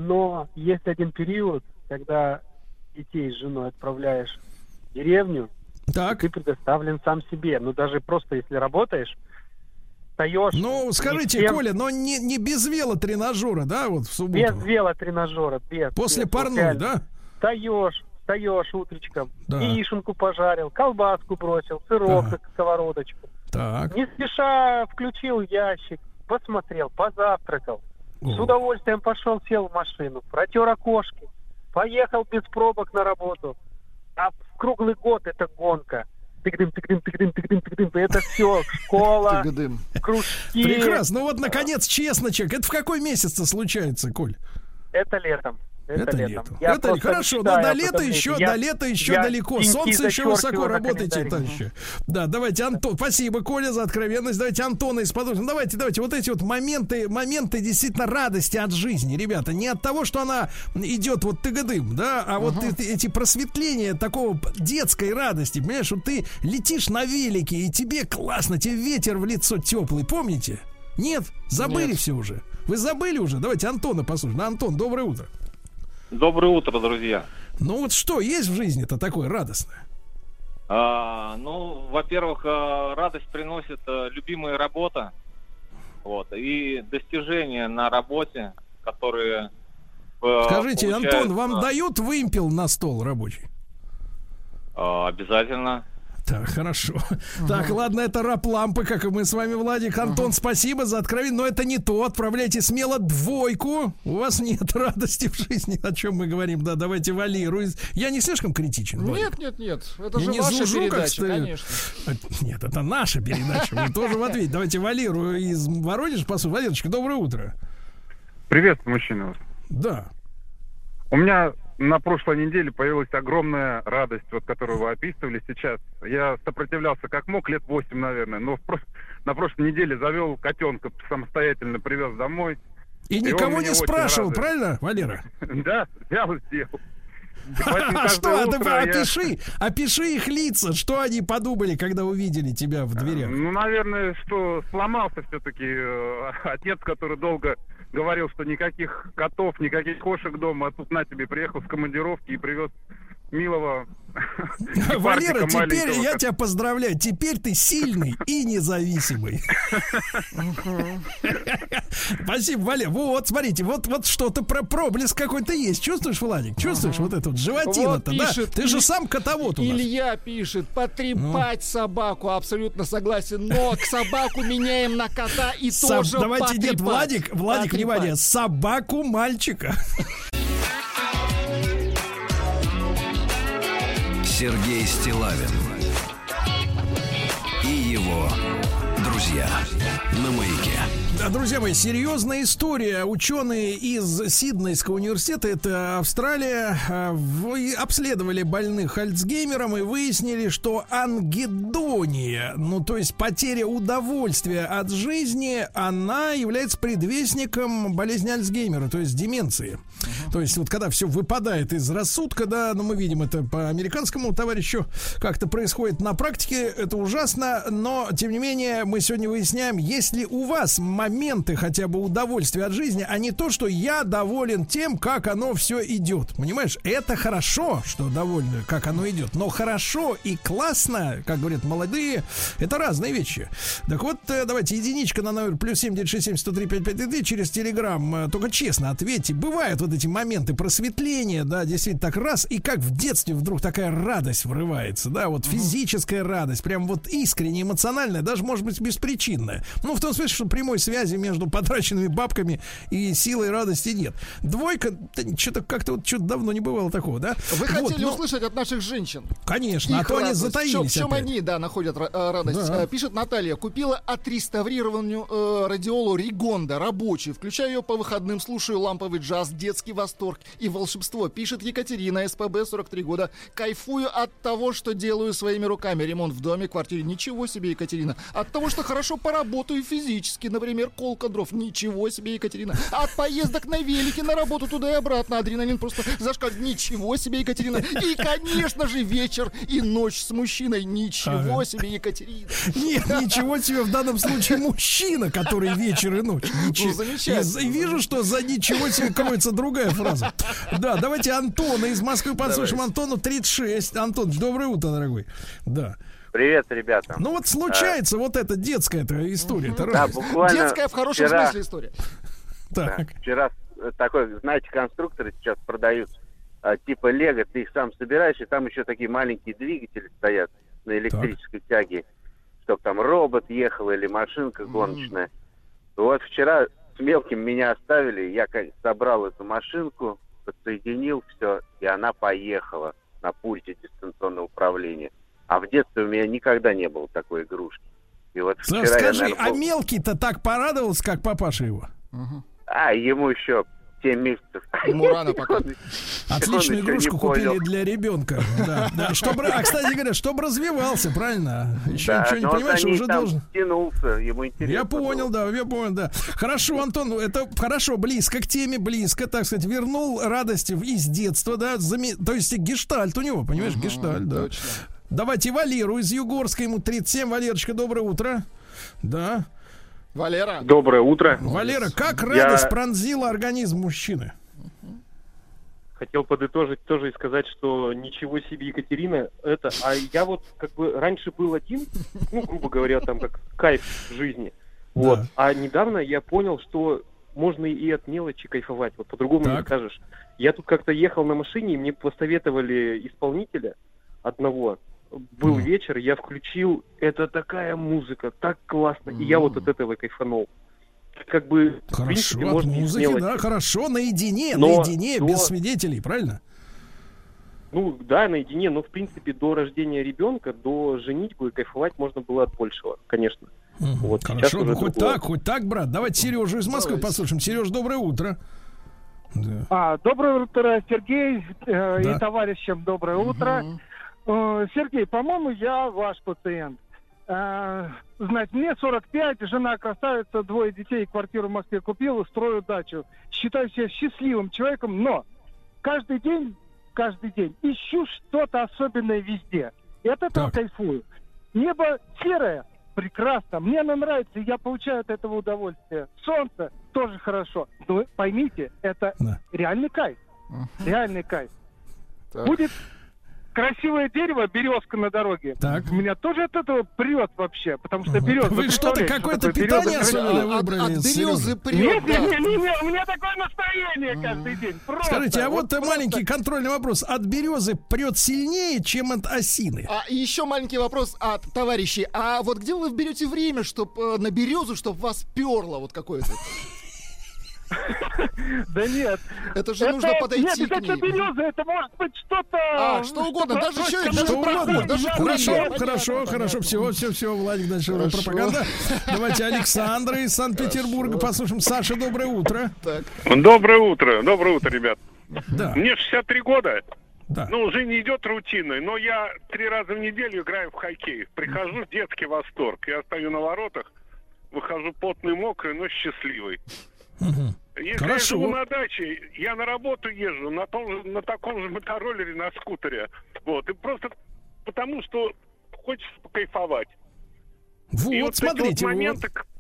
Но есть один период, когда детей с женой отправляешь в деревню, так. и ты предоставлен сам себе. Ну, даже просто если работаешь, встаешь... Ну, скажите, всем... Коля, но не, не без велотренажера, да, вот в субботу? Без велотренажера, без. После без, парной, вот, да? Встаешь, встаешь утречком, да. яишенку пожарил, колбаску бросил, сырок на сковородочку. Так. Не спеша включил ящик, посмотрел, позавтракал. О. С удовольствием пошел, сел в машину, протер окошки, поехал без пробок на работу. А в круглый год это гонка. Тык-дым, тык-дым, тык-дым, тык-дым, тык-дым. Это все школа, кружки. Прекрасно. Ну вот, наконец, честно, человек. Это в какой месяц случается, Коль? Это летом. Это, это летом. летом. Я это хорошо, но до лета еще, я, до лета еще я далеко. Солнце еще высоко, работайте, товарищи. Да, давайте, Антон, спасибо, Коля, за откровенность. Давайте Антона из Подольска. Ну, давайте, давайте, вот эти вот моменты, моменты действительно радости от жизни, ребята. Не от того, что она идет вот тыгадым, да, а вот uh-huh. эти, эти просветления такого детской радости. Понимаешь, вот ты летишь на велике, и тебе классно, тебе ветер в лицо теплый, помните? Нет? Забыли Нет. все уже? Вы забыли уже? Давайте Антона послушаем. Ну, Антон, доброе утро. Доброе утро, друзья. Ну вот что есть в жизни-то такое радостное? А, ну, во-первых, радость приносит любимая работа, вот, и достижения на работе, которые... Скажите, Антон, вам дают вымпел на стол рабочий? А, обязательно. Так, хорошо. Uh-huh. Так, ладно, это рап-лампы, как и мы с вами, Владик. Антон, uh-huh. спасибо за откровение, но это не то. Отправляйте смело двойку. У вас нет радости в жизни, о чем мы говорим. Да, давайте Валеру. Я не слишком критичен, Нет, Владик? нет, нет. Это Я же не ваша зужу, передача, как конечно. Нет, это наша передача. Вы тоже в ответе. Давайте Валеру из Воронежа послушаем. Валерочка, доброе утро. Привет, мужчина. Да. У меня на прошлой неделе появилась огромная радость, вот, которую вы описывали сейчас. Я сопротивлялся как мог, лет восемь, наверное, но в про... на прошлой неделе завел котенка, самостоятельно привез домой. И, и никого не спрашивал, правильно, Валера? Да, взял и сделал. А что, опиши, опиши их лица, что они подумали, когда увидели тебя в дверях? Ну, наверное, что сломался все-таки отец, который долго говорил, что никаких котов, никаких кошек дома, а тут на тебе приехал с командировки и привез милого Валера, теперь я тебя поздравляю, теперь ты сильный и независимый. Спасибо, Валер. Вот, смотрите, вот, вот что-то про проблеск какой-то есть. Чувствуешь, Владик? Чувствуешь вот эту вот животину-то, да? Ты же сам котовод у нас. Илья пишет, потрепать собаку, абсолютно согласен, но к собаку меняем на кота и тоже потрепать. Давайте, нет, Владик, Владик, внимание, собаку мальчика. Сергей Стиллавин и его друзья. на Маяке. Да, друзья мои, серьезная история. Ученые из Сиднейского университета, это Австралия, вы обследовали больных Альцгеймером и выяснили, что ангедония, ну то есть потеря удовольствия от жизни, она является предвестником болезни Альцгеймера, то есть деменции. Uh-huh. То есть вот когда все выпадает из рассудка, да, ну мы видим это по американскому товарищу, как-то происходит на практике, это ужасно, но тем не менее мы сегодня выясняем, есть ли у вас моменты хотя бы удовольствия от жизни, а не то, что я доволен тем, как оно все идет. Понимаешь, это хорошо, что довольны, как оно идет, но хорошо и классно, как говорят молодые, это разные вещи. Так вот, давайте единичка на номер плюс семь девять шесть семь сто три пять пять три через Телеграм, только честно ответьте, бывают вот эти моменты просветления, да, действительно так раз, и как в детстве вдруг такая радость врывается, да, вот физическая радость, прям вот искренне эмоциональная, даже может быть беспричинная. Ну, в том смысле, что прямой связи между потраченными бабками и силой радости нет. Двойка, да, что-то как-то вот что-то давно не бывало такого, да? Вы вот, хотели но... услышать от наших женщин. Конечно, их а то радость. они затаились. В чем, в чем опять. они, да, находят радость? Да. Пишет Наталья, купила отреставрированную э, радиолу Ригонда, рабочую, включаю ее по выходным, слушаю ламповый джаз, детский восторг и волшебство. Пишет Екатерина, СПБ, сорок три года. Кайфую от того, что делаю своими руками. Ремонт в доме, квартире. Ничего себе, Екатерина. От того, что хорошо поработаю физически. Например, колка дров. Ничего себе, Екатерина. От поездок на велике на работу туда и обратно. Адреналин просто зашкалит. Ничего себе, Екатерина. И, конечно же, вечер и ночь с мужчиной. Ничего ага. себе, Екатерина. Нет, ничего себе в данном случае мужчина, который вечер и ночь. Ничего. Ну, замечательно. И вижу, что за ничего себе кроется другая фраза. Да, давайте Антона из Москвы послушаем. Антону тридцать шесть. Антон, доброе утро, дорогой. Да. Привет, ребята. Ну вот случается а... вот эта детская эта история. Mm-hmm. Да, буквально детская в хорошем вчера... смысле история. Так. Да, вчера такой, знаете, конструкторы сейчас продают а, типа Лего, ты их сам собираешь, и там еще такие маленькие двигатели стоят на электрической так. тяге, чтобы там робот ехал или машинка гоночная. Mm-hmm. Вот вчера с мелким меня оставили, я собрал эту машинку, подсоединил все, и она поехала на пульте дистанционного управления. А в детстве у меня никогда не было такой игрушки. И вот Саш, вчера скажи, я, наверное, а мелкий-то так порадовался, как папаша его? Угу. А, ему еще семь месяцев. Ему рано пока. Отличную игрушку купили для ребенка. Да, да. Чтобы, а, кстати говоря, чтобы развивался, правильно? Еще да, ничего не понимаешь, уже должен. Тянулся, ему интересно. Я понял, было. да, я понял, да. Хорошо, Антон, это хорошо, близко к теме, близко, так сказать, вернул радость из детства, да, заме... то есть гештальт у него, понимаешь, угу, гештальт, да. Точно. Давайте Валеру из Югорска, ему тридцать семь. Валерочка, доброе утро. Да. Валера. Доброе утро. Валера, как радость Я... пронзила организм мужчины? Хотел подытожить тоже и сказать, что ничего себе, Екатерина, это... А я вот как бы раньше был один, ну, грубо говоря, там как кайф в жизни. Вот. Да. А недавно я понял, что можно и от мелочи кайфовать. Вот по-другому так. не скажешь. Я тут как-то ехал на машине, и мне посоветовали исполнителя одного. Был mm. вечер, я включил, это такая музыка, так классно, mm. и я вот от этого кайфанул. Как бы, хорошо, в принципе, от можно музыки, да, хорошо, наедине, но наедине, до... без свидетелей, правильно? Ну, да, наедине, но, в принципе, до рождения ребенка, до женитьбы кайфовать можно было от большего, конечно. Mm. Вот, хорошо, ну хоть другое. так, хоть так, брат. Давайте Сережу из Москвы Давайте. послушаем. Сереж, доброе утро. Да. А, доброе утро, Сергей, э, да. и товарищам доброе mm-hmm. утро. Сергей, по-моему, я ваш пациент. А, знаете, мне сорок пять, жена красавица, двое детей, квартиру в Москве купила, строю дачу. Считаю себя счастливым человеком, но каждый день, каждый день ищу что-то особенное везде. И от этого так. кайфую. Небо серое, прекрасно, мне оно нравится, и я получаю от этого удовольствие. Солнце тоже хорошо. Но поймите, это да. реальный кайф. Uh-huh. Реальный кайф. Так. Будет красивое дерево, березка на дороге. Так. Меня тоже от этого прет вообще, потому что береза... Вы что-то, какое-то питание особенное выбрали? От, от березы прет. Нет, нет, нет, нет, нет, у меня такое настроение mm. каждый день. Просто, Скажите, а вот, вот просто... маленький контрольный вопрос. От березы прет сильнее, чем от осины? А еще маленький вопрос от товарищей. А вот где вы берете время, чтобы на березу, чтобы вас перло вот какое-то? Да нет. Это же нужно подойти нет, к это ней. береза, это может быть что-то... А, что угодно, даже человек, даже проход, даже Хорошо, курьер. хорошо, Понятно, хорошо, все, все, все, Владик, дальше Хорошо. пропаганда. Давайте Александра из Санкт-Петербурга послушаем. Саша, доброе утро. Так. Доброе утро, доброе утро, ребят. Да. Мне шестьдесят три года. Да. Ну, уже не идет рутиной, но я три раза в неделю играю в хоккей. Прихожу в детский восторг. Я стою на воротах, выхожу потный, мокрый, но счастливый. Угу. Если Хорошо. я живу на даче, я на работу езжу на, том же, на таком же мотороллере, на скутере. Вот. И просто потому, что хочется покайфовать. Вот, И вот смотрите, эти вот моменты... вот.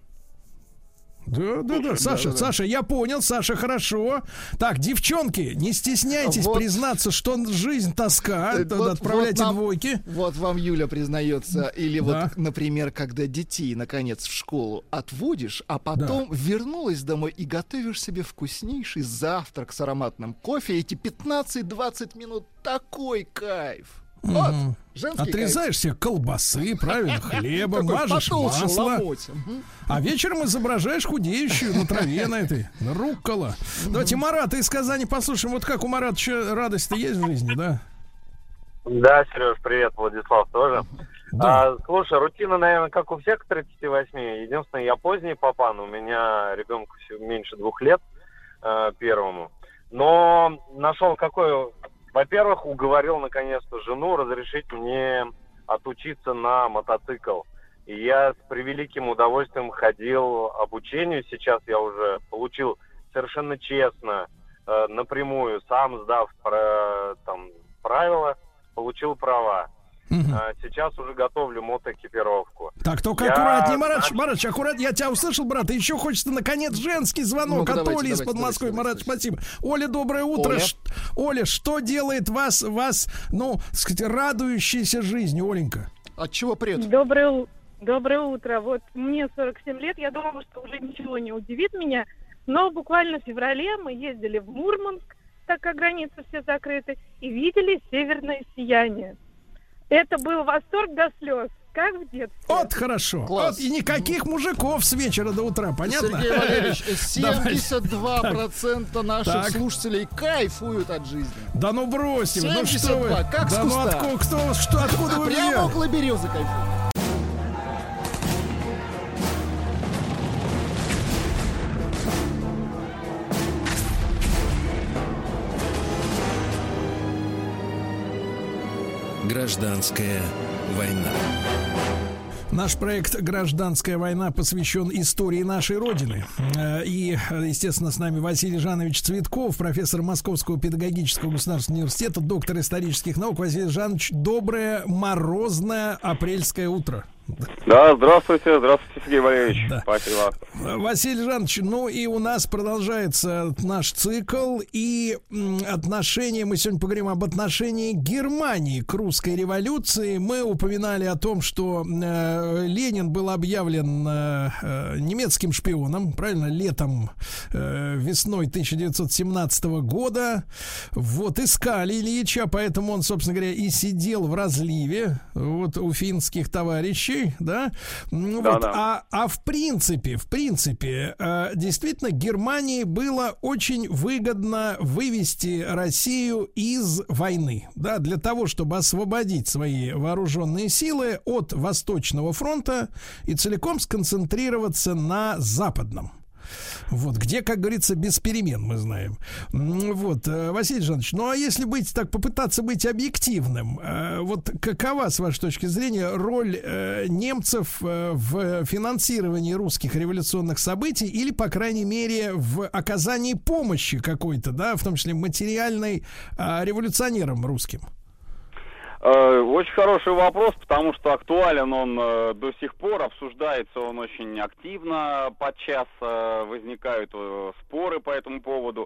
Да, да, да, Саша, да, да. Саша, я понял, Саша, хорошо. Так, девчонки, не стесняйтесь Вот. признаться, что жизнь тоска. Э, Тогда вот- отправляйте вот нам- двойки. Вот вам Юля признается. Или Да. вот, например, когда детей, наконец, в школу отводишь, а потом вернулась домой и готовишь себе вкуснейший завтрак с ароматным кофе. Эти пятнадцать-двадцать минут такой кайф. Вот, Мгм. женский Отрезаешь себе колбасы, правильно, хлеба, Такой мажешь потолще масло. ломоть. Мгм. А вечером изображаешь худеющую на траве на этой, на руккола. Давайте Марата из Казани послушаем. Вот как у Марата еще радость-то есть в жизни, да? Да, Сереж, привет, Владислав тоже. Да. А, слушай, рутина, наверное, как у всех к тридцати восьми. Единственное, я поздний папан, у меня ребенку всего меньше двух лет, э, первому. Но нашел какой... Во-первых, уговорил наконец-то жену разрешить мне отучиться на мотоцикл. И я с превеликим удовольствием ходил обучению. Сейчас я уже получил совершенно честно, э, напрямую, сам сдав про, там, правила, получил права. Мгм. А сейчас уже готовлю мотоэкипировку. Так, только Я аккуратнее, Маратч, нач- Маратч, аккуратнее. Я тебя услышал, брат. И еще хочется, наконец, женский звонок Ну-ка, от давайте, Оли из давайте, Подмосковья. давайте, Маратч, спасибо. Оля, доброе утро. Оля. Ш- Оля, что делает вас, вас, ну, так сказать, радующейся жизнью, Оленька? От чего прет? Доброе, у- доброе утро. Вот мне сорок семь лет, я думала, что уже ничего не удивит меня, но буквально в феврале мы ездили в Мурманск, так как границы все закрыты, и видели северное сияние. Это был восторг до слез, как в детстве. Вот хорошо. Класс. Вот, и никаких мужиков с вечера до утра, понятно? Сергей Валерьевич, Давай. семьдесят два процента наших Так. слушателей кайфуют от жизни. Да ну бросьте вы, ну что семьдесят вы? два, как с да ну куста. откуда, кто, что, откуда вы Прямо взяли? около березы кайфуют. Гражданская война. Наш проект «Гражданская война» посвящен истории нашей Родины. Э, И, естественно, с нами Василий Жанович Цветков, профессор Московского педагогического государственного университета, доктор исторических наук. Василий Жанович, доброе морозное апрельское утро. Да, здравствуйте, здравствуйте, Сергей Валерьевич. Да. Спасибо. Василий Жанович, ну и у нас продолжается наш цикл и м, отношения, мы сегодня поговорим об отношении Германии к русской революции. Мы упоминали о том, что э, Ленин был объявлен э, э, немецким шпионом, правильно, летом, э, весной тысяча девятьсот семнадцатого года. Вот, искали Ильича, поэтому он, собственно говоря, и сидел в разливе, вот, у финских товарищей. Да? Ну, Да, вот. да. А, а в принципе, в принципе, э, действительно, Германии было очень выгодно вывести Россию из войны, да, для того, чтобы освободить свои вооруженные силы от Восточного фронта и целиком сконцентрироваться на Западном. Вот, где, как говорится, без перемен, мы знаем. М, Вот, э, Василий Жанович, ну а если быть так, попытаться быть объективным, э, вот какова, с вашей точки зрения, роль э, немцев э, в финансировании русских революционных событий или, по крайней мере, в оказании помощи какой-то, да, в том числе материальной, э, революционерам русским? Э, Очень хороший вопрос, потому что актуален он э, до сих пор, обсуждается он очень активно, подчас э, возникают э, споры по этому поводу.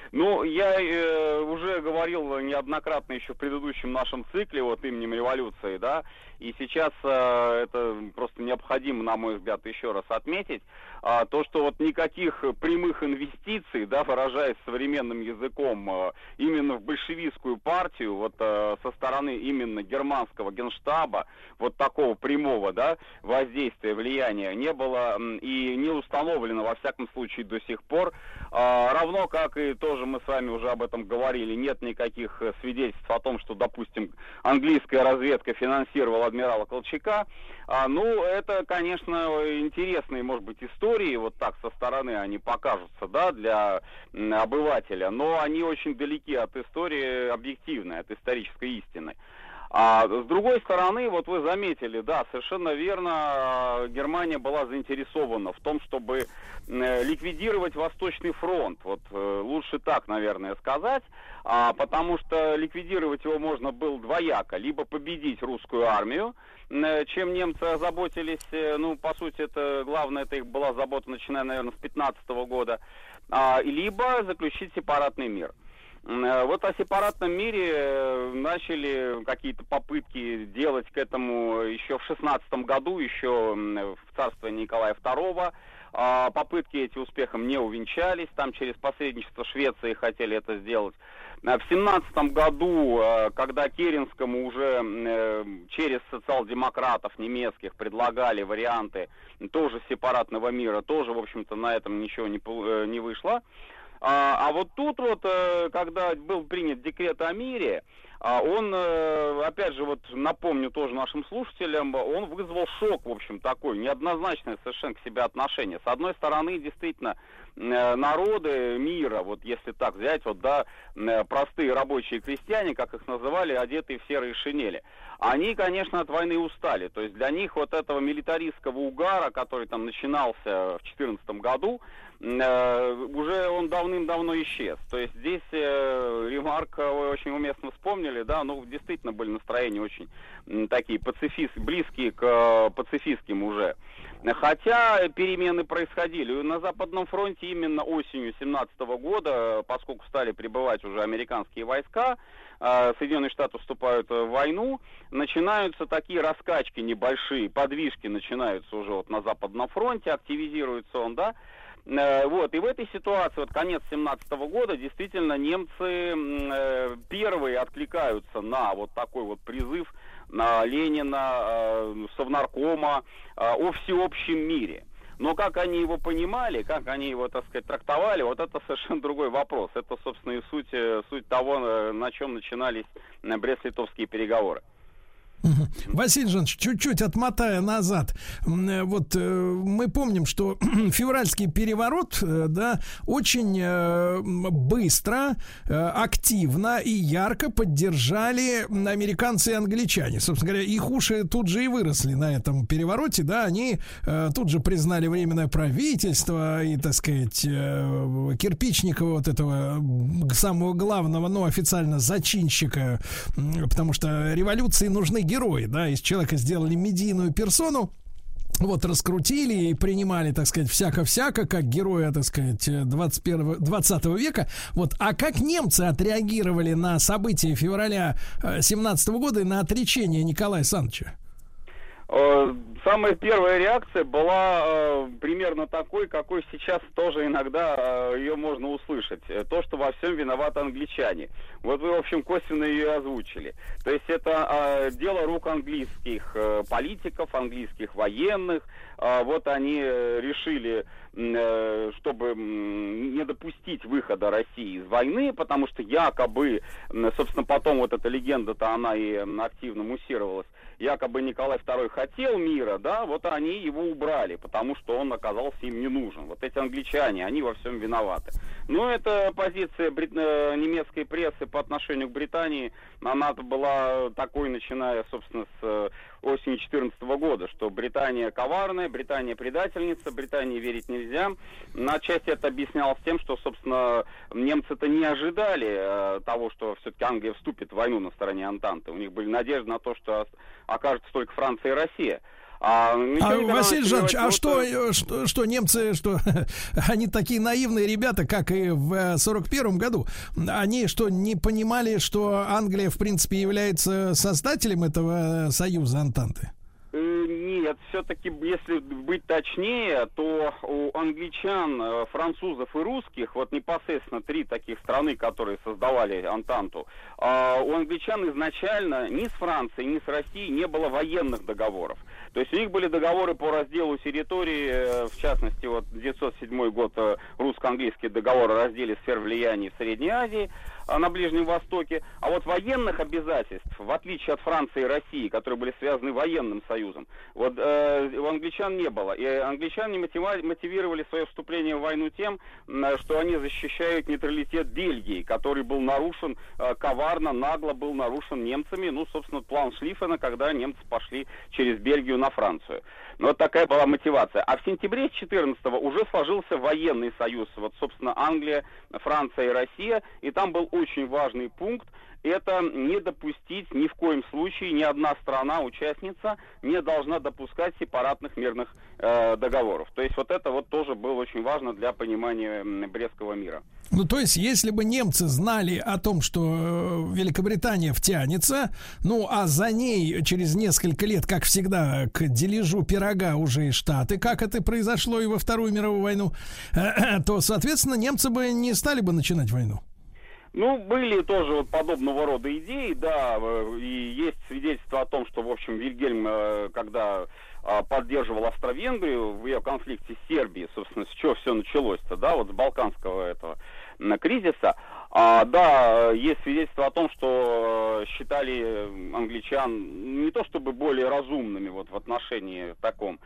Ну, я э, уже говорил неоднократно еще в предыдущем нашем цикле, вот именем революции, да, и сейчас э, это просто необходимо, на мой взгляд, еще раз отметить, э, то, что вот никаких прямых инвестиций, да, выражаясь современным языком, э, именно в большевистскую партию, вот э, со стороны именно германского генштаба, вот такого прямого, да, воздействия, влияния не было э, и не установлено, во всяком случае, до сих пор, э, равно как и тоже мы с вами уже об этом говорили, нет никаких свидетельств о том, что, допустим, английская разведка финансировала адмирала Колчака. А, ну, это, конечно, интересные, может быть, истории, вот так со стороны они покажутся, да, для м, обывателя, но они очень далеки от истории объективной, от исторической истины. А с другой стороны, вот вы заметили, да, совершенно верно, Германия была заинтересована в том, чтобы ликвидировать Восточный фронт. Вот лучше так, наверное, сказать, а, потому что ликвидировать его можно было двояко. Либо победить русскую армию, чем немцы озаботились, ну, по сути, это главное, это их была забота, начиная, наверное, с пятнадцатого года, а, либо заключить сепаратный мир. Вот о сепаратном мире начали какие-то попытки делать к этому еще в шестнадцатом году, еще в царстве Николая второго. Попытки эти успехом не увенчались, там через посредничество Швеции хотели это сделать. В семнадцатом году, когда Керенскому уже через социал-демократов немецких предлагали варианты тоже сепаратного мира, тоже, в общем-то, на этом ничего не, не вышло. А, а вот тут вот, когда был принят декрет о мире, он, опять же, вот напомню тоже нашим слушателям, он вызвал шок, в общем, такой, неоднозначное совершенно к себе отношение. С одной стороны, действительно, народы мира, вот если так взять, вот, да, простые рабочие крестьяне, как их называли, одетые в серые шинели, они, конечно, от войны устали. То есть для них вот этого милитаристского угара, который там начинался в две тысячи четырнадцатом году, уже он давным-давно исчез. То есть здесь э, ремарк вы очень уместно вспомнили, да, ну, действительно были настроения очень м, такие пацифист, близкие к э, пацифистским уже. Хотя перемены происходили. На Западном фронте именно осенью семнадцатого года, поскольку стали прибывать уже американские войска, э, Соединенные Штаты вступают в войну, начинаются такие раскачки небольшие, подвижки начинаются уже вот на Западном фронте, активизируется он, да. Вот, и в этой ситуации, вот конец семнадцатого года, действительно немцы э, первые откликаются на вот такой вот призыв на Ленина, э, Совнаркома э, о всеобщем мире. Но как они его понимали, как они его, так сказать, трактовали, вот это совершенно другой вопрос. Это, собственно, и суть, суть того, на чем начинались Брест-Литовские переговоры. Василий Жанович, чуть-чуть отмотая назад, вот мы помним, что февральский переворот, да, очень быстро, активно и ярко поддержали американцы и англичане. Собственно говоря, их уши тут же и выросли на этом перевороте, да, они тут же признали временное правительство и, так сказать, Кирпичникова, вот этого самого главного, ну, официально зачинщика, потому что революции нужны герои, да, из человека сделали медийную персону, вот, раскрутили и принимали, так сказать, всяко-всяко, как героя, так сказать, двадцать первого, двадцатого века, вот, а как немцы отреагировали на события февраля семнадцатого года и на отречение Николая Александровича? Самая первая реакция была э, примерно такой, какой сейчас тоже иногда э, ее можно услышать. То, что во всем виноваты англичане. Вот вы, в общем, косвенно ее озвучили. То есть это э, дело рук английских э, политиков, английских военных. Э, вот они решили, э, чтобы э, не допустить выхода России из войны, потому что якобы, э, собственно, потом вот эта легенда-то, она и активно муссировалась, якобы Николай второй хотел мира, да, вот они его убрали, потому что он оказался им не нужен. Вот эти англичане, они во всем виноваты. Но эта позиция брит... немецкой прессы по отношению к Британии, она была такой, начиная, собственно, с осени две тысячи четырнадцатого года, что Британия коварная, Британия предательница, Британии верить нельзя. На отчасти это объяснялось тем, что, собственно, немцы-то не ожидали э, того, что все-таки Англия вступит в войну на стороне Антанты. У них были надежды на то, что окажутся только Франция и Россия. А, а Василий Жанович, а что, что, что немцы, что они такие наивные ребята, как и в сорок первом году, они что, не понимали, что Англия, в принципе, является создателем этого союза Антанты? Нет, все-таки, если быть точнее, то у англичан, французов и русских, вот непосредственно три таких страны, которые создавали Антанту, у англичан изначально ни с Францией, ни с Россией не было военных договоров. То есть у них были договоры по разделу территории, в частности, вот девятьсот седьмой год русско-английский договор о разделе сфер влияния в Средней Азии, на Ближнем Востоке. А вот военных обязательств, в отличие от Франции и России, которые были связаны военным союзом, вот э, у англичан не было. И англичане мотивировали свое вступление в войну тем, что они защищают нейтралитет Бельгии, который был нарушен э, коварно, нагло был нарушен немцами. Ну, собственно, план Шлиффена, когда немцы пошли через Бельгию на Францию. Ну, вот такая была мотивация. А в сентябре четырнадцатого уже сложился военный союз. Вот, собственно, Англия, Франция и Россия. И там был очень важный пункт. Это не допустить ни в коем случае, ни одна страна-участница не должна допускать сепаратных мирных э, договоров. То есть вот это вот тоже было очень важно для понимания Брестского мира. Ну, то есть, если бы немцы знали о том, что Великобритания втянется, ну, а за ней через несколько лет, как всегда, к дележу пирога уже и Штаты, как это произошло и во Вторую мировую войну, то, соответственно, немцы бы не стали бы начинать войну. Ну, были тоже вот подобного рода идеи, да, и есть свидетельство о том, что, в общем, Вильгельм, когда поддерживал Австро-Венгрию в ее конфликте с Сербией, собственно, с чего все началось-то, да, вот с балканского этого кризиса, а, да, есть свидетельство о том, что считали англичан не то чтобы более разумными вот в отношении таком,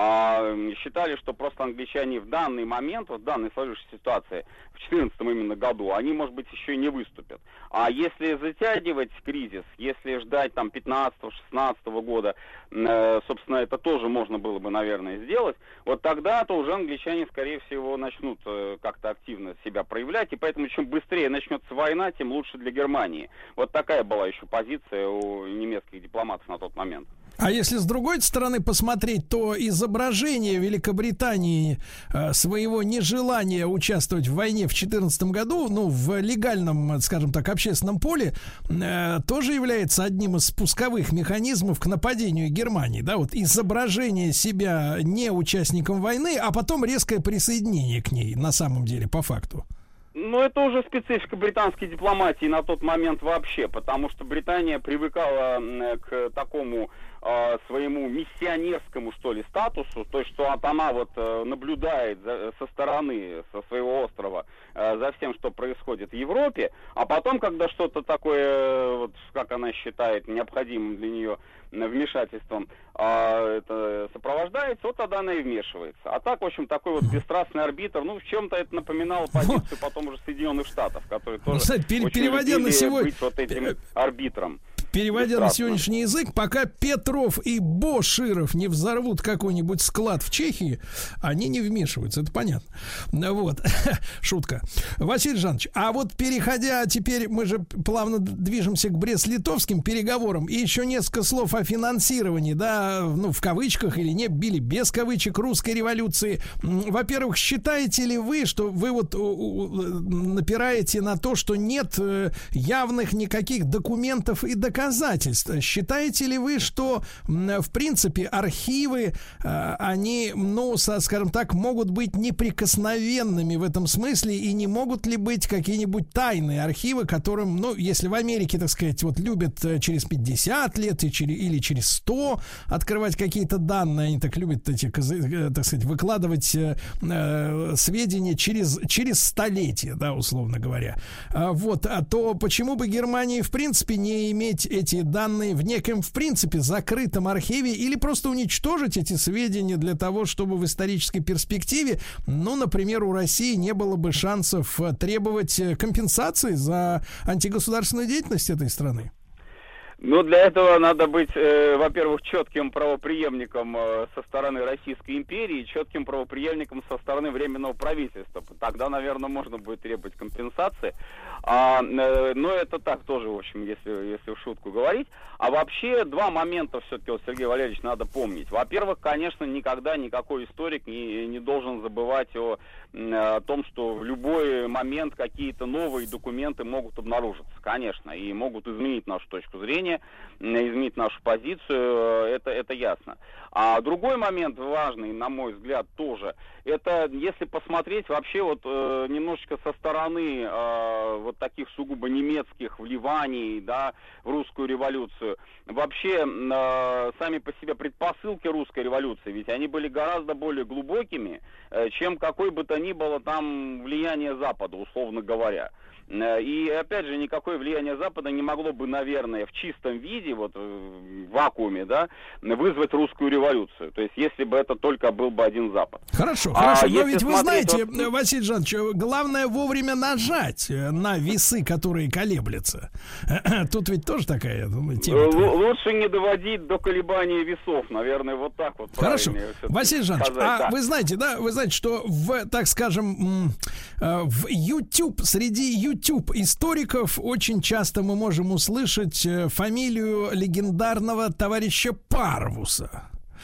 а считали, что просто англичане в данный момент, вот в данной сложившейся ситуации, в четырнадцатом именно году, они, может быть, еще и не выступят. А если затягивать кризис, если ждать там пятнадцатого-шестнадцатого года, э, собственно, это тоже можно было бы, наверное, сделать, вот тогда-то уже англичане, скорее всего, начнут э, как-то активно себя проявлять, и поэтому чем быстрее начнется война, тем лучше для Германии. Вот такая была еще позиция у немецких дипломатов на тот момент. А если с другой стороны посмотреть, то изображение Великобритании э, своего нежелания участвовать в войне в две тысячи четырнадцатом году, ну, в легальном, скажем так, общественном поле, э, тоже является одним из спусковых механизмов к нападению Германии, да, вот изображение себя не участником войны, а потом резкое присоединение к ней, на самом деле, по факту. Ну, это уже специфика британской дипломатии на тот момент вообще, потому что Британия привыкала к такому э, своему миссионерскому, что ли, статусу, то есть, что она вот э, наблюдает за, со стороны, со своего острова, э, за всем, что происходит в Европе, а потом, когда что-то такое, вот, как она считает, необходимым для нее вмешательством а, это сопровождается, вот тогда она и вмешивается. А так, в общем, такой вот бесстрастный арбитр, ну, в чем-то это напоминало позицию потом уже Соединенных Штатов, которые тоже ну, кстати, пере- очень переводя любили на сегодня... быть вот этим арбитром. Переводя на сегодняшний язык, пока Петров и Боширов не взорвут какой-нибудь склад в Чехии, они не вмешиваются, это понятно. Вот, шутка. Василий Жанович, а вот переходя теперь, мы же плавно движемся к Брест-Литовским переговорам, и еще несколько слов о финансировании, да, ну, в кавычках или не, или без кавычек, русской революции. Во-первых, считаете ли вы, что вы вот напираете на то, что нет явных никаких документов и доказательств? Доказательств. Считаете ли вы, что, в принципе, архивы, они, ну, скажем так, могут быть неприкосновенными в этом смысле, и не могут ли быть какие-нибудь тайные архивы, которым, ну, если в Америке, так сказать, вот любят через пятьдесят лет или через сто открывать какие-то данные, они так любят эти, так сказать, выкладывать э, сведения через, через столетия, да, условно говоря. А, вот, а то почему бы Германии, в принципе, не иметь эти данные в неком, в принципе, закрытом архиве или просто уничтожить эти сведения для того, чтобы в исторической перспективе, ну, например, у России не было бы шансов требовать компенсации за антигосударственную деятельность этой страны? Ну, для этого надо быть, э, во-первых, четким правопреемником э, со стороны Российской империи, четким правопреемником со стороны Временного правительства. Тогда, наверное, можно будет требовать компенсации. А, э, но это так тоже, в общем, если, если в шутку говорить. А вообще, два момента все-таки, вот, Сергей Валерьевич, надо помнить. Во-первых, конечно, никогда никакой историк не, не должен забывать о, о том, что в любой момент какие-то новые документы могут обнаружиться, конечно, и могут изменить нашу точку зрения, изменить нашу позицию, это, это ясно. А другой момент важный, на мой взгляд, тоже, это если посмотреть вообще вот э, немножечко со стороны э, вот таких сугубо немецких вливаний, да, в русскую революцию, вообще э, сами по себе предпосылки русской революции, ведь они были гораздо более глубокими, э, чем какой бы то ни было там влияние Запада, условно говоря. И, опять же, никакое влияние Запада не могло бы, наверное, в чистом виде, вот в вакууме, да, вызвать русскую революцию. То есть, если бы это только был бы один Запад. Хорошо, а хорошо. Но ведь вы смотреть, знаете, вот... Василий Жанович, главное вовремя нажать на весы, которые колеблются. Тут ведь тоже такая тема. Л- лучше не доводить до колебания весов, наверное, вот так вот. Хорошо. Василий Жанович, сказать, а да. вы знаете, да, вы знаете, что в, так скажем, в YouTube, среди YouTube YouTube историков очень часто мы можем услышать фамилию легендарного товарища Парвуса.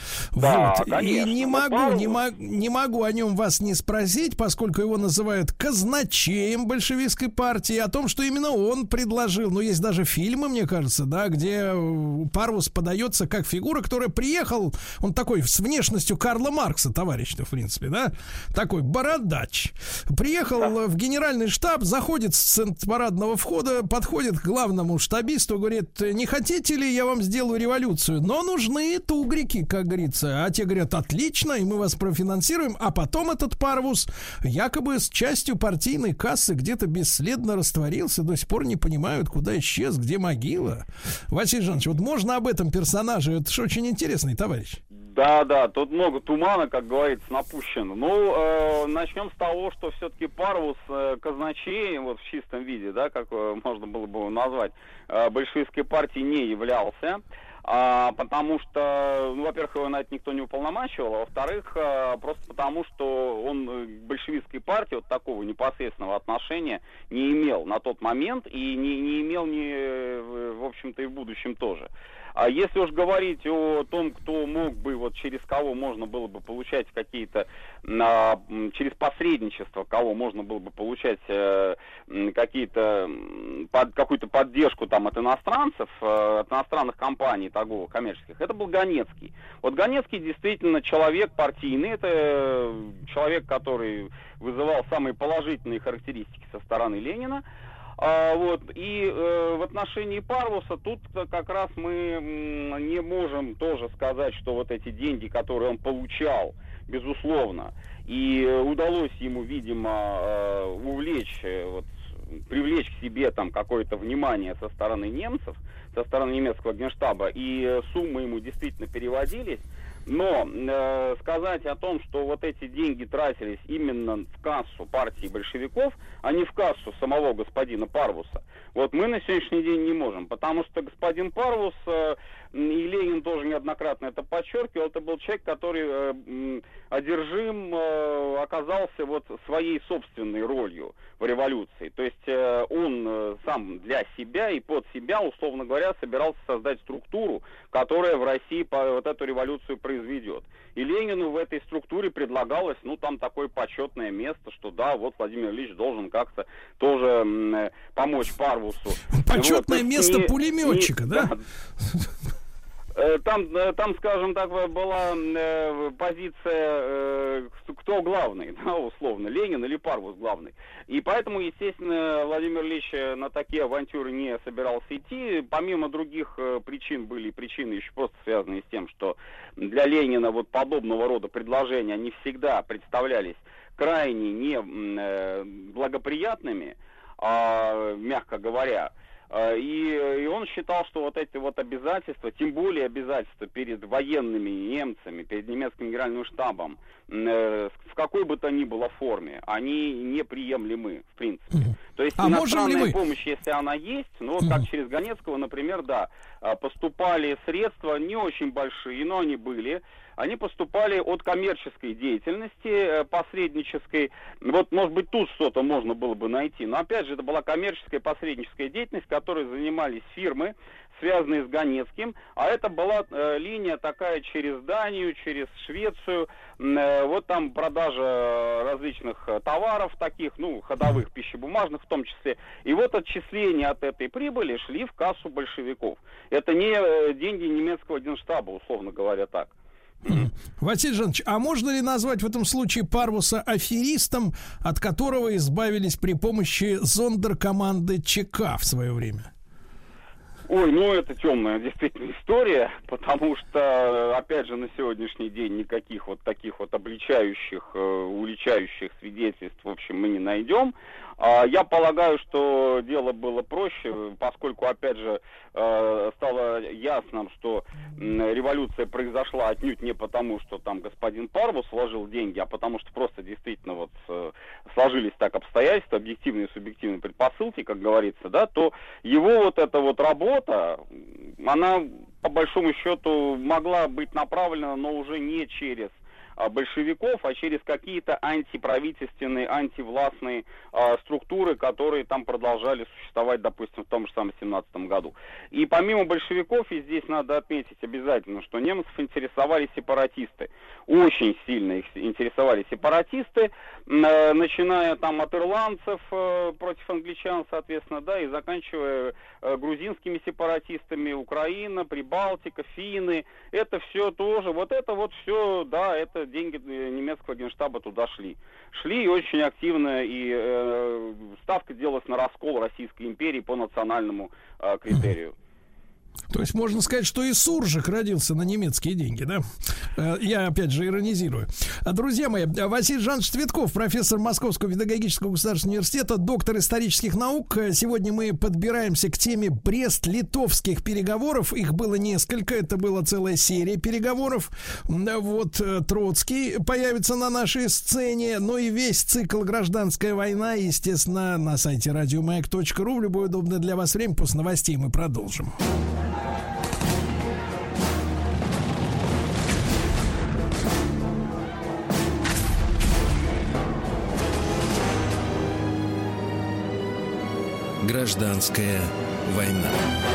Да, вот. Конечно, и не могу, не, мог, не могу о нем вас не спросить, поскольку его называют казначеем большевистской партии, о том, что именно он предложил, ну, есть даже фильмы, мне кажется, да, где Парвус подается как фигура, которая приехал, он такой с внешностью Карла Маркса, товарищ-то, в принципе, да, такой бородач, приехал да. в генеральный штаб, заходит с парадного входа, подходит к главному штабисту, говорит, не хотите ли я вам сделаю революцию, но нужны тугрики, как говорится, а те говорят, отлично, и мы вас профинансируем, а потом этот Парвус якобы с частью партийной кассы где-то бесследно растворился, до сих пор не понимают, куда исчез, где могила. Василий Жанович, вот можно об этом персонаже, это же очень интересный товарищ. Да, да, тут много тумана, как говорится, напущено. Ну, э, начнем с того, что все-таки Парвус э, казначей, вот в чистом виде, да, как э, можно было бы его назвать, э, большевистской партии не являлся. А, потому что, ну, во-первых, его на это никто не уполномачивал, а во-вторых, а, просто потому, что он к большевистской партии вот такого непосредственного отношения не имел на тот момент и не, не имел, ни, в общем-то, и в будущем тоже. А если уж говорить о том, кто мог бы, вот через кого можно было бы получать какие-то, а, через посредничество, кого можно было бы получать а, какие-то, под, какую-то поддержку там от иностранцев, а, от иностранных компаний торговых, коммерческих, это был Ганецкий. Вот Ганецкий действительно человек партийный, это человек, который вызывал самые положительные характеристики со стороны Ленина. А, вот, и э, в отношении Парвуса тут как раз мы м, не можем тоже сказать, что вот эти деньги, которые он получал, безусловно, и удалось ему, видимо, э, увлечь, э, вот, привлечь к себе там какое-то внимание со стороны немцев, со стороны немецкого генштаба, и суммы ему действительно переводились. Но э, сказать о том, что вот эти деньги тратились именно в кассу партии большевиков, а не в кассу самого господина Парвуса, вот мы на сегодняшний день не можем. Потому что господин Парвус, э, и Ленин тоже неоднократно это подчеркивал, это был человек, который э, одержим э, оказался вот своей собственной ролью в революции. То есть э, он э, сам для себя и под себя, условно говоря, собирался создать структуру, которая в России по, вот эту революцию произведет. И Ленину в этой структуре предлагалось, ну, там такое почетное место, что да, вот Владимир Ильич должен как-то тоже м, помочь Парвусу. Почетное вот, место не, пулеметчика, не, да? Там, там, скажем так, была э, позиция, э, кто главный, да, условно, Ленин или Парвус главный. И поэтому, естественно, Владимир Ильич на такие авантюры не собирался идти. Помимо других э, причин, были причины еще просто связанные с тем, что для Ленина вот подобного рода предложения, они всегда представлялись крайне не э, благоприятными, а, мягко говоря. И, и он считал, что вот эти вот обязательства, тем более обязательства перед военными немцами, перед немецким генеральным штабом, э, в какой бы то ни было форме, они неприемлемы, в принципе. То есть а иностранная мы... помощь, если она есть, ну вот как через Ганецкого, например, да, поступали средства не очень большие, но они были. Они поступали от коммерческой деятельности, посреднической. Вот, может быть, тут что-то можно было бы найти. Но, опять же, это была коммерческая посредническая деятельность, которой занимались фирмы, связанные с Ганецким. А это была э, линия такая через Данию, через Швецию. Э, вот там продажа различных товаров таких, ну, ходовых, пищебумажных в том числе. И вот отчисления от этой прибыли шли в кассу большевиков. Это не э, деньги немецкого генштаба, условно говоря, так. Василий Жанович, а можно ли назвать в этом случае Парвуса аферистом, от которого избавились при помощи зондеркоманды ЧК в свое время? Ой, ну это темная действительно история, потому что, опять же, на сегодняшний день никаких вот таких вот обличающих, э, уличающих свидетельств, в общем, мы не найдем. А я полагаю, что дело было проще, поскольку, опять же, э, стало ясным, что э, революция произошла отнюдь не потому, что там господин Парвус вложил деньги, а потому что просто действительно вот э, сложились так обстоятельства, объективные и субъективные предпосылки, как говорится, да, то его вот эта вот работа, она по большому счету могла быть направлена, но уже не через большевиков, а через какие-то антиправительственные, антивластные э, структуры, которые там продолжали существовать, допустим, в том же самом семнадцатом году. И помимо большевиков, и здесь надо отметить обязательно, что немцев интересовали сепаратисты. Очень сильно их интересовали сепаратисты, э, начиная там от ирландцев э, против англичан, соответственно, да, и заканчивая э, грузинскими сепаратистами, Украина, Прибалтика, финны. Это все тоже, вот это вот все, да, это деньги немецкого генштаба туда шли. Шли и очень активно, и э, ставка делалась на раскол Российской империи по национальному э, критерию. То есть можно сказать, что и суржик родился на немецкие деньги, да? Я, опять же, иронизирую. Друзья мои, Василий Жанович Цветков, профессор Московского педагогического государственного университета, доктор исторических наук. Сегодня мы подбираемся к теме Брест-Литовских переговоров. Их было несколько, это была целая серия переговоров. Вот Троцкий появится на нашей сцене, но и весь цикл «Гражданская война», естественно, на сайте радиомаяк точка ру в любое удобное для вас время. После новостей мы продолжим. Гражданская война.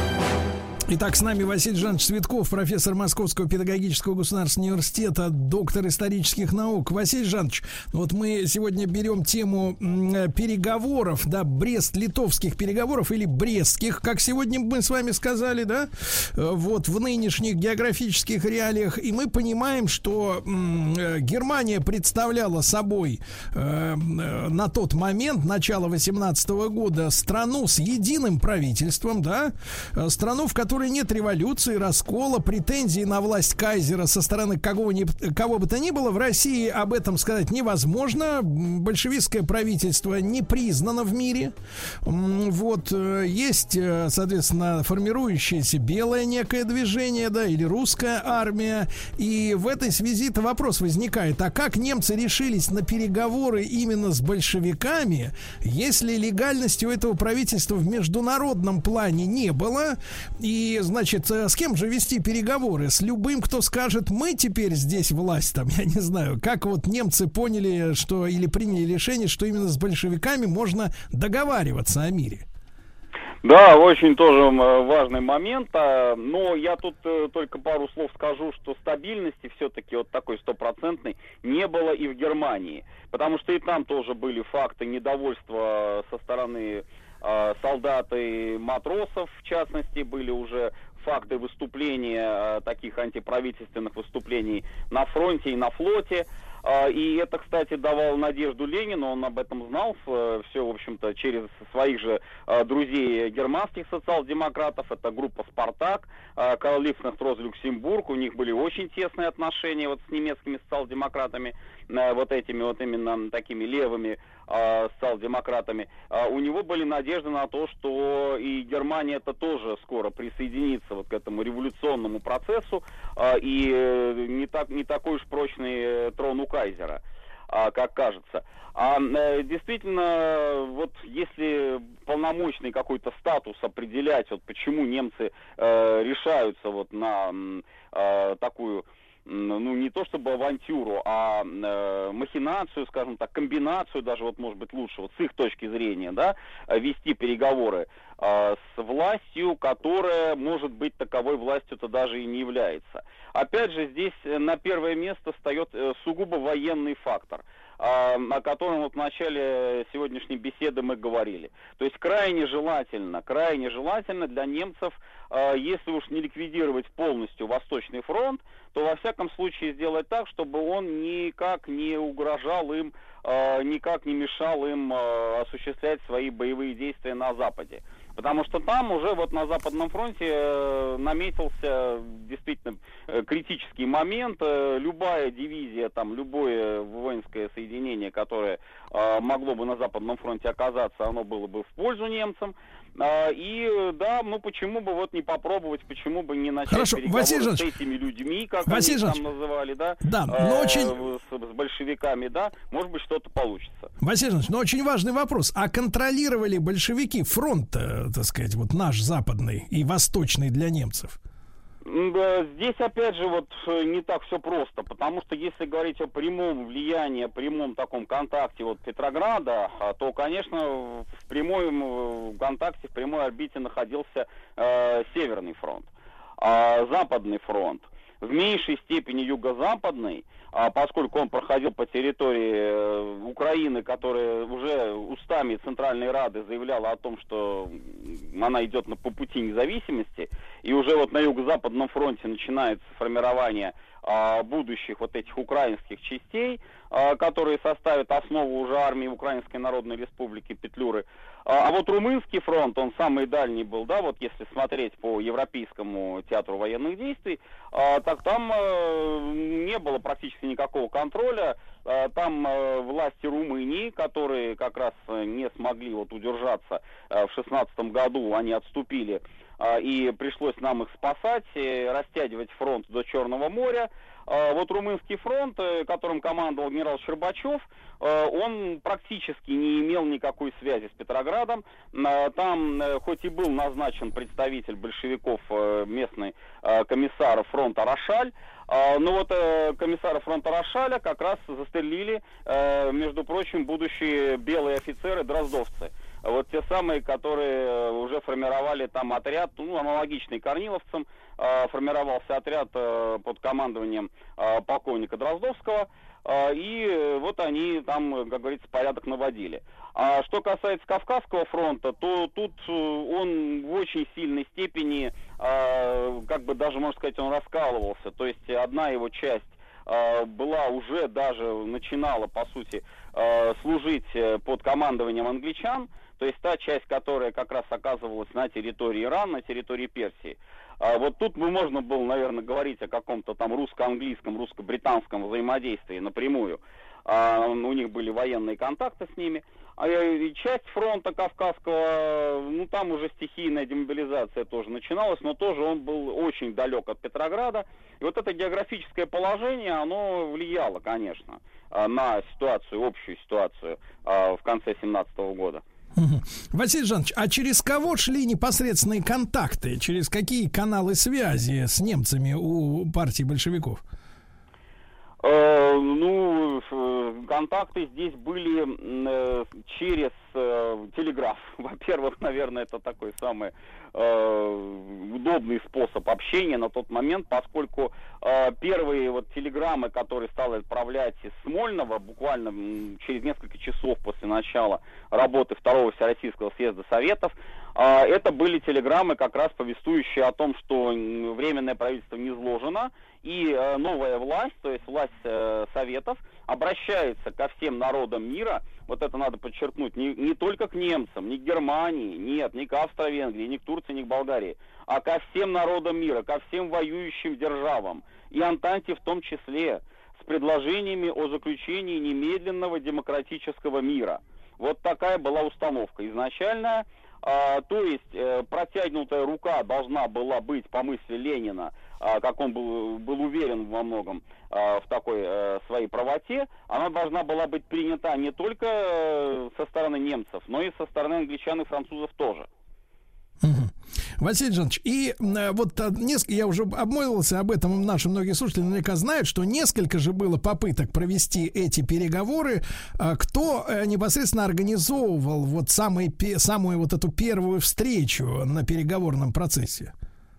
Итак, с нами Василий Жанович Цветков, профессор Московского педагогического государственного университета, доктор исторических наук. Василий Жанович, вот мы сегодня берем тему переговоров, да, Брест-Литовских переговоров или Брестских, как сегодня мы с вами сказали, да, вот в нынешних географических реалиях, и мы понимаем, что Германия представляла собой э, на тот момент, начало восемнадцатого года, страну с единым правительством, да, страну, в которой нет революции, раскола, претензий на власть кайзера со стороны кого, ни, кого бы то ни было. В России об этом сказать невозможно. Большевистское правительство не признано в мире. Вот есть, соответственно, формирующееся белое некое движение, да, или русская армия. И в этой связи-то вопрос возникает: а как немцы решились на переговоры именно с большевиками, если легальности у этого правительства в международном плане не было? И, значит, с кем же вести переговоры? С любым, кто скажет: мы теперь здесь власть, там, я не знаю. Как вот немцы поняли, что, или приняли решение, что именно с большевиками можно договариваться о мире? Да, очень тоже важный момент, но я тут только пару слов скажу, что стабильности все-таки вот такой стопроцентной не было и в Германии, потому что и там тоже были факты недовольства со стороны солдат и матросов, в частности, были уже факты выступления, таких антиправительственных выступлений на фронте и на флоте. И это, кстати, давало надежду Ленину, он об этом знал, все, в общем-то, через своих же друзей германских социал-демократов, это группа «Спартак», Карл Липкнехт, Люксембург, у них были очень тесные отношения вот с немецкими социал-демократами, вот этими вот именно такими левыми социал-демократами. У него были надежды на то, что и Германия это тоже скоро присоединится вот к этому революционному процессу, и не, так, не такой уж прочный трон у кайзера. а, как кажется. А э, действительно, вот если полномочный какой-то статус определять, вот почему немцы э, решаются вот на э, такую, ну, не то чтобы авантюру, а э, махинацию, скажем так, комбинацию даже, вот может быть лучше, вот с их точки зрения, да, вести переговоры э, с властью, которая, может быть, таковой властью-то даже и не является. Опять же, здесь на первое место встает э, сугубо военный фактор, о котором вот в начале сегодняшней беседы мы говорили. То есть крайне желательно, крайне желательно для немцев, если уж не ликвидировать полностью Восточный фронт, то во всяком случае сделать так, чтобы он никак не угрожал им, никак не мешал им осуществлять свои боевые действия на Западе. Потому что там уже вот на Западном фронте наметился действительно критический момент. Любая дивизия, там, любое воинское соединение, которое могло бы на Западном фронте оказаться, оно было бы в пользу немцам. И да, ну почему бы вот не попробовать, почему бы не начать Хорошо, переговоры Василий с этими людьми, как Василий они там называли, да, да, но э, очень... с, с большевиками, да, может быть что-то получится. Василий Иванович, но очень важный вопрос. А контролировали большевики фронт, так сказать, вот наш западный и восточный для немцев? Здесь, опять же, вот не так все просто, потому что если говорить о прямом влиянии, о прямом таком контакте вот Петрограда, то, конечно, в прямом контакте, в прямой орбите находился э, Северный фронт, а Западный фронт, в меньшей степени Юго-Западный, а поскольку он проходил по территории Украины, которая уже устами Центральной Рады заявляла о том, что она идет на, по пути независимости, и уже вот на Юго-Западном фронте начинается формирование а, будущих вот этих украинских частей, а, которые составят основу уже армии Украинской Народной Республики Петлюры. А, а вот Румынский фронт, он самый дальний был, да, вот если смотреть по Европейскому театру военных действий, а, так там а, не было практически никакого контроля. А, там а, власти Румынии, которые как раз не смогли вот удержаться а, в шестнадцатом году, они отступили, а, и пришлось нам их спасать, растягивать фронт до Черного моря. Вот Румынский фронт, которым командовал генерал Щербачев, он практически не имел никакой связи с Петроградом. Там, хоть и был назначен представитель большевиков, местный комиссар фронта Рошаль, но вот комиссара фронта Рошаля как раз застрелили, между прочим, будущие белые офицеры, дроздовцы. Вот те самые, которые уже формировали там отряд, ну, аналогичный корниловцам, формировался отряд под командованием полковника Дроздовского, и вот они там, как говорится, порядок наводили. А что касается Кавказского фронта, то тут он в очень сильной степени, как бы даже, можно сказать, он раскалывался. То есть одна его часть была уже даже, начинала, по сути, служить под командованием англичан, то есть та часть, которая как раз оказывалась на территории Ирана, на территории Персии. А вот тут бы можно было, наверное, говорить о каком-то там русско-английском, русско-британском взаимодействии напрямую. А, у них были военные контакты с ними. А и часть фронта Кавказского, ну там уже стихийная демобилизация тоже начиналась, но тоже он был очень далек от Петрограда. И вот это географическое положение, оно влияло, конечно, на ситуацию, общую ситуацию в конце семнадцатого года. Василий Жанович, а через кого шли непосредственные контакты? Через какие каналы связи с немцами у партии большевиков? Э, ну, контакты здесь были э, через э, телеграф. Во-первых, наверное, это такой самый э, удобный способ общения на тот момент, поскольку э, первые вот телеграммы, которые стали отправлять из Смольного, буквально через несколько часов после начала работы второго Всероссийского съезда Советов, э, это были телеграммы, как раз повествующие о том, что временное правительство низложено, и э, новая власть, то есть власть э, Советов, обращается ко всем народам мира, вот это надо подчеркнуть, не, не только к немцам, не к Германии, нет, не к Австро-Венгрии, не к Турции, не к Болгарии, а ко всем народам мира, ко всем воюющим державам, и Антанте в том числе, с предложениями о заключении немедленного демократического мира. Вот такая была установка изначальная. А, то есть э, протянутая рука должна была быть, по мысли Ленина, как он был, был уверен во многом в такой своей правоте, она должна была быть принята не только со стороны немцев, но и со стороны англичан и французов тоже. Василий Жанович, и э, вот несколько, я уже обмолвился об этом, наши многие слушатели наверняка знают, что несколько же было попыток провести эти переговоры. Э, кто э, непосредственно организовывал вот самый, самую вот эту первую встречу на переговорном процессе?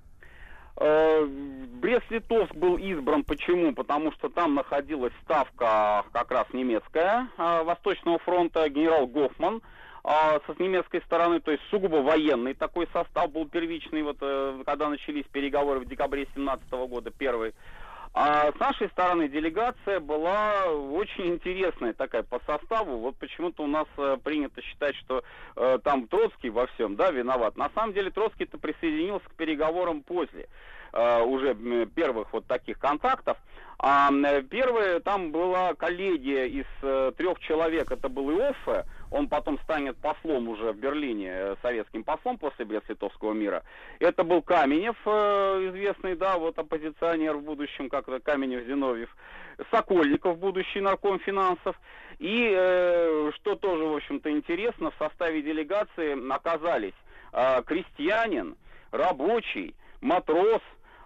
Брест-Литовск был избран. Почему? Потому что там находилась ставка как раз немецкая Восточного фронта, генерал Гофман. С немецкой стороны, то есть сугубо военный такой состав был первичный, вот когда начались переговоры в декабре семнадцатого года, первый. А с нашей стороны делегация была очень интересная такая по составу. Вот почему-то у нас принято считать, что э, там Троцкий во всем, да, виноват. На самом деле Троцкий-то присоединился к переговорам после э, уже первых вот таких контактов. А первое, там была коллегия из э, трех человек, это был Иоффе, он потом станет послом уже в Берлине, советским послом после Брест-Литовского мира. Это был Каменев, э, известный, да, вот оппозиционер в будущем, как Каменев-Зиновьев, Сокольников, будущий нарком финансов. И, э, что тоже, в общем-то, интересно, в составе делегации оказались э, крестьянин, рабочий, матрос.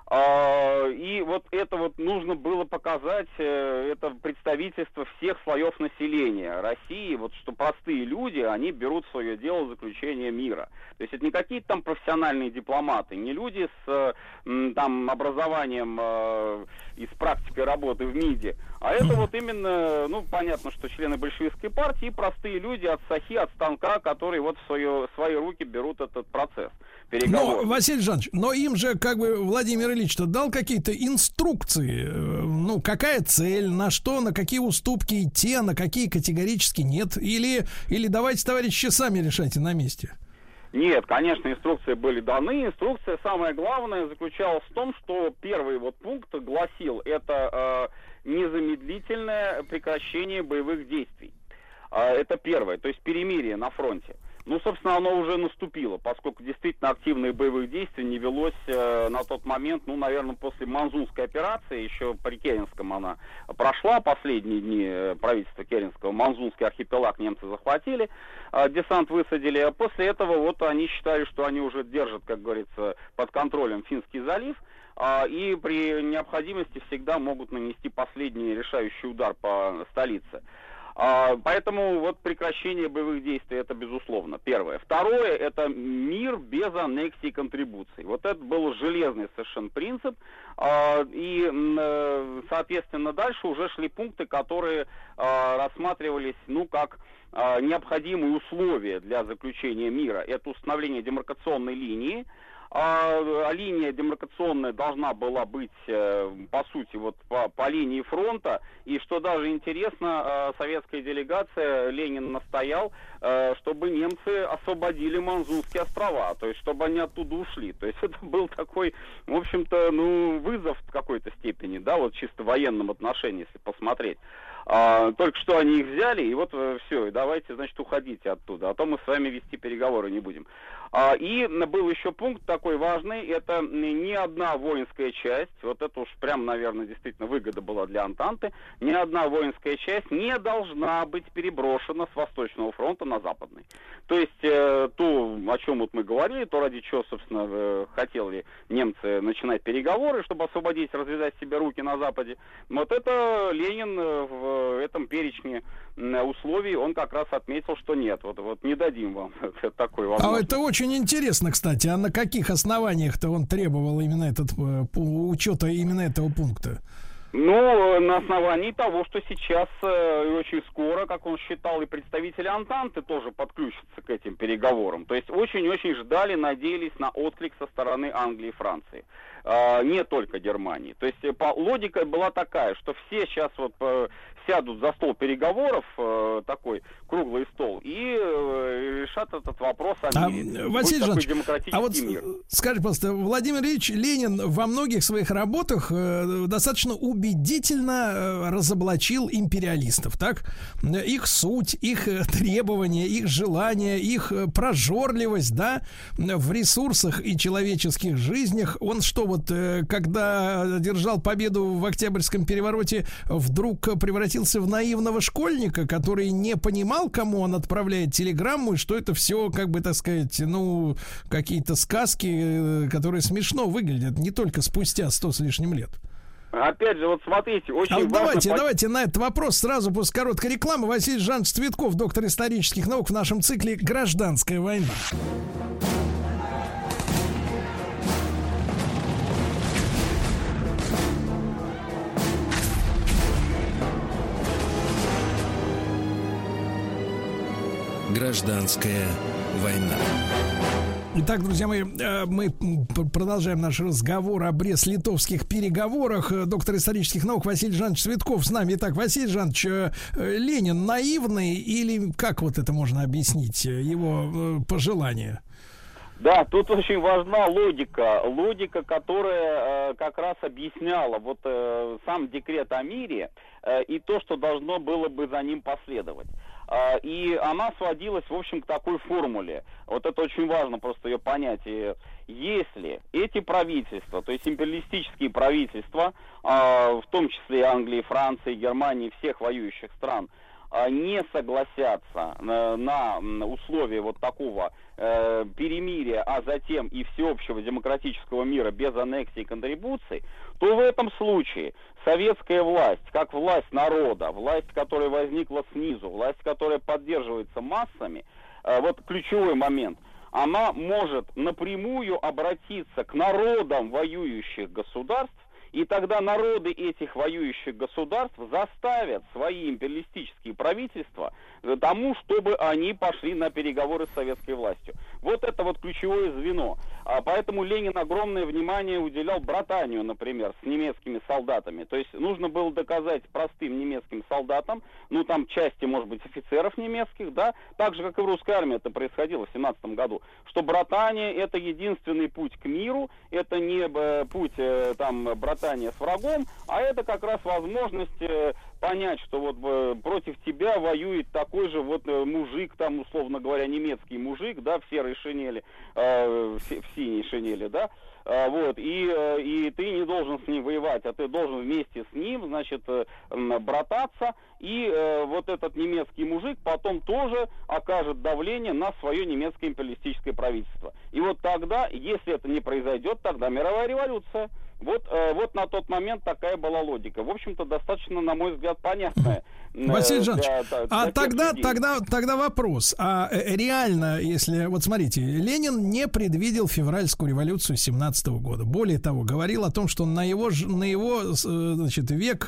И вот это вот нужно было показать, это представительство всех слоев населения России, вот что простые люди, они берут в свое дело заключение мира. То есть это не какие-то там профессиональные дипломаты, не люди с там образованием и с практикой работы в МИДе, а это вот именно, ну, понятно, что члены большевистской партии, простые люди от сахи, от станка, которые вот в свое, свои руки берут этот процесс. Но, Василий Жанович, но им же, как бы, Владимир Ильич-то дал какие-то инструкции, ну, какая цель, на что, на какие уступки идти, а на какие категорически нет, или, или давайте, товарищи, сами решайте на месте. Нет, конечно, инструкции были даны. Инструкция, самое главное, заключалась в том, что первый вот пункт гласил, это э, незамедлительное прекращение боевых действий. Э, это первое, то есть перемирие на фронте. Ну, собственно, оно уже наступило, поскольку действительно активных боевых действий не велось э, на тот момент, ну, наверное, после Манзунской операции, еще при Керенском она прошла, последние дни правительства Керенского, Манзунский архипелаг немцы захватили, э, десант высадили, а после этого вот они считали, что они уже держат, как говорится, под контролем Финский залив, э, и при необходимости всегда могут нанести последний решающий удар по столице. А, поэтому вот прекращение боевых действий, это безусловно первое. Второе, это мир без аннексий и контрибуций. Вот это был железный совершенно принцип. А, и, э, соответственно, дальше уже шли пункты, которые а, рассматривались, ну, как а, необходимые условия для заключения мира. Это установление демаркационной линии. А линия демаркационная должна была быть, по сути, вот по, по линии фронта. И что даже интересно, советская делегация, Ленин настоял, чтобы немцы освободили Манзунские острова, то есть чтобы они оттуда ушли. То есть это был такой, в общем-то, ну, вызов в какой-то степени, да, вот чисто в военном отношении, если посмотреть. А, только что они их взяли, и вот все, давайте, значит, уходите оттуда, а то мы с вами вести переговоры не будем. А, и был еще пункт такой важный, это ни одна воинская часть, вот это уж прям, наверное, действительно выгода была для Антанты, ни одна воинская часть не должна быть переброшена с Восточного фронта на Западный. То есть э, то, о чем вот мы говорили, то ради чего, собственно, э, хотели немцы начинать переговоры, чтобы освободить, развязать себе руки на Западе, вот это Ленин в в этом перечне условий, он как раз отметил, что нет, вот, вот не дадим вам такой возможности. А это очень интересно, кстати, а на каких основаниях-то он требовал именно этот, учета именно этого пункта? Ну, на основании того, что сейчас э, очень скоро, как он считал, и представители Антанты тоже подключатся к этим переговорам. То есть очень-очень ждали, надеялись на отклик со стороны Англии и Франции. Э, не только Германии. То есть по, логика была такая, что все сейчас вот э, сядут за стол переговоров, э, такой круглый стол, и э, решат этот вопрос о а, мире. Василий Жанович, а вот мир. скажи, пожалуйста, Владимир Ильич Ленин во многих своих работах э, достаточно убедительно э, разоблачил империалистов, так? Их суть, их требования, их желания, их прожорливость, да, в ресурсах и человеческих жизнях. Он что, вот, э, когда держал победу в Октябрьском перевороте, вдруг превратился в наивного школьника, который не понимал, кому он отправляет телеграмму, и что это все, как бы, так сказать, ну, какие-то сказки, которые смешно выглядят, не только спустя сто с лишним лет. Опять же, вот смотрите, очень а вот важно... Давайте, по... давайте на этот вопрос сразу после короткой рекламы. Василий Жанович Цветков, доктор исторических наук, в нашем цикле «Гражданская война». Гражданская война. Итак, друзья мои, мы продолжаем наш разговор о Брест-Литовских переговорах. Доктор исторических наук Василий Жанович Цветков с нами. Итак, Василий Жанович, Ленин наивный или как вот это можно объяснить, его пожелания? Да, тут очень важна логика, логика, которая э, как раз объясняла вот э, сам декрет о мире э, и то, что должно было бы за ним последовать. Э, и она сводилась, в общем, к такой формуле. Вот это очень важно просто ее понять. И если эти правительства, то есть империалистические правительства, э, в том числе Англии, Франции, Германии, всех воюющих стран, не согласятся на, на условия вот такого э, перемирия, а затем и всеобщего демократического мира без аннексии и контрибуций, то в этом случае советская власть, как власть народа, власть, которая возникла снизу, власть, которая поддерживается массами, э, вот ключевой момент, она может напрямую обратиться к народам воюющих государств, и тогда народы этих воюющих государств заставят свои империалистические правительства тому, чтобы они пошли на переговоры с советской властью. Вот это вот ключевое звено. А поэтому Ленин огромное внимание уделял братанию, например, с немецкими солдатами. То есть нужно было доказать простым немецким солдатам, ну там части, может быть, офицеров немецких, да, так же, как и в русской армии это происходило в семнадцатом году, что братание — это единственный путь к миру, это не э, путь э, там братания с врагом, а это как раз возможность э, понять, что вот э, против тебя воюет такой же вот э, мужик, там, условно говоря, немецкий мужик, да, в серой шинели, э, в, в синей шинели, да, э, вот, и, э, и ты не должен с ним воевать, а ты должен вместе с ним, значит, э, брататься, и э, вот этот немецкий мужик потом тоже окажет давление на свое немецкое империалистическое правительство. И вот тогда, если это не произойдет, тогда мировая революция. Вот, э, вот на тот момент такая была логика. В общем-то, достаточно, на мой взгляд, понятная. Э, Василий Жанович, для, для, а для тогда, тогда, тогда вопрос. А реально, если... Вот смотрите, Ленин не предвидел февральскую революцию семнадцатого года. Более того, говорил о том, что на его, на его значит, век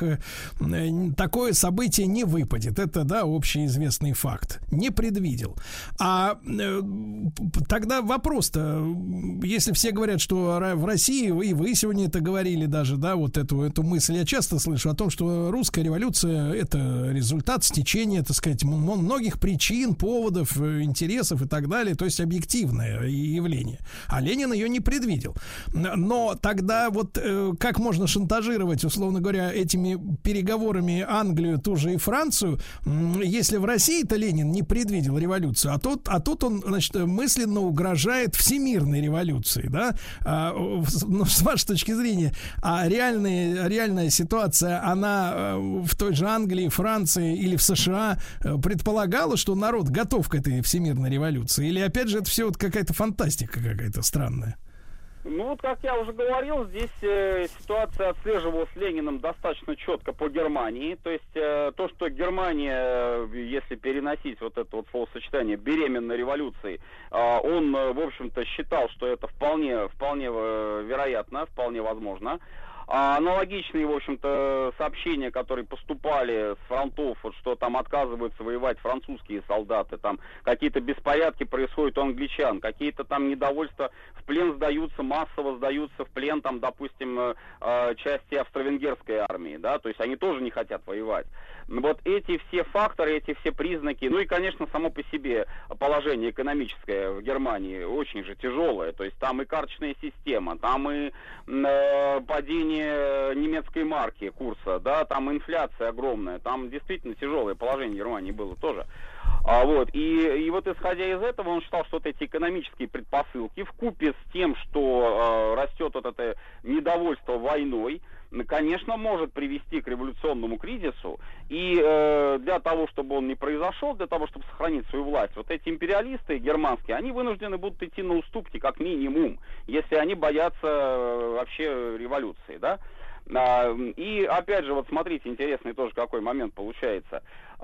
такое событие не выпадет. Это, да, общеизвестный факт. Не предвидел. А э, тогда вопрос-то, если все говорят, что в России, и вы сегодня это говорили даже, да, вот эту, эту мысль я часто слышу о том, что русская революция — это результат стечения, так сказать, многих причин, поводов, интересов и так далее, то есть объективное явление. А Ленин ее не предвидел. Но тогда вот э, как можно шантажировать, условно говоря, этими переговорами Англию, ту же и Францию, если в России-то Ленин не предвидел революцию, а тут, а тут он, значит, мысленно угрожает всемирной революции, да? А, ну, с вашей точки зрения, а реальная, реальная ситуация, она в той же Англии, Франции или в США предполагала, что народ готов к этой всемирной революции? Или опять же это все вот какая-то фантастика какая-то странная? Ну, вот, как я уже говорил, здесь э, ситуация отслеживалась Лениным достаточно четко по Германии. То есть э, то, что Германия, э, если переносить вот это вот словосочетание беременной революции, э, он, э, в общем-то, считал, что это вполне, вполне э, вероятно, вполне возможно. А аналогичные, в общем-то, сообщения, которые поступали с фронтов, вот, что там отказываются воевать французские солдаты, там какие-то беспорядки происходят у англичан, какие-то там недовольства, в плен сдаются, массово сдаются в плен, там, допустим, э, части австро-венгерской армии, да, то есть они тоже не хотят воевать. Вот эти все факторы, эти все признаки, ну и, конечно, само по себе положение экономическое в Германии очень же тяжелое. То есть там и карточная система, там и э, падение немецкой марки, курса, да, там инфляция огромная, там действительно тяжелое положение в Германии было тоже. А вот, и, и вот исходя из этого он считал, что вот эти экономические предпосылки вкупе с тем, что э, растет вот это недовольство войной, конечно, может привести к революционному кризису. И э, для того, чтобы он не произошел, для того, чтобы сохранить свою власть, вот эти империалисты германские, они вынуждены будут идти на уступки, как минимум, если они боятся э, вообще революции, да. И опять же, вот смотрите, интересный тоже какой момент получается,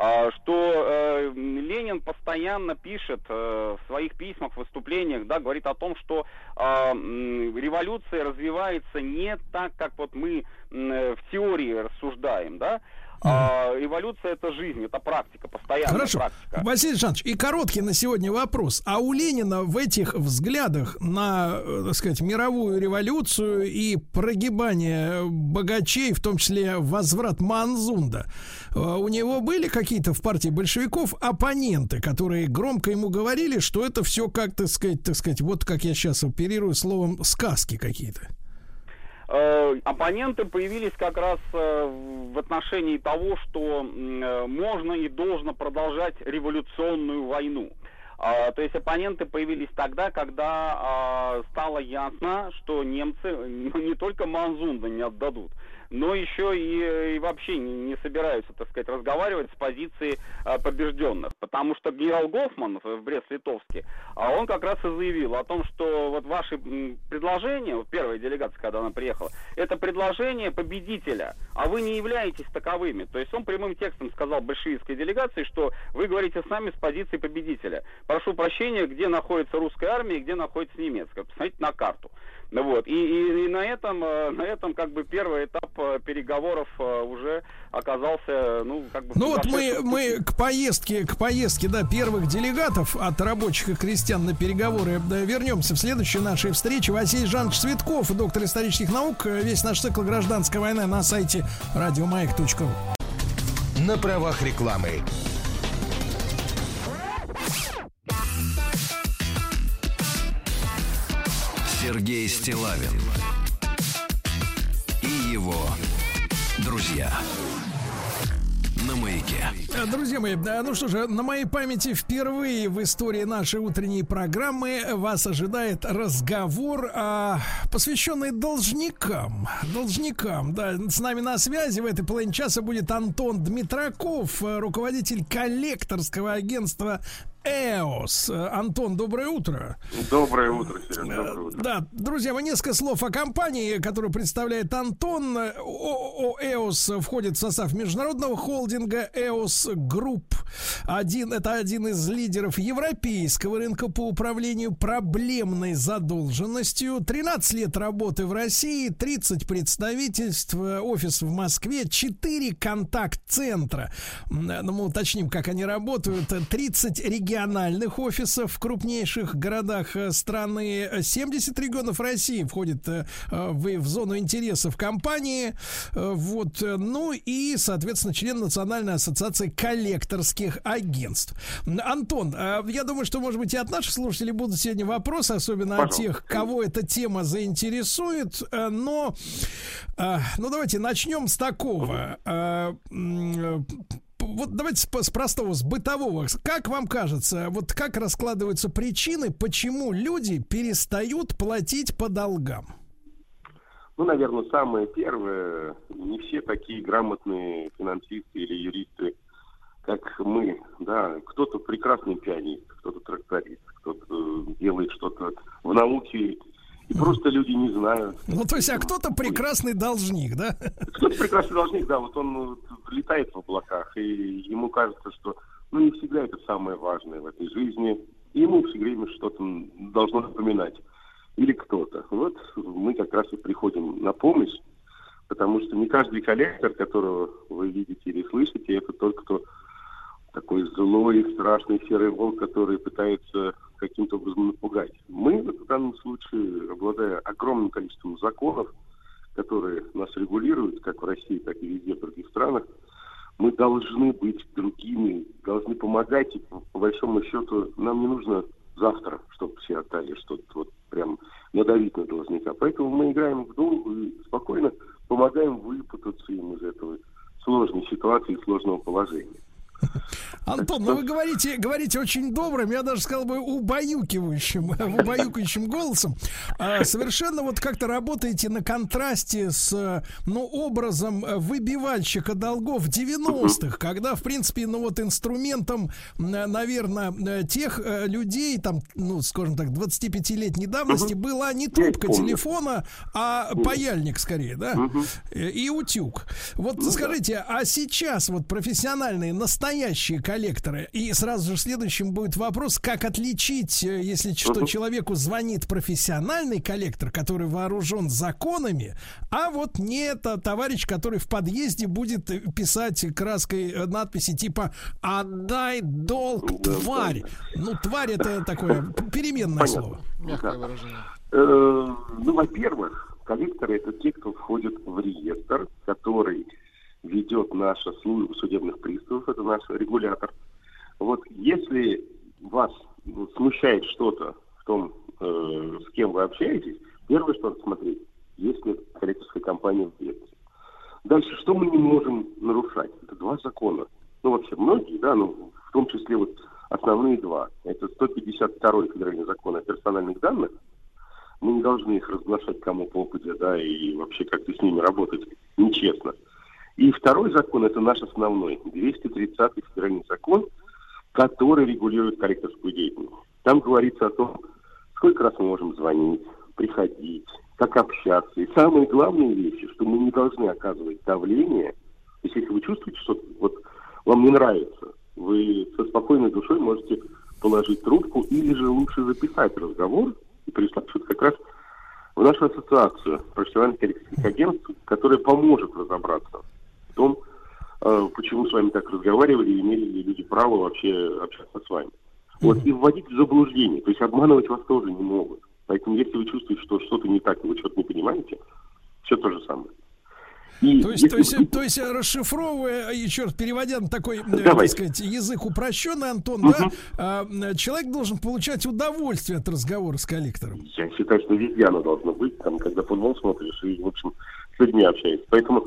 что Ленин постоянно пишет в своих письмах, выступлениях, да, говорит о том, что революция развивается не так, как вот мы в теории рассуждаем, да. А, эволюция — это жизнь, это практика, постоянная Хорошо. практика. Василий Александрович, и короткий на сегодня вопрос. А у Ленина в этих взглядах на, так сказать, мировую революцию и прогибание богачей, в том числе возврат Манзунда, у него были какие-то в партии большевиков оппоненты, которые громко ему говорили, что это все, как, так сказать, так сказать, вот как я сейчас оперирую словом, сказки какие-то? Оппоненты появились как раз в отношении того, что можно и должно продолжать революционную войну. То есть оппоненты появились тогда, когда стало ясно, что немцы не только Манзунда не отдадут, но еще и, и вообще не, не собираются, так сказать, разговаривать с позиции а, побежденных. Потому что генерал Гофман в Брест-Литовске, а он как раз и заявил о том, что вот ваши предложения, вот первая делегация, когда она приехала, это предложение победителя, а вы не являетесь таковыми. То есть он прямым текстом сказал большевистской делегации, что вы говорите с нами с позиции победителя. Прошу прощения, где находится русская армия и где находится немецкая. Посмотрите на карту. Вот. И, и, и на этом, на этом как бы первый этап переговоров уже оказался, ну, как бы... Ну вот мы, мы к поездке, к поездке, да, первых делегатов от рабочих и крестьян на переговоры вернемся в следующей нашей встрече. Василий Жанович Цветков, доктор исторических наук. Весь наш цикл «Гражданская война» на сайте радиомаяк точка ру. На правах рекламы. Сергей Стиллавин и его друзья на Маяке. Друзья мои, ну что же, на моей памяти впервые в истории нашей утренней программы вас ожидает разговор, а, посвященный должникам. Должникам, да. С нами на связи в этой половине часа будет Антон Дмитраков, руководитель коллекторского агентства ЭОС. Антон, доброе утро. Доброе утро, Серега, доброе утро. Да, друзья мои, несколько слов о компании, которую представляет Антон. ООО «ЭОС» входит в состав международного холдинга «ЭОС Групп». Один, это один из лидеров европейского рынка по управлению проблемной задолженностью. тринадцать лет работы в России, тридцать представительств, офис в Москве, четыре контакт-центра. Ну, мы уточним, как они работают. тридцать регионов региональных офисов в крупнейших городах страны. семьдесят регионов России входит в, в зону интересов компании. Вот. Ну и, соответственно, член Национальной ассоциации коллекторских агентств. Антон, я думаю, что, может быть, и от наших слушателей будут сегодня вопросы, особенно Пожалуйста. От тех, кого эта тема заинтересует. Но, ну, давайте начнем с такого. Вот давайте с, с простого, с бытового. Как вам кажется, вот как раскладываются причины, почему люди перестают платить по долгам? Ну, наверное, самое первое, не все такие грамотные финансисты или юристы, как мы, да. Кто-то прекрасный пианист, кто-то тракторист, кто-то делает что-то в науке. И просто люди не знают. Ну, то есть, а кто-то прекрасный должник, да? Кто-то прекрасный должник, да. Вот он летает в облаках, и ему кажется, что ну, не всегда это самое важное в этой жизни. И ему все время что-то должно напоминать. Или кто-то. Вот мы как раз и приходим на помощь, потому что не каждый коллектор, которого вы видите или слышите, это тот, кто такой злой, страшный серый волк, который пытается каким-то образом напугать. Мы в данном случае, обладая огромным количеством законов, которые нас регулируют, как в России, так и везде в других странах, мы должны быть другими, должны помогать, и по, по большому счету нам не нужно завтра, чтобы все отдали что-то вот прям надавить на должника. Поэтому мы играем в долгу и спокойно помогаем выпутаться им из этого сложной ситуации, сложного положения. Антон, ну вы говорите, говорите очень добрым, я даже сказал бы убаюкивающим, убаюкивающим голосом. А, совершенно вот как-то работаете на контрасте с, ну, образом выбивальщика долгов девяностых, когда, в принципе, ну вот инструментом, наверное, тех людей, там, ну, скажем так, двадцатипятилетней давности была не трубка телефона, а паяльник скорее, да, и утюг. Вот скажите, а сейчас вот профессиональные, настоящие настоящие коллекторы. И сразу же следующим будет вопрос, как отличить, если что, uh-huh. человеку звонит профессиональный коллектор, который вооружен законами, а вот не это товарищ, который в подъезде будет писать краской надписи типа «Отдай долг, тварь». Ну, тварь — это такое переменное Понятно. слово. Мягкое выражение. Э, ну, во-первых, коллекторы — это те, кто входит в реестр, который ведет наша служба судебных приставов, это наш регулятор. Вот если вас смущает что-то в том, э, с кем вы общаетесь, первое, что надо смотреть, есть ли коллекторская компания в реестре. Дальше, что мы не можем нарушать? Это два закона. Ну, вообще, многие, да, ну, в том числе вот основные два. Это сто пятьдесят второй федеральный закон о персональных данных. Мы не должны их разглашать кому попадя, да, и вообще как-то с ними работать нечестно. И второй закон, это наш основной, двести тридцатый федеральный закон, который регулирует коллекторскую деятельность. Там говорится о том, сколько раз мы можем звонить, приходить, как общаться. И самые главные вещи, что мы не должны оказывать давление. То есть, если вы чувствуете, что вот вам не нравится, вы со спокойной душой можете положить трубку или же лучше записать разговор и прислать что-то как раз в нашу ассоциацию профессиональных коллекторских агентств, которая поможет разобраться в том, почему с вами так разговаривали, и имели ли люди право вообще общаться с вами. Вот, и вводить в заблуждение, то есть обманывать вас тоже не могут. Поэтому если вы чувствуете, что что-то не так, и вы что-то не понимаете, все то же самое. И то, есть, то, есть, то есть, расшифровывая, еще раз переводя на такой, так сказать, язык упрощенный, Антон, угу. да, человек должен получать удовольствие от разговора с коллектором. Я считаю, что везде оно должно быть, там, когда футбол смотришь и, в общем, с людьми общаешься. Поэтому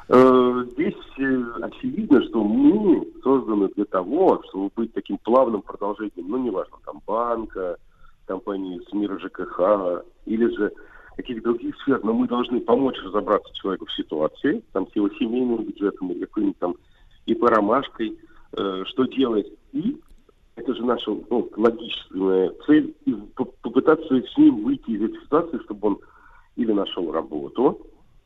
э, здесь э, очевидно, что мы созданы для того, чтобы быть таким плавным продолжением, ну, неважно, там, банка, компании с мира ЖКХ, или же каких-то других сфер, но мы должны помочь разобраться человеку в ситуации, там, с его семейным бюджетом или какой-нибудь там ИП-ромашкой, э, что делать. И это же наша, ну, логическая цель, и попытаться с ним выйти из этой ситуации, чтобы он или нашел работу,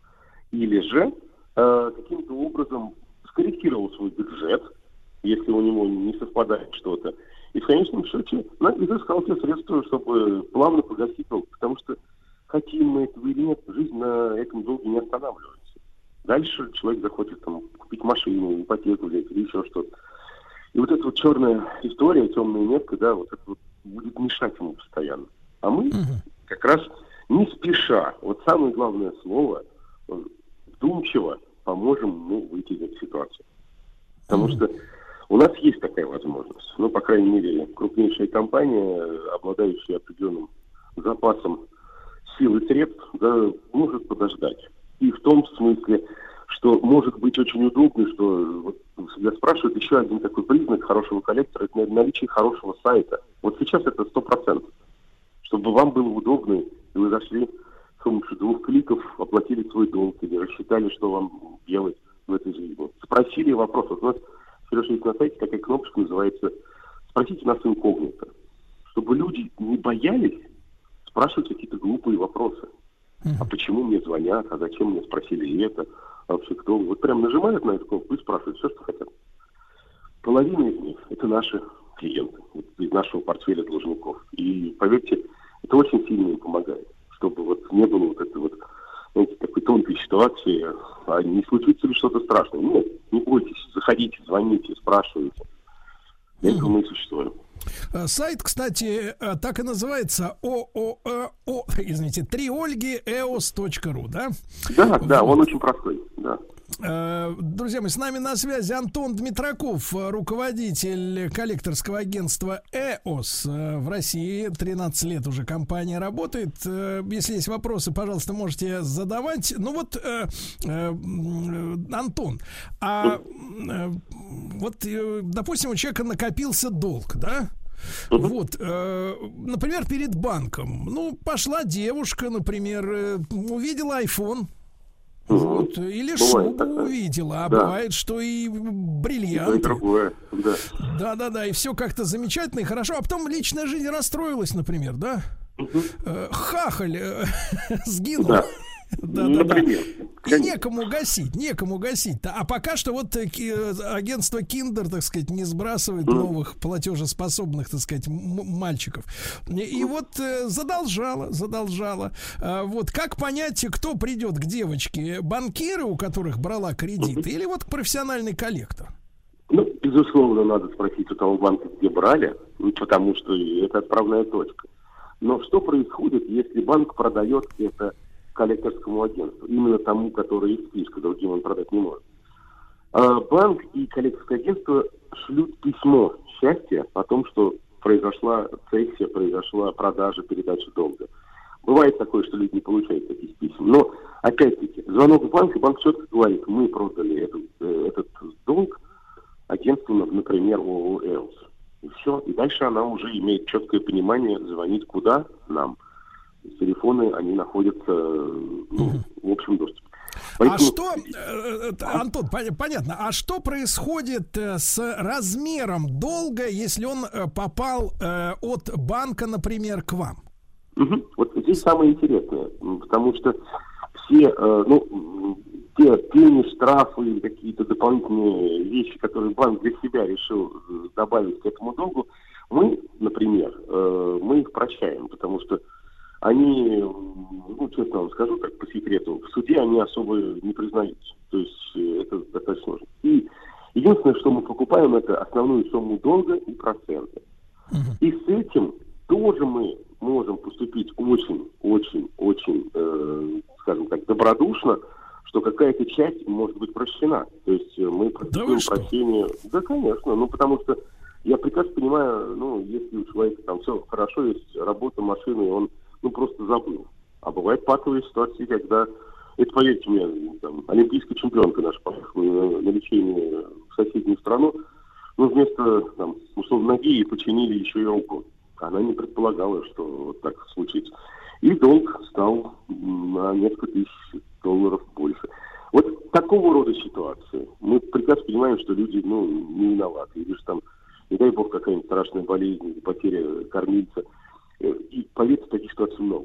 или же э, каким-то образом скорректировал свой бюджет, если у него не совпадает что-то. И в конечном счете, ну, изыскал те средства, чтобы плавно погасить долг, потому что хотим мы этого или нет, жизнь на этом долге не останавливается. Дальше человек захочет там купить машину, ипотеку взять или еще что-то. И вот эта вот черная история, темная метка, да, вот это вот будет мешать ему постоянно. А мы как раз не спеша, вот самое главное слово, вдумчиво поможем ему выйти из этой ситуации. Потому что у нас есть такая возможность. Ну, по крайней мере, крупнейшая компания, обладающая определенным запасом сил и средств, да, может подождать. И в том смысле, что может быть очень удобно, что вот, всегда спрашивают, еще один такой признак хорошего коллектора, это наличие хорошего сайта. Вот сейчас это сто процентов. Чтобы вам было удобно, и вы зашли с помощью двух кликов, оплатили свой долг или рассчитали, что вам делать в этой жизни. Спросили вопрос. Вот у нас, Сережа, есть на сайте такая кнопочка, называется «Спросите нас инкогнито». Чтобы люди не боялись спрашивать какие-то глупые вопросы. А почему мне звонят, а зачем мне спросили это, а вообще кто? Вот прям нажимают на эту кнопку и спрашивают все, что хотят. Половина из них — это наши клиенты, вот, из нашего портфеля должников. И, поверьте, это очень сильно им помогает, чтобы вот не было вот этой вот, знаете, такой тонкой ситуации, а не случится ли что-то страшное. Нет, не бойтесь, заходите, звоните, спрашивайте. Для этого мы и существуем. Сайт, кстати, так и называется о о о извините, три ольги эос точка ру, да? Да, да, он очень простой, да. Друзья мои, с нами на связи Антон Дмитраков, руководитель коллекторского агентства «Эос» в России. тринадцать лет уже компания работает. Если есть вопросы, пожалуйста, можете задавать. Ну вот, э, э, Антон, а э, вот, э, допустим, у человека накопился долг, да? Вот, э, например, перед банком. Ну, пошла девушка, например, э, увидела айфон. Вот, или шубу такое. Увидела, а да. Бывает, что и бриллианты. И другое, да. Да, да, да, и все как-то замечательно и хорошо, а потом личная жизнь расстроилась, например, да? Угу. Э, хахаль э, сгинул. Да. Да, да, да. И некому гасить, некому гасить. А пока что вот агентство Киндер, так сказать, не сбрасывает mm. новых платежеспособных, так сказать, м- мальчиков. И, и вот э, задолжало, задолжало. А, вот как понять, кто придет к девочке? Банкиры, у которых брала кредиты, mm-hmm. или вот профессиональный коллектор? Ну, безусловно, надо спросить у того банка, где брали, потому что это отправная точка. Но что происходит, если банк продает это коллекторскому агентству, именно тому, который есть списка, другим он продать не может. А банк и коллекторское агентство шлют письмо счастья о том, что произошла цессия, произошла продажа, передача долга. Бывает такое, что люди не получают таких писем. Но, опять-таки, звонок в банк, и банк четко говорит, мы продали этот, этот долг агентству, например, ООО «Эос». И все. И дальше она уже имеет четкое понимание, звонить куда нам. Телефоны, они находятся, ну, в общем доступе. Поэтому... А что, Антон, понятно, а что происходит с размером долга, если он попал от банка, например, к вам? Угу. Вот здесь самое интересное, потому что все, ну, те пени, штрафы или какие-то дополнительные вещи, которые банк для себя решил добавить к этому долгу, мы, например, мы их прощаем, потому что они, ну, честно вам скажу, так по секрету, в суде они особо не признаются. То есть это достаточно сложно. И единственное, что мы покупаем, это основную сумму долга и проценты. Uh-huh. И с этим тоже мы можем поступить очень, очень, очень, э, скажем так, добродушно, что какая-то часть может быть прощена. То есть мы практикуем да прощение. Да, конечно. Ну, потому что я прекрасно понимаю, ну, если у человека там все хорошо, есть работа, машина, и он ну, просто забыл. А бывает патовые ситуации, когда, это, поверьте мне, там, олимпийская чемпионка наша поехала на, на лечение в соседнюю страну, но вместо, там, условно, ноги ей починили еще и руку. Она не предполагала, что вот так случится. И долг стал на несколько тысяч долларов больше. Вот такого рода ситуации. Мы прекрасно понимаем, что люди, ну, не виноваты. Или же там, не дай бог, какая-нибудь страшная болезнь, или потеря кормильца. И, поверьте, таких ситуаций много.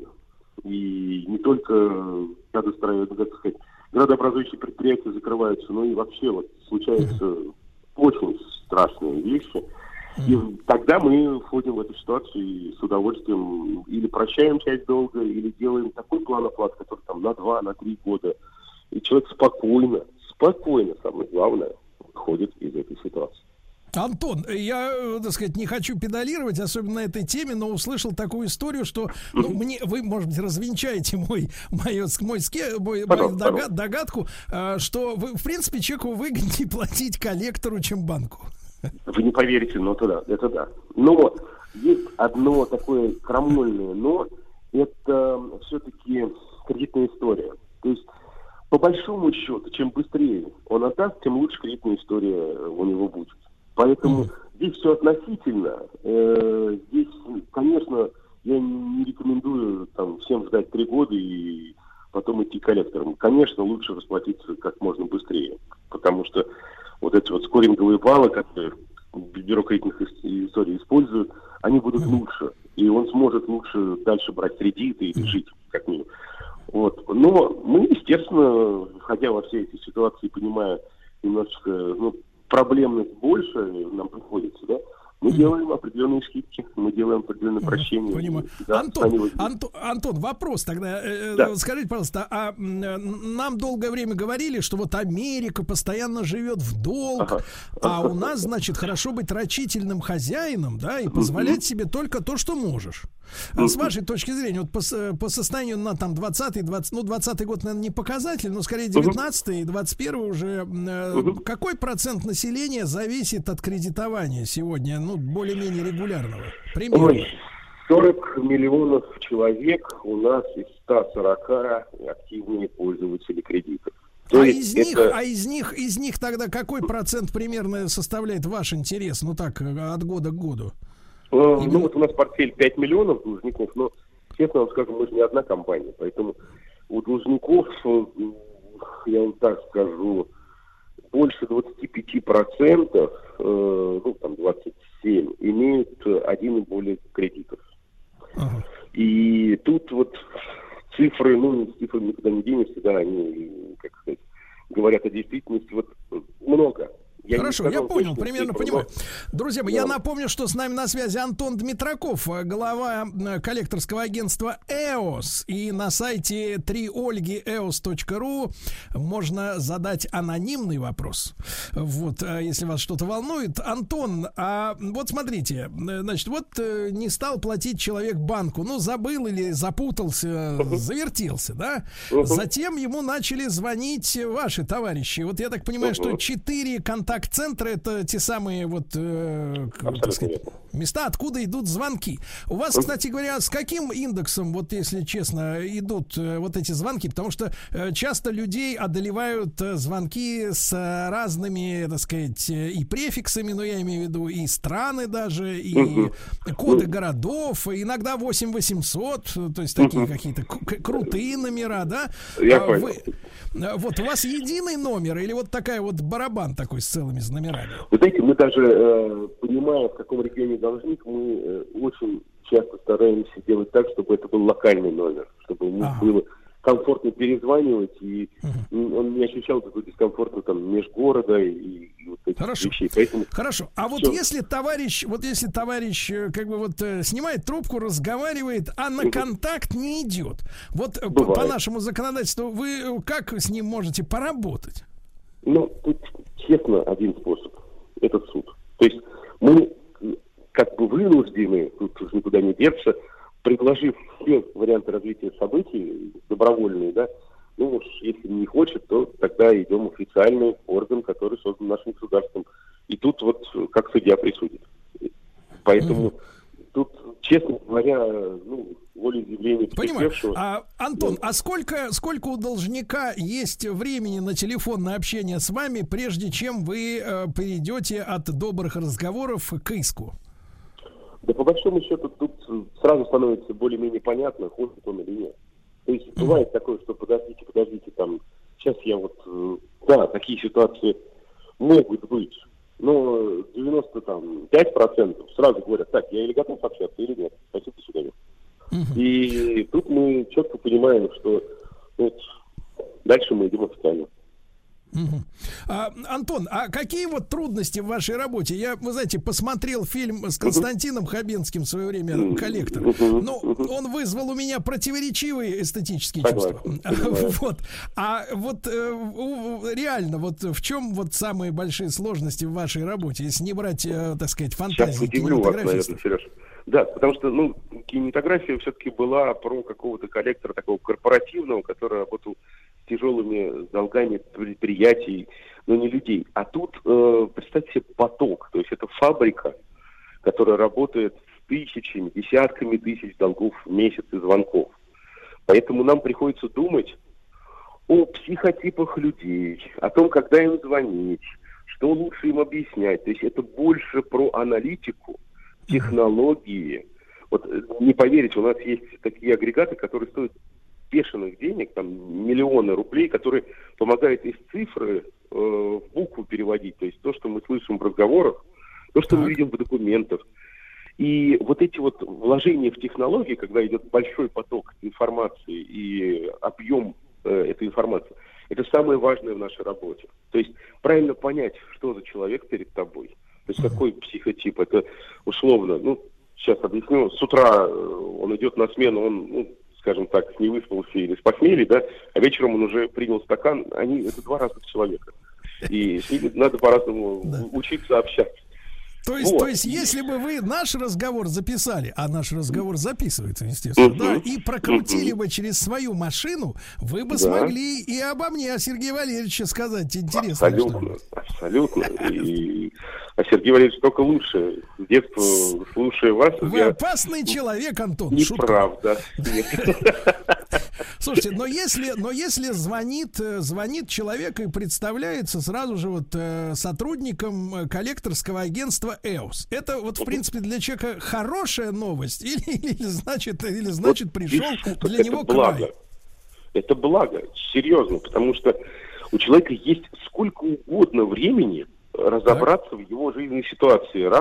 И не только градостроительные, как сказать, градообразующие предприятия закрываются, но и вообще вот случаются очень страшные вещи. И тогда мы входим в эту ситуацию и с удовольствием или прощаем часть долга, или делаем такой план оплат, который там на два, на три года. И человек спокойно, спокойно, самое главное, выходит из этой ситуации. Антон, я, так сказать, не хочу педалировать, особенно на этой теме, но услышал такую историю, что ну, мне, вы, может быть, развенчаете мой, мой, мой, мой, мою догад, догадку, что вы, в принципе, человеку выгоднее платить коллектору, чем банку. Вы не поверите, но это да, это да. Но есть одно такое крамольное но, это все-таки кредитная история. То есть, по большому счету, чем быстрее он отдаст, тем лучше кредитная история у него будет. Поэтому mm. здесь все относительно. Э, здесь, конечно, я не рекомендую там, всем ждать три года и потом идти к коллекторам. Конечно, лучше расплатиться как можно быстрее, потому что вот эти вот скоринговые баллы, которые бюро кредитных историй используют, они будут mm. лучше. И он сможет лучше дальше брать кредиты и жить, как минимум. Вот. Но мы, естественно, входя во все эти ситуации, понимая немножечко, ну, проблемность больше нам приходится, да, мы mm-hmm. делаем определенные скидки, мы делаем определенные mm-hmm. прощения. Понимаю. Да, Антон, Антон, Антон, вопрос тогда. Да. Скажите, пожалуйста, а нам долгое время говорили, что вот Америка постоянно живет в долг, ага. а у нас, значит, хорошо быть рачительным хозяином, да, и позволять mm-hmm. себе только то, что можешь. А с вашей точки зрения, вот по, по состоянию на там двадцатый, двадцатый, ну двадцатый год, наверное, не показатель, но скорее девятнадцатый и двадцать первый уже, э, какой процент населения зависит от кредитования сегодня, ну, более-менее регулярного? Примерно. Ой, сорок миллионов человек у нас из ста сорока активные пользователи кредитов. То а есть из них, это... а из них, из них тогда какой процент примерно составляет ваш интерес, ну так, от года к году? Ну, Именно... вот у нас портфель пять миллионов должников, но, честно вам скажу, мы же не одна компания, поэтому у должников, я вам так скажу, больше двадцать пять процентов, э, ну, там, двадцать семь, имеют один и более кредитов. Ага. И тут вот цифры, ну, с цифрами никуда не денешься, да, они, как сказать, говорят о действительности, вот много. Я Хорошо, я понял, примерно цифры, понимаю. Но... Друзья мои, да. Я напомню, что с нами на связи Антон Дмитраков, глава коллекторского агентства «Эос». И на сайте три ольги эос точка ру можно задать анонимный вопрос. Вот, если вас что-то волнует. Антон, а вот смотрите, значит, вот не стал платить человек банку, ну, забыл или запутался, завертелся, да? Затем ему начали звонить ваши товарищи. Вот я так понимаю, что четыре контакта центры — это те самые вот э, так сказать, места, откуда идут звонки. У вас, кстати говоря, с каким индексом, вот если честно, идут э, вот эти звонки? Потому что э, часто людей одолевают э, звонки с э, разными, так сказать, э, и префиксами, но я имею в виду и страны даже, и uh-huh. коды uh-huh. городов, иногда восемь восемьсот, то есть такие uh-huh. какие-то к- крутые номера, да? Я а, понял. Вы, вот у вас единый номер или вот такая вот барабан такой с целыми с номерами? Вы знаете, мы даже, э, понимая, в каком регионе должник, мы э, очень часто стараемся делать так, чтобы это был локальный номер, чтобы ему ага. было комфортно перезванивать, и uh-huh. он не ощущал такой дискомфорта там межгорода и, и вот этих Хорошо. вещей. Поэтому Хорошо. А вот все. если товарищ, вот если товарищ как бы вот снимает трубку, разговаривает, а на uh-huh. контакт не идет, вот по, по нашему законодательству вы как с ним можете поработать? Ну, тут честно один способ. Это суд. То есть мы как бы вынуждены, тут уж никуда не деться, предложив все варианты развития событий, добровольные, да, ну уж если не хочет, то тогда идем в официальный орган, который создан нашим государством. И тут вот как судья присудит. Поэтому mm-hmm. тут, честно говоря, ну, волеизъявление потерпевшего. А, Антон, а сколько, сколько у должника есть времени на телефонное общение с вами, прежде чем вы э, перейдете от добрых разговоров к иску? Да по большому счету тут сразу становится более-менее понятно, хочет он или нет. То есть mm-hmm. бывает такое, что подождите, подождите, там, сейчас я вот, да, такие ситуации могут быть, но девяносто пять процентов сразу говорят, так, я или готов общаться, или нет, спасибо, до свидания. Mm-hmm. И тут мы четко понимаем, что вот, дальше мы идем официально. Uh-huh. А, Антон, а какие вот трудности в вашей работе? Я, вы знаете, посмотрел фильм с Константином uh-huh. Хабенским в свое время «Коллектор». Uh-huh. Но uh-huh. он вызвал у меня противоречивые эстетические чувства. Вот. А вот э, реально, вот в чем вот самые большие сложности в вашей работе, если не брать, э, так сказать, фантазии кинематографистов? Сереж. Да, потому что, ну, кинематография все-таки была про какого-то коллектора такого корпоративного, который работал с тяжелыми долгами предприятий, но не людей. А тут, э, представьте себе, поток. То есть это фабрика, которая работает с тысячами, десятками тысяч долгов в месяц и звонков. Поэтому нам приходится думать о психотипах людей, о том, когда им звонить, что лучше им объяснять. То есть это больше про аналитику, технологии. Вот не поверите, у нас есть такие агрегаты, которые стоят бешеных денег, там миллионы рублей, которые помогают из цифры э, в букву переводить. То есть то, что мы слышим в разговорах, то, что так. мы видим в документах. И вот эти вот вложения в технологии, когда идет большой поток информации и объем э, этой информации, это самое важное в нашей работе. То есть правильно понять, что за человек перед тобой. То есть какой психотип? Это условно, ну, сейчас объясню, с утра он идет на смену, он, ну, скажем так, не выспался или с похмелья, да, а вечером он уже принял стакан, они, это два разных человека. И с ними надо по-разному учиться общаться. То есть, вот. то есть, если бы вы наш разговор записали, а наш разговор записывается, естественно, uh-huh. да, и прокрутили uh-huh. бы через свою машину, вы бы да. смогли и обо мне, о Сергее Валерьевиче сказать интересно. Абсолютно, абсолютно. И... А Сергей Валерьевич только лучше. С детства слушая вас... Вы я... опасный человек, Антон. Неправда. Слушайте, но если, но если звонит, звонит человек и представляется сразу же вот э, сотрудником коллекторского агентства ЭОС, это вот в принципе для человека хорошая новость или, или значит, или значит вот пришел для него благо. край? Это благо, серьезно, потому что у человека есть сколько угодно времени разобраться так. в его жизненной ситуации. Раз.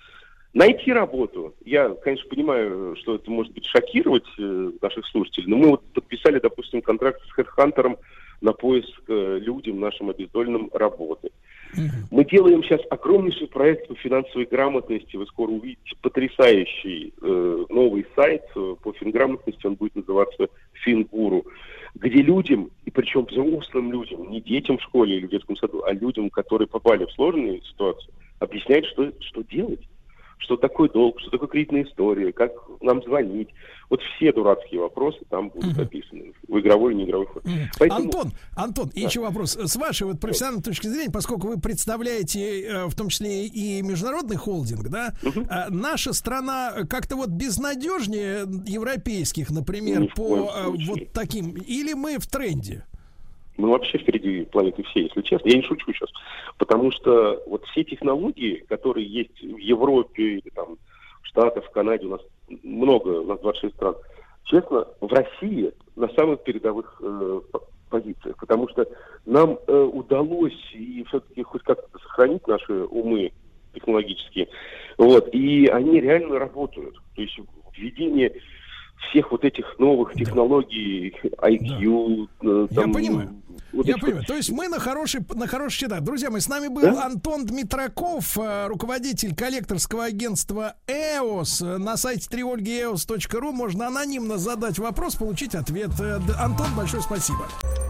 Найти работу. Я, конечно, понимаю, что это может быть шокировать э, наших слушателей, но мы вот подписали, допустим, контракт с HeadHunter на поиск э, людям, нашим обездоленным, работы. Mm-hmm. Мы делаем сейчас огромнейший проект по финансовой грамотности. Вы скоро увидите потрясающий э, новый сайт э, по финграмотности. Он будет называться «Фингуру», где людям, и причем взрослым людям, не детям в школе или в детском саду, а людям, которые попали в сложную ситуацию, объясняют, что, что делать. Что такое долг, что такое кредитная история, как нам звонить. Вот все дурацкие вопросы там будут uh-huh. описаны. В игровой и неигровой форме. Uh-huh. Поэтому... Антон, Антон, да. еще вопрос. С вашей вот профессиональной точки зрения, поскольку вы представляете в том числе и международный холдинг, да, uh-huh. наша страна как-то вот безнадежнее европейских, например, по вот таким, или мы в тренде? Мы вообще впереди планеты всей, если честно. Я не шучу сейчас. Потому что вот все технологии, которые есть в Европе, или там в Штатах, в Канаде, у нас много, у нас двадцать шесть стран. Честно, в России на самых передовых э, позициях. Потому что нам э, удалось и все-таки хоть как-то сохранить наши умы технологические. Вот, и они реально работают. То есть введение всех вот этих новых технологий, ай кью... Да. Там, я понимаю. Вот я эти... понимаю. То есть мы на хорошей, на хороших счетах. Друзья мои, с нами был да? Антон Дмитраков, руководитель коллекторского агентства ЭОС. На сайте три ольги эос точка ру можно анонимно задать вопрос, получить ответ. Антон, большое спасибо.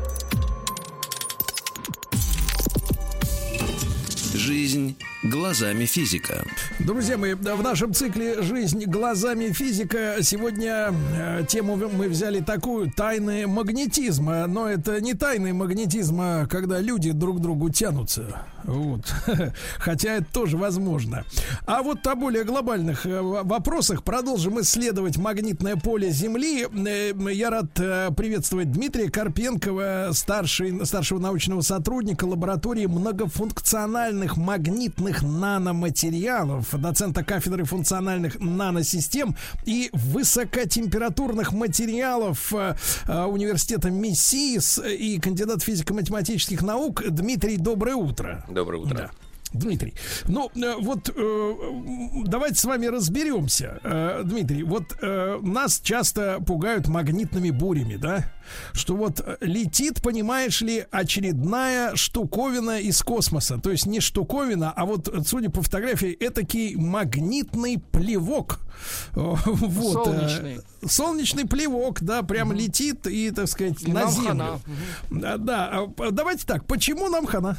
Жизнь глазами физика. Друзья мои, в нашем цикле «Жизнь глазами физика» сегодня э, тему мы взяли такую: тайны магнетизма. Но это не тайны магнетизма, когда люди друг к другу тянутся. Вот. Хотя это тоже возможно. А вот о более глобальных вопросах продолжим исследовать магнитное поле Земли. Я рад приветствовать Дмитрия Карпенкова, старший, старшего научного сотрудника лаборатории многофункциональных магнитных наноматериалов, доцента кафедры функциональных наносистем и высокотемпературных материалов университета МИСИС и кандидат физико-математических наук. Дмитрий, доброе утро. Доброе утро. Да. Дмитрий, ну вот э, давайте с вами разберемся, э, Дмитрий. Вот э, нас часто пугают магнитными бурями, да? Что вот летит, понимаешь ли, очередная штуковина из космоса. То есть не штуковина, а вот, судя по фотографии, этакий магнитный плевок. Вот. Солнечный. Солнечный плевок, да, прям mm-hmm. летит и, так сказать, и на землю. Mm-hmm. Да, давайте так, почему нам хана?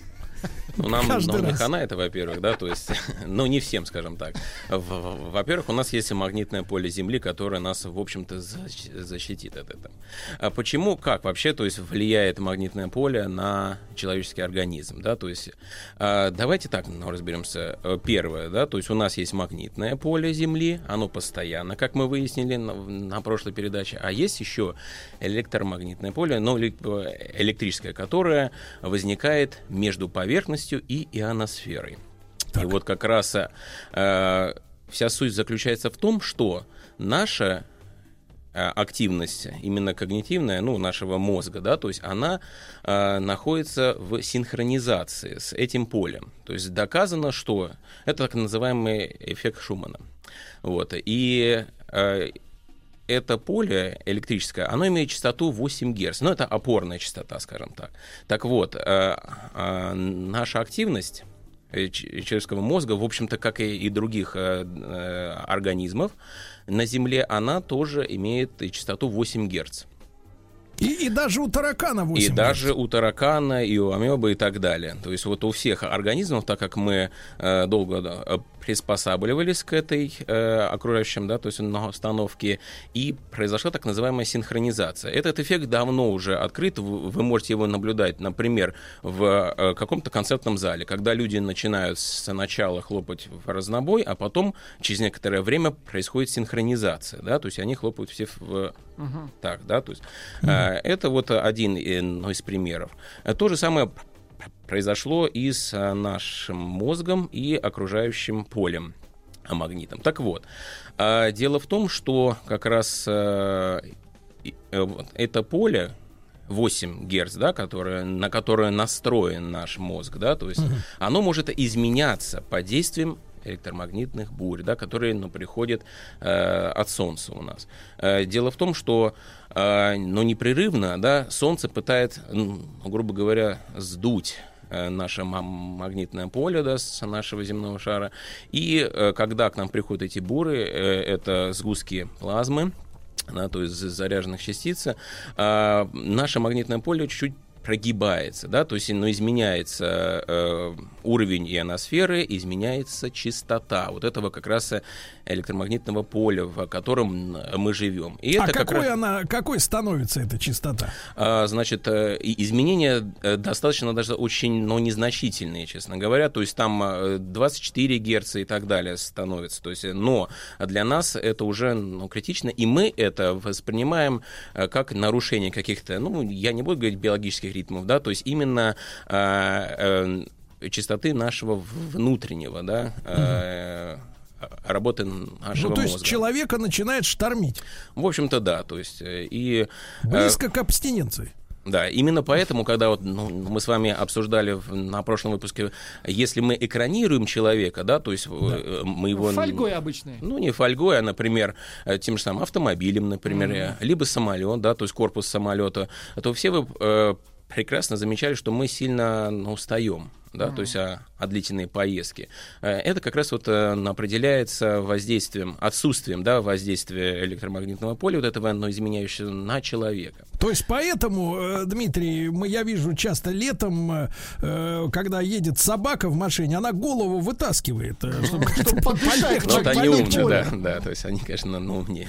Ну, нам, нам не хана это, во-первых, да, то есть, ну, не всем, скажем так. Во-первых, у нас есть магнитное поле Земли, которое нас, в общем-то, защитит от этого. А почему, как вообще, то есть, влияет магнитное поле на человеческий организм, да, то есть, давайте так ну, разберемся. Первое, да, то есть, у нас есть магнитное поле Земли, оно постоянно, как мы выяснили на, на прошлой передаче, а есть еще электромагнитное поле, но электрическое, которое возникает между поверхностью и ионосферой. Так. И вот как раз э, вся суть заключается в том, что наша э, активность, именно когнитивная, ну, нашего мозга, да, то есть она э, находится в синхронизации с этим полем. То есть доказано, что это так называемый эффект Шумана. Вот. И э, это поле электрическое, оно имеет частоту восемь герц. Ну, это опорная частота, скажем так. Так вот, э, э, наша активность человеческого мозга, в общем-то, как и, и других э, э, организмов, на Земле она тоже имеет частоту восемь герц. И, и даже у таракана восемь И герц. даже у таракана, и у амебы, и так далее. То есть вот у всех организмов, так как мы э, долго да, приспосабливались к этой э, окружающим, да, то есть установке, и произошла так называемая синхронизация. Этот эффект давно уже открыт, вы, вы можете его наблюдать, например, в э, каком-то концертном зале, когда люди начинают сначала хлопать в разнобой, а потом через некоторое время происходит синхронизация, да, то есть они хлопают все в... Uh-huh. Так, да, то есть uh-huh. э, это вот один из примеров. То же самое произошло и с нашим мозгом и окружающим полем магнитом. Так вот, дело в том, что как раз это поле восемь герц, да, которое, на которое настроен наш мозг, да, то есть uh-huh. оно может изменяться под действием электромагнитных бурь, да, которые ну, приходят э, от Солнца у нас. Э, дело в том, что э, ну, непрерывно да, Солнце пытается, ну, грубо говоря, сдуть э, наше магнитное поле да, с нашего земного шара. И э, когда к нам приходят эти буры, э, это сгустки плазмы, да, то есть заряженных частиц, э, наше магнитное поле чуть-чуть прогибается, да, то есть ну, изменяется э, уровень ионосферы, изменяется частота вот этого как раз электромагнитного поля, в котором мы живем. И а это какой, как раз, она, какой становится эта частота? А, значит, изменения достаточно даже очень, но незначительные, честно говоря, то есть там двадцать четыре герца и так далее становится, то есть, но для нас это уже ну, критично, и мы это воспринимаем как нарушение каких-то, ну, я не буду говорить биологических ритмов, да, то есть именно э, э, частоты нашего внутреннего, да, э, работы нашего мозга. Ну, то есть мозга. человека начинает штормить. В общем-то, да, то есть и... Близко э, к абстиненции. Да, именно поэтому, когда вот, ну, мы с вами обсуждали в, на прошлом выпуске, если мы экранируем человека, да, то есть да. мы его... Фольгой обычной. Ну, не фольгой, а, например, тем же самым автомобилем, например, mm-hmm. либо самолет, да, то есть корпус самолета, то все вы э, прекрасно замечали, что мы сильно ну, устаем. Да, mm-hmm. то есть о, о длительные поездки. Это как раз вот определяется воздействием, отсутствием да, воздействия электромагнитного поля, вот этого оно изменяющего на человека. То есть поэтому, Дмитрий, мы, я вижу часто летом, когда едет собака в машине, она голову вытаскивает, чтобы подышать. Ну, они умные, да, да, то есть они, конечно, ну, умнее.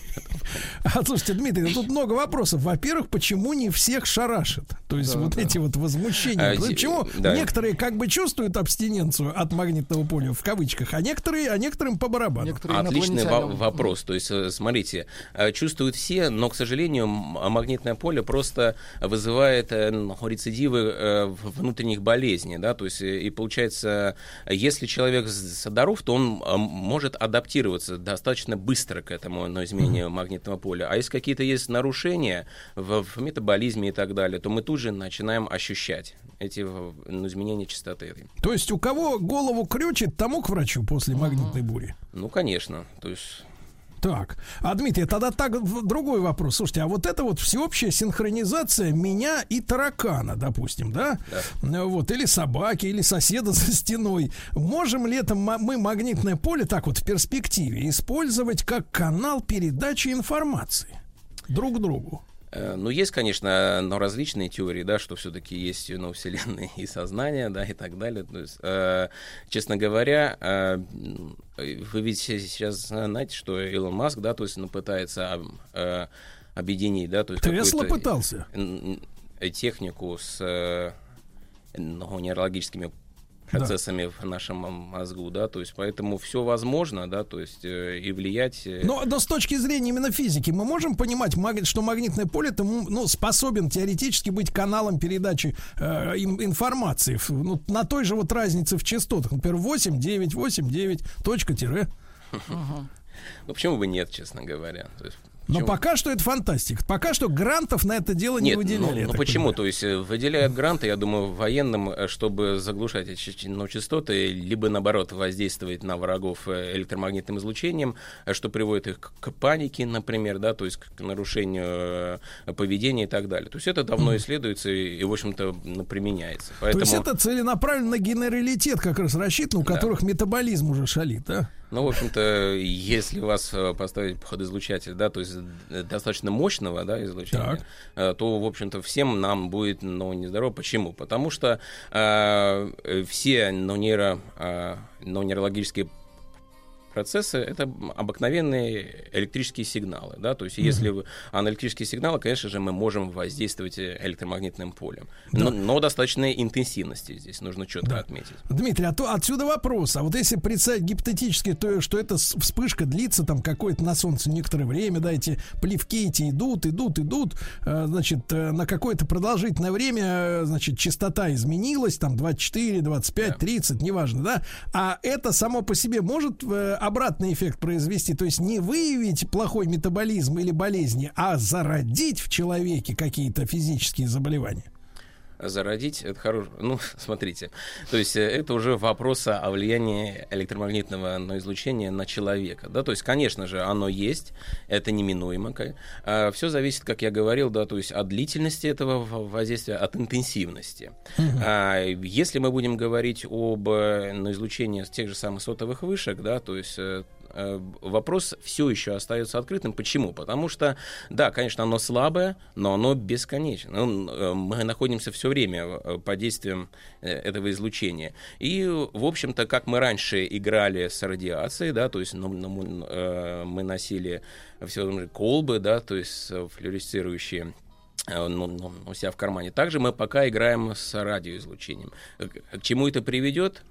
А слушайте, Дмитрий, тут много вопросов. Во-первых, почему не всех шарашит? То есть да, вот да. эти вот возмущения. А, почему да. некоторые как бы чувствуют абстиненцию от магнитного поля, в кавычках, а некоторые, а некоторым по барабану? Некоторые Отличный во- вопрос. То есть, смотрите, чувствуют все, но, к сожалению, магнитное поле просто вызывает рецидивы внутренних болезней. Да? То есть, и получается, если человек здоров, то он может адаптироваться достаточно быстро к этому изменению магнитного поля. А если какие-то есть нарушения в, в метаболизме и так далее, то мы тут же начинаем ощущать эти ну, изменения частоты. То есть у кого голову крючит, тому к врачу после магнитной бури? Ну, конечно. То есть... Так, а, Дмитрий, тогда так другой вопрос. Слушайте, а вот это вот всеобщая синхронизация меня и таракана, допустим, да? да. Вот, или собаки, или соседа за стеной. Можем ли это мы магнитное поле так вот в перспективе использовать как канал передачи информации друг другу? Ну, есть, конечно, но различные теории, да, что все-таки есть ну, Вселенная и сознание, да, и так далее. То есть, э, честно говоря, э, вы ведь сейчас знаете, что Илон Маск, да, то есть он пытается э, объединить, да, то есть Тесла пытался технику с э, ну, нейрологическими процессами да. в нашем мозгу, да, то есть поэтому все возможно, да, то есть э, и влиять. Э... Но, но с точки зрения именно физики мы можем понимать, что магнитное поле это, ну, способен теоретически быть каналом передачи э, информации ну, на той же вот разнице в частотах, например, восемь девять восемь девять точка тире. Ну почему бы нет, честно говоря. То есть, но пока что это фантастика. Пока что грантов на это дело не Нет, выделяли. Ну, ну почему? Понимаю. То есть выделяют гранты, я думаю, военным, чтобы заглушать эти ну, частоты, либо наоборот воздействовать на врагов электромагнитным излучением, что приводит их к, к панике, например, да, то есть к нарушению поведения и так далее. То есть это давно исследуется и, и в общем-то, ну, применяется. Поэтому... То есть это целенаправленно на генералитет как раз рассчитан, у да. которых метаболизм уже шалит, да? Ну, в общем-то, если вас поставить под излучатель, да, то есть достаточно мощного, да, излучения, э, то, в общем-то, всем нам будет, ну, нездорово. Почему? Потому что э, все ну, нейро, э, ну, нейрологические процессы — это обыкновенные электрические сигналы, да, то есть mm-hmm. если а на электрические сигналы, конечно же, мы можем воздействовать электромагнитным полем, да. но, но достаточной интенсивности здесь нужно четко да. отметить. Дмитрий, а то отсюда вопрос, а вот если представить гипотетически, то что эта вспышка длится там какое-то на солнце некоторое время, да, эти плевки эти идут, идут, идут, значит, на какое-то продолжительное время, значит, частота изменилась, там двадцать четыре, двадцать пять, да. тридцать, неважно, да, а это само по себе может обратный эффект произвести, то есть не выявить плохой метаболизм или болезни, а зародить в человеке какие-то физические заболевания. Зародить, это хорошо. Ну, смотрите, то есть это уже вопрос о влиянии электромагнитного ну, излучения на человека, да, то есть, конечно же, оно есть, это неминуемо. А, все зависит, как я говорил, да, то есть от длительности этого воздействия, от интенсивности. Uh-huh. А, если мы будем говорить об ну, излучении с тех же самых сотовых вышек, да, то есть вопрос все еще остается открытым. Почему? Потому что, да, конечно, оно слабое, но оно бесконечно. Мы находимся все время под действием этого излучения. И, в общем-то, как мы раньше играли с радиацией, да, то есть ну, мы носили все колбы, да, то есть флуоресцирующие, Ну, ну, у себя в кармане. Также мы пока играем с радиоизлучением. К чему это приведет?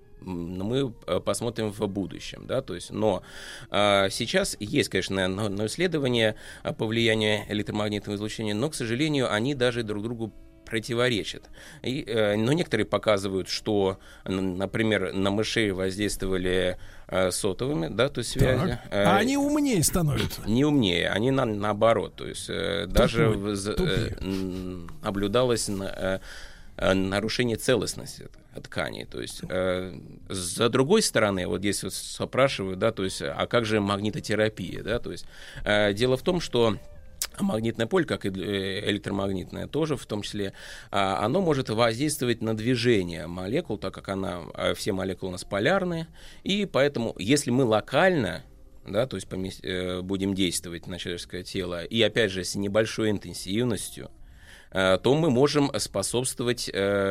Мы посмотрим в будущем, да, то есть, но а, сейчас есть, конечно, но, но исследования по влиянию электромагнитного излучения, но, к сожалению, они даже друг другу противоречат. И, э, но некоторые показывают, что, например, на мышей воздействовали э, сотовыми, да, то есть связи. Э, а они умнее становятся? Не умнее, они на, наоборот, то есть э, даже в, э, наблюдалось на, э, нарушение целостности тканей. То есть, э, с другой стороны, вот здесь вот спрашивают, да, то есть, а как же магнитотерапия, да, то есть, э, дело в том, что магнитное поле, как и электромагнитное, тоже в том числе, оно может воздействовать на движение молекул, так как она, все молекулы у нас полярные, и поэтому, если мы локально, да, то есть помест, будем действовать на человеческое тело, и опять же с небольшой интенсивностью, то мы можем способствовать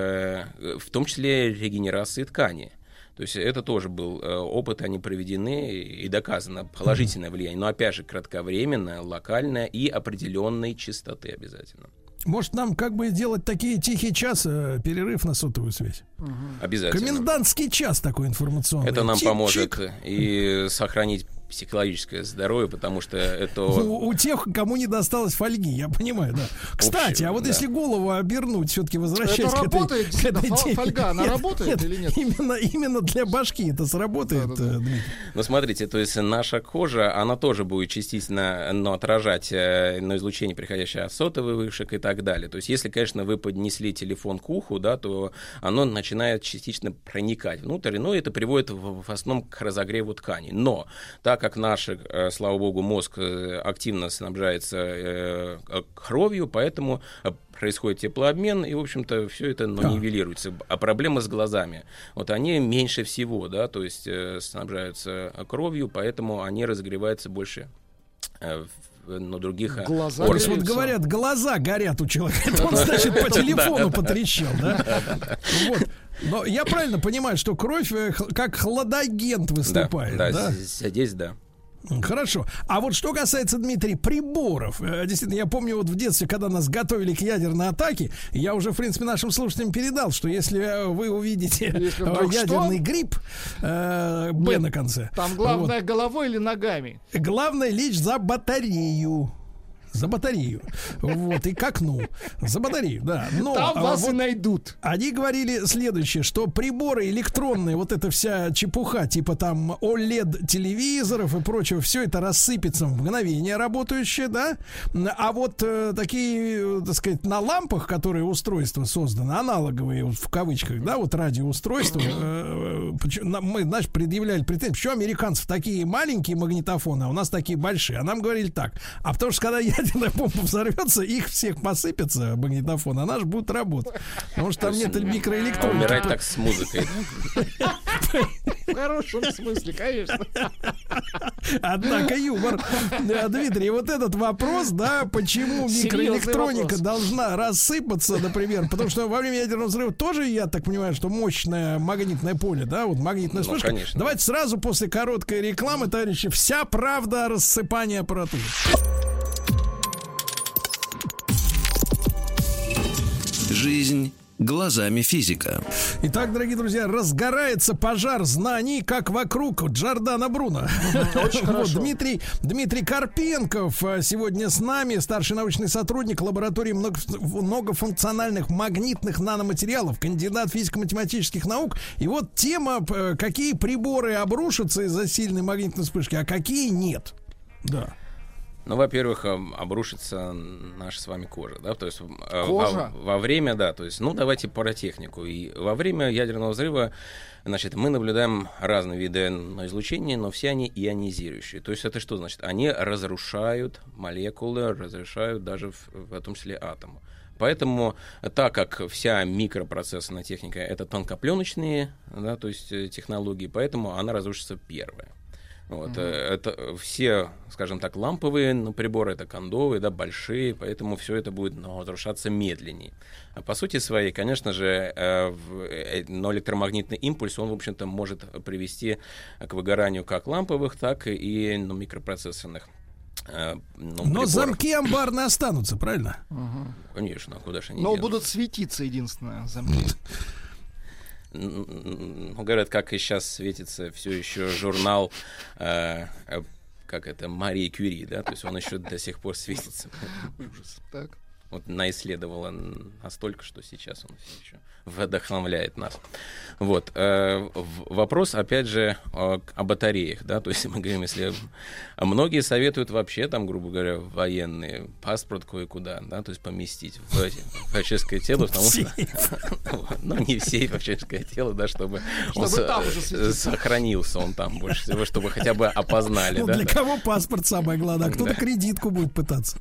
в том числе регенерации ткани. То есть это тоже был э, опыт, они проведены и доказано положительное влияние, но опять же кратковременное, локальное и определенной частоты обязательно. Может, нам как бы делать такие тихие часы, перерыв на сотовую связь? Угу. Обязательно. Комендантский час такой информационный. Это нам Чик-чик. поможет и сохранить психологическое здоровье, потому что это... У, у тех, кому не досталось фольги, я понимаю, да. Кстати, общем, а вот да. если голову обернуть, все-таки возвращаясь это к этой... работает, к этой теме. Фольга, она нет, работает нет, или нет? Именно, именно для башки это сработает, да, да, да. Дмитрий. Ну, смотрите, то есть наша кожа, она тоже будет частично ну, отражать ну, излучение, приходящее от сотовых вышек и так далее. То есть если, конечно, вы поднесли телефон к уху, да, то оно начинает частично проникать внутрь, но это приводит в, в основном к разогреву тканей. Но так как наш, слава богу, мозг активно снабжается кровью, поэтому происходит теплообмен, и, в общем-то, все это ну, да. нивелируется. А проблемы с глазами, вот они меньше всего, да, то есть снабжаются кровью, поэтому они разогреваются больше на других глаза органах. Вот говорят, глаза горят у человека. Это он, значит, по телефону потрещал, да? Вот. Но я правильно понимаю, что кровь как хладагент выступает, да? Да, здесь да. Хорошо. А вот что касается, Дмитрий, приборов. Действительно, я помню, вот в детстве, когда нас готовили к ядерной атаке, я уже, в принципе, нашим слушателям передал, что если вы увидите если ядерный что? гриб, э, Б Нет, на конце. Там главное вот. головой или ногами? Главное лечь за батарею. За батарею. Вот, и к окну. За батарею, да. Но, там а, вас вот и найдут. Они говорили следующее, что приборы электронные, вот эта вся чепуха, типа там о лед-телевизоров и прочего, все это рассыпется в мгновение работающее, да? А вот э, такие, так сказать, на лампах, которые устройства созданы, аналоговые, вот, в кавычках, да, вот радиоустройства, э, э, мы, значит, предъявляли претензии, почему американцев такие маленькие магнитофоны, а у нас такие большие. А нам говорили так, а потому что когда я ядерная бомба взорвется, их всех посыпется магнитофон, а наш будет работать. Потому что там нет микроэлектроники. Умирать так с музыкой. В хорошем смысле, конечно. Однако юмор. Дмитрий, вот этот вопрос, да, почему микроэлектроника должна рассыпаться, например, потому что во время ядерного взрыва тоже, я так понимаю, что мощное магнитное поле, да, вот магнитная вспышка. Ну, давайте сразу после короткой рекламы, товарищи, вся правда о рассыпании аппаратуры. Жизнь глазами физика. Итак, дорогие друзья, разгорается пожар знаний, как вокруг Джордано Бруно. Очень хорошо. Вот, Дмитрий, Дмитрий Карпенков сегодня с нами, старший научный сотрудник лаборатории многофункциональных магнитных наноматериалов, кандидат физико-математических наук. И вот тема, какие приборы обрушатся из-за сильной магнитной вспышки, а какие нет. Да. Ну, во-первых, обрушится наша с вами кожа, да, то есть кожа? Во, во время, да, то есть, ну, давайте про технику. И во время ядерного взрыва, значит, мы наблюдаем разные виды излучения, но все они ионизирующие. То есть это что значит? Они разрушают молекулы, разрушают даже в, в том числе атомы. Поэтому, так как вся микропроцессорная техника — это тонкопленочные, да, то есть технологии, поэтому она разрушится первая. Вот, mm-hmm. Это все, скажем так, ламповые ну, приборы, это кондовые, да, большие, поэтому все это будет ну, разрушаться медленнее. А по сути своей, конечно же, э, в, э, но электромагнитный импульс, он, в общем-то, может привести к выгоранию как ламповых, так и ну, микропроцессорных. Э, ну, но приборов. Замки амбарные останутся, правильно? Uh-huh. Конечно, а куда же они Но денутся? Будут светиться, единственное, замки. Ну, говорят, как и сейчас светится все еще журнал, э, э, как это, Марии Кюри, да, то есть он еще до сих пор светится. Ужас. Так. Вот наисследовала настолько, что сейчас он все еще вдохновляет нас. Вот. Э, вопрос, опять же, о, о батареях, да, то есть мы говорим, если многие советуют вообще, там, грубо говоря, военный паспорт кое-куда, да, то есть поместить в, в человеческое тело, потому что, ну, не в сейф, а в человеческое тело, да, чтобы он сохранился он там больше всего, чтобы хотя бы опознали, да. Для кого паспорт самое главное, а кто-то кредитку будет пытаться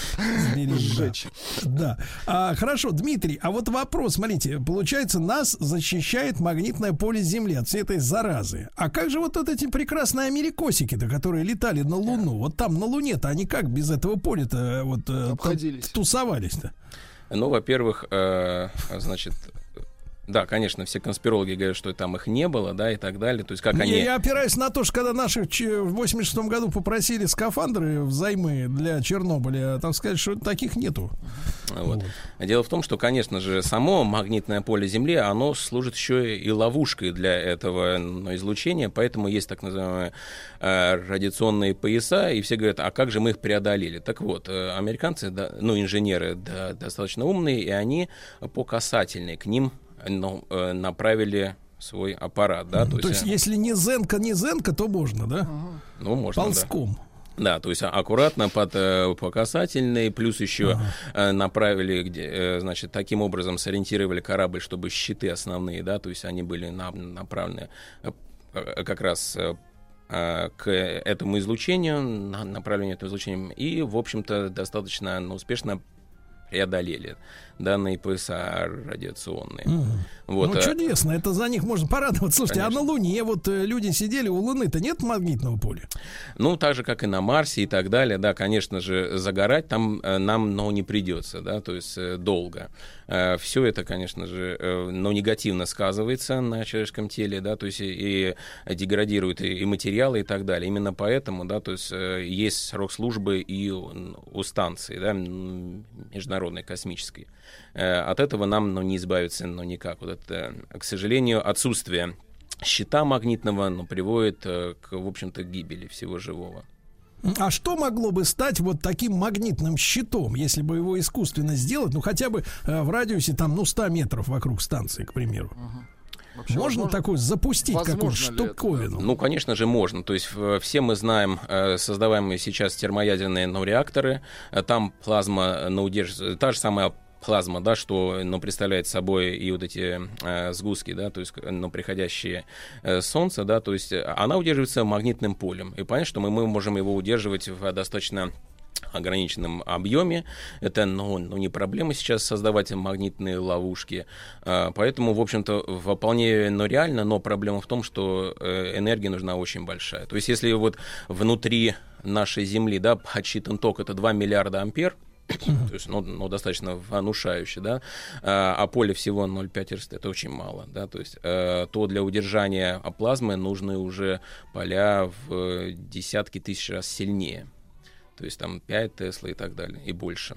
сжечь. Да. А, хорошо, Дмитрий, а вот вопрос, смотрите, получается, нас защищает магнитное поле Земли от всей этой заразы. А как же вот, вот эти прекрасные америкосики-то, которые летали на Луну? Вот там на Луне-то они как без этого поля-то вот обходились, тусовались-то? Ну, во-первых, э, значит, да, конечно, все конспирологи говорят, что там их не было, да, и так далее. То есть как не, они... Я опираюсь на то, что когда наши в восемьдесят шестом году попросили скафандры взаймы для Чернобыля, там сказать, что таких нету. Вот. Вот. Дело в том, что, конечно же, само магнитное поле Земли, оно служит еще и ловушкой для этого ну, излучения, поэтому есть так называемые э, радиационные пояса, и все говорят, а как же мы их преодолели? Так вот, э, американцы, да, ну, инженеры да, достаточно умные, и они по касательной к ним ну, э, направили свой аппарат, да. То, то есть, есть, если не зенка, не зенка, то можно, да? Ну, можно, ползком. Да. Да, то есть аккуратно под э, по касательной, плюс еще ага. э, направили, где, э, значит, таким образом сориентировали корабль, чтобы щиты основные, да, то есть они были на, направлены э, как раз э, к этому излучению, на направлению этого излучения, и, в общем-то, достаточно ну, успешно преодолели данные пояса радиационные. Mm. Вот, ну, а... чудесно, это за них можно порадоваться. Слушайте, конечно. А на Луне вот люди сидели, у Луны-то нет магнитного поля? Ну, так же, как и на Марсе и так далее, да, конечно же, загорать там э, нам, но не придется, да, то есть э, долго. Э, все это, конечно же, э, но негативно сказывается на человеческом теле, да, то есть и, и деградируют и, и материалы и так далее. Именно поэтому, да, то есть э, есть срок службы и у, у станции, да, международной космической. От этого нам ну, не избавиться ну, никак. Вот это, к сожалению, отсутствие щита магнитного ну, приводит к, в общем-то, гибели всего живого. А что могло бы стать вот таким магнитным щитом, если бы его искусственно сделать, ну, хотя бы э, в радиусе, там, ну, ста метров вокруг станции, к примеру? Uh-huh. Вообще, можно возможно, такую запустить какую-то штуковину? Ну, конечно же, можно. То есть все мы знаем э, создаваемые сейчас термоядерные ну, реакторы. Там плазма ну, удерживается. Та же самая плазма, да, что ну, представляет собой и вот эти э, сгустки, да, то есть ну, приходящие э, Солнце, да, то есть она удерживается магнитным полем. И понятно, что мы, мы можем его удерживать в достаточно ограниченном объеме. Это, ну, ну, не проблема сейчас создавать магнитные ловушки. Поэтому, в общем-то, вполне ну, реально, но проблема в том, что энергия нужна очень большая. То есть, если вот внутри нашей Земли, да, подсчитан ток, это два миллиарда ампер, то есть, ну, ну, достаточно внушающе, да, а, а поле всего ноль целых пять десятых эрста, это очень мало, да, то есть, э, то для удержания плазмы нужны уже поля в десятки тысяч раз сильнее, то есть, там, пять Тесла и так далее, и больше.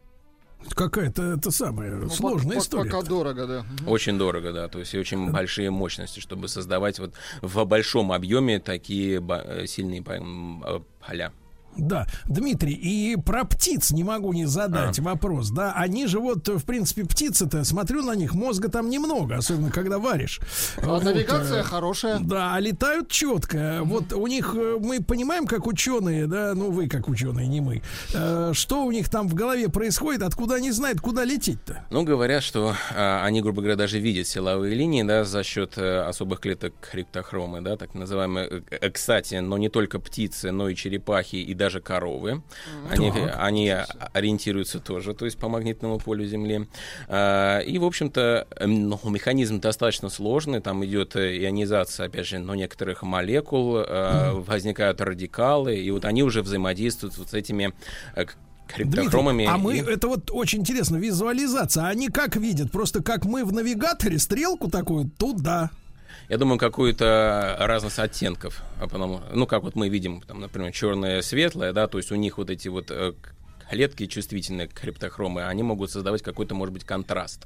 Какая-то это самая ну, сложная по, история. Пока дорого, да. Очень дорого, да, то есть, и очень большие мощности, чтобы создавать вот в большом объеме такие сильные поля. Да, Дмитрий, и про птиц не могу не задать а. вопрос, да, они же вот, в принципе, птицы-то, смотрю на них, мозга там немного, особенно когда варишь. А вот, навигация хорошая. Да, а летают четко, mm-hmm. вот у них, мы понимаем, как ученые, да, ну вы как ученые, не мы, э, что у них там в голове происходит, откуда они знают, куда лететь-то? Ну, говорят, что э, они, грубо говоря, даже видят силовые линии, да, за счет э, особых клеток криптохромы, да, так называемые, э, кстати, но не только птицы, но и черепахи, и даже даже коровы, они, они ориентируются тоже, то есть по магнитному полю Земли. И, в общем-то, ну, механизм достаточно сложный, там идет ионизация, опять же, ну, некоторых молекул, mm-hmm. возникают радикалы, и вот они уже взаимодействуют вот с этими криптохромами. Дмитрий, а мы, и... это вот очень интересно, визуализация, они как видят? Просто как мы в навигаторе стрелку такую туда. Я думаю, какую-то разность оттенков. Потому, ну, как вот мы видим, там, например, черное, светлое, да, то есть у них вот эти вот клетки чувствительные, криптохромы, они могут создавать какой-то, может быть, контраст.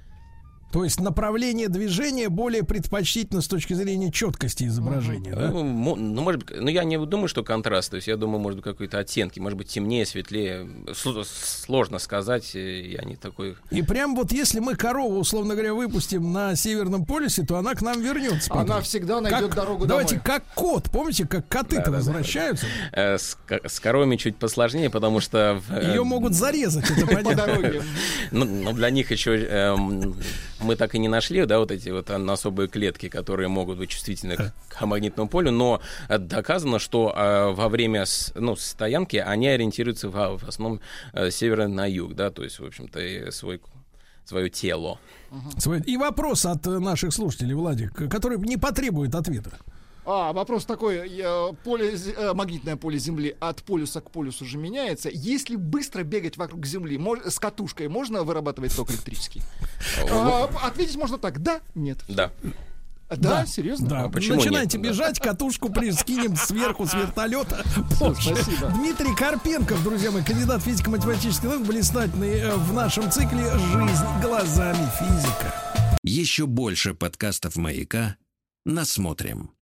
То есть направление движения более предпочтительно с точки зрения четкости изображения, mm-hmm. да? Ну, ну, может быть, ну, я не думаю, что контраст, то есть я думаю, может быть, какие-то оттенки, может быть, темнее, светлее, сложно сказать, я не такой... И прям вот если мы корову, условно говоря, выпустим на Северном полюсе, то она к нам вернется. Она потом. всегда найдет как, дорогу давайте, домой. Давайте, как кот, помните, как коты-то да, возвращаются? Да, да. С, с коровами чуть посложнее, потому что... Ее могут зарезать, это понятно. По дороге. Но для них еще... Мы так и не нашли, да, вот эти вот особые клетки, которые могут быть чувствительны к, к магнитному полю, но доказано, что э, во время с, ну, стоянки они ориентируются в, в основном э, с севера на юг, да, то есть, в общем-то, и свой, свое тело. Uh-huh. И вопрос от наших слушателей, Владик, который не потребует ответа. А, вопрос такой, поле, магнитное поле Земли от полюса к полюсу же меняется. Если быстро бегать вокруг Земли мож, с катушкой, можно вырабатывать ток электрический? а, ответить можно так, да, нет. Да. Да, да, серьезно? Да. А почему начинайте нет? бежать, катушку прискинем сверху с вертолета. Спасибо. Дмитрий Карпенков, друзья мои, кандидат физико-математических наук, блистательный в нашем цикле «Жизнь глазами физика». Еще больше подкастов «Маяка» насмотрим.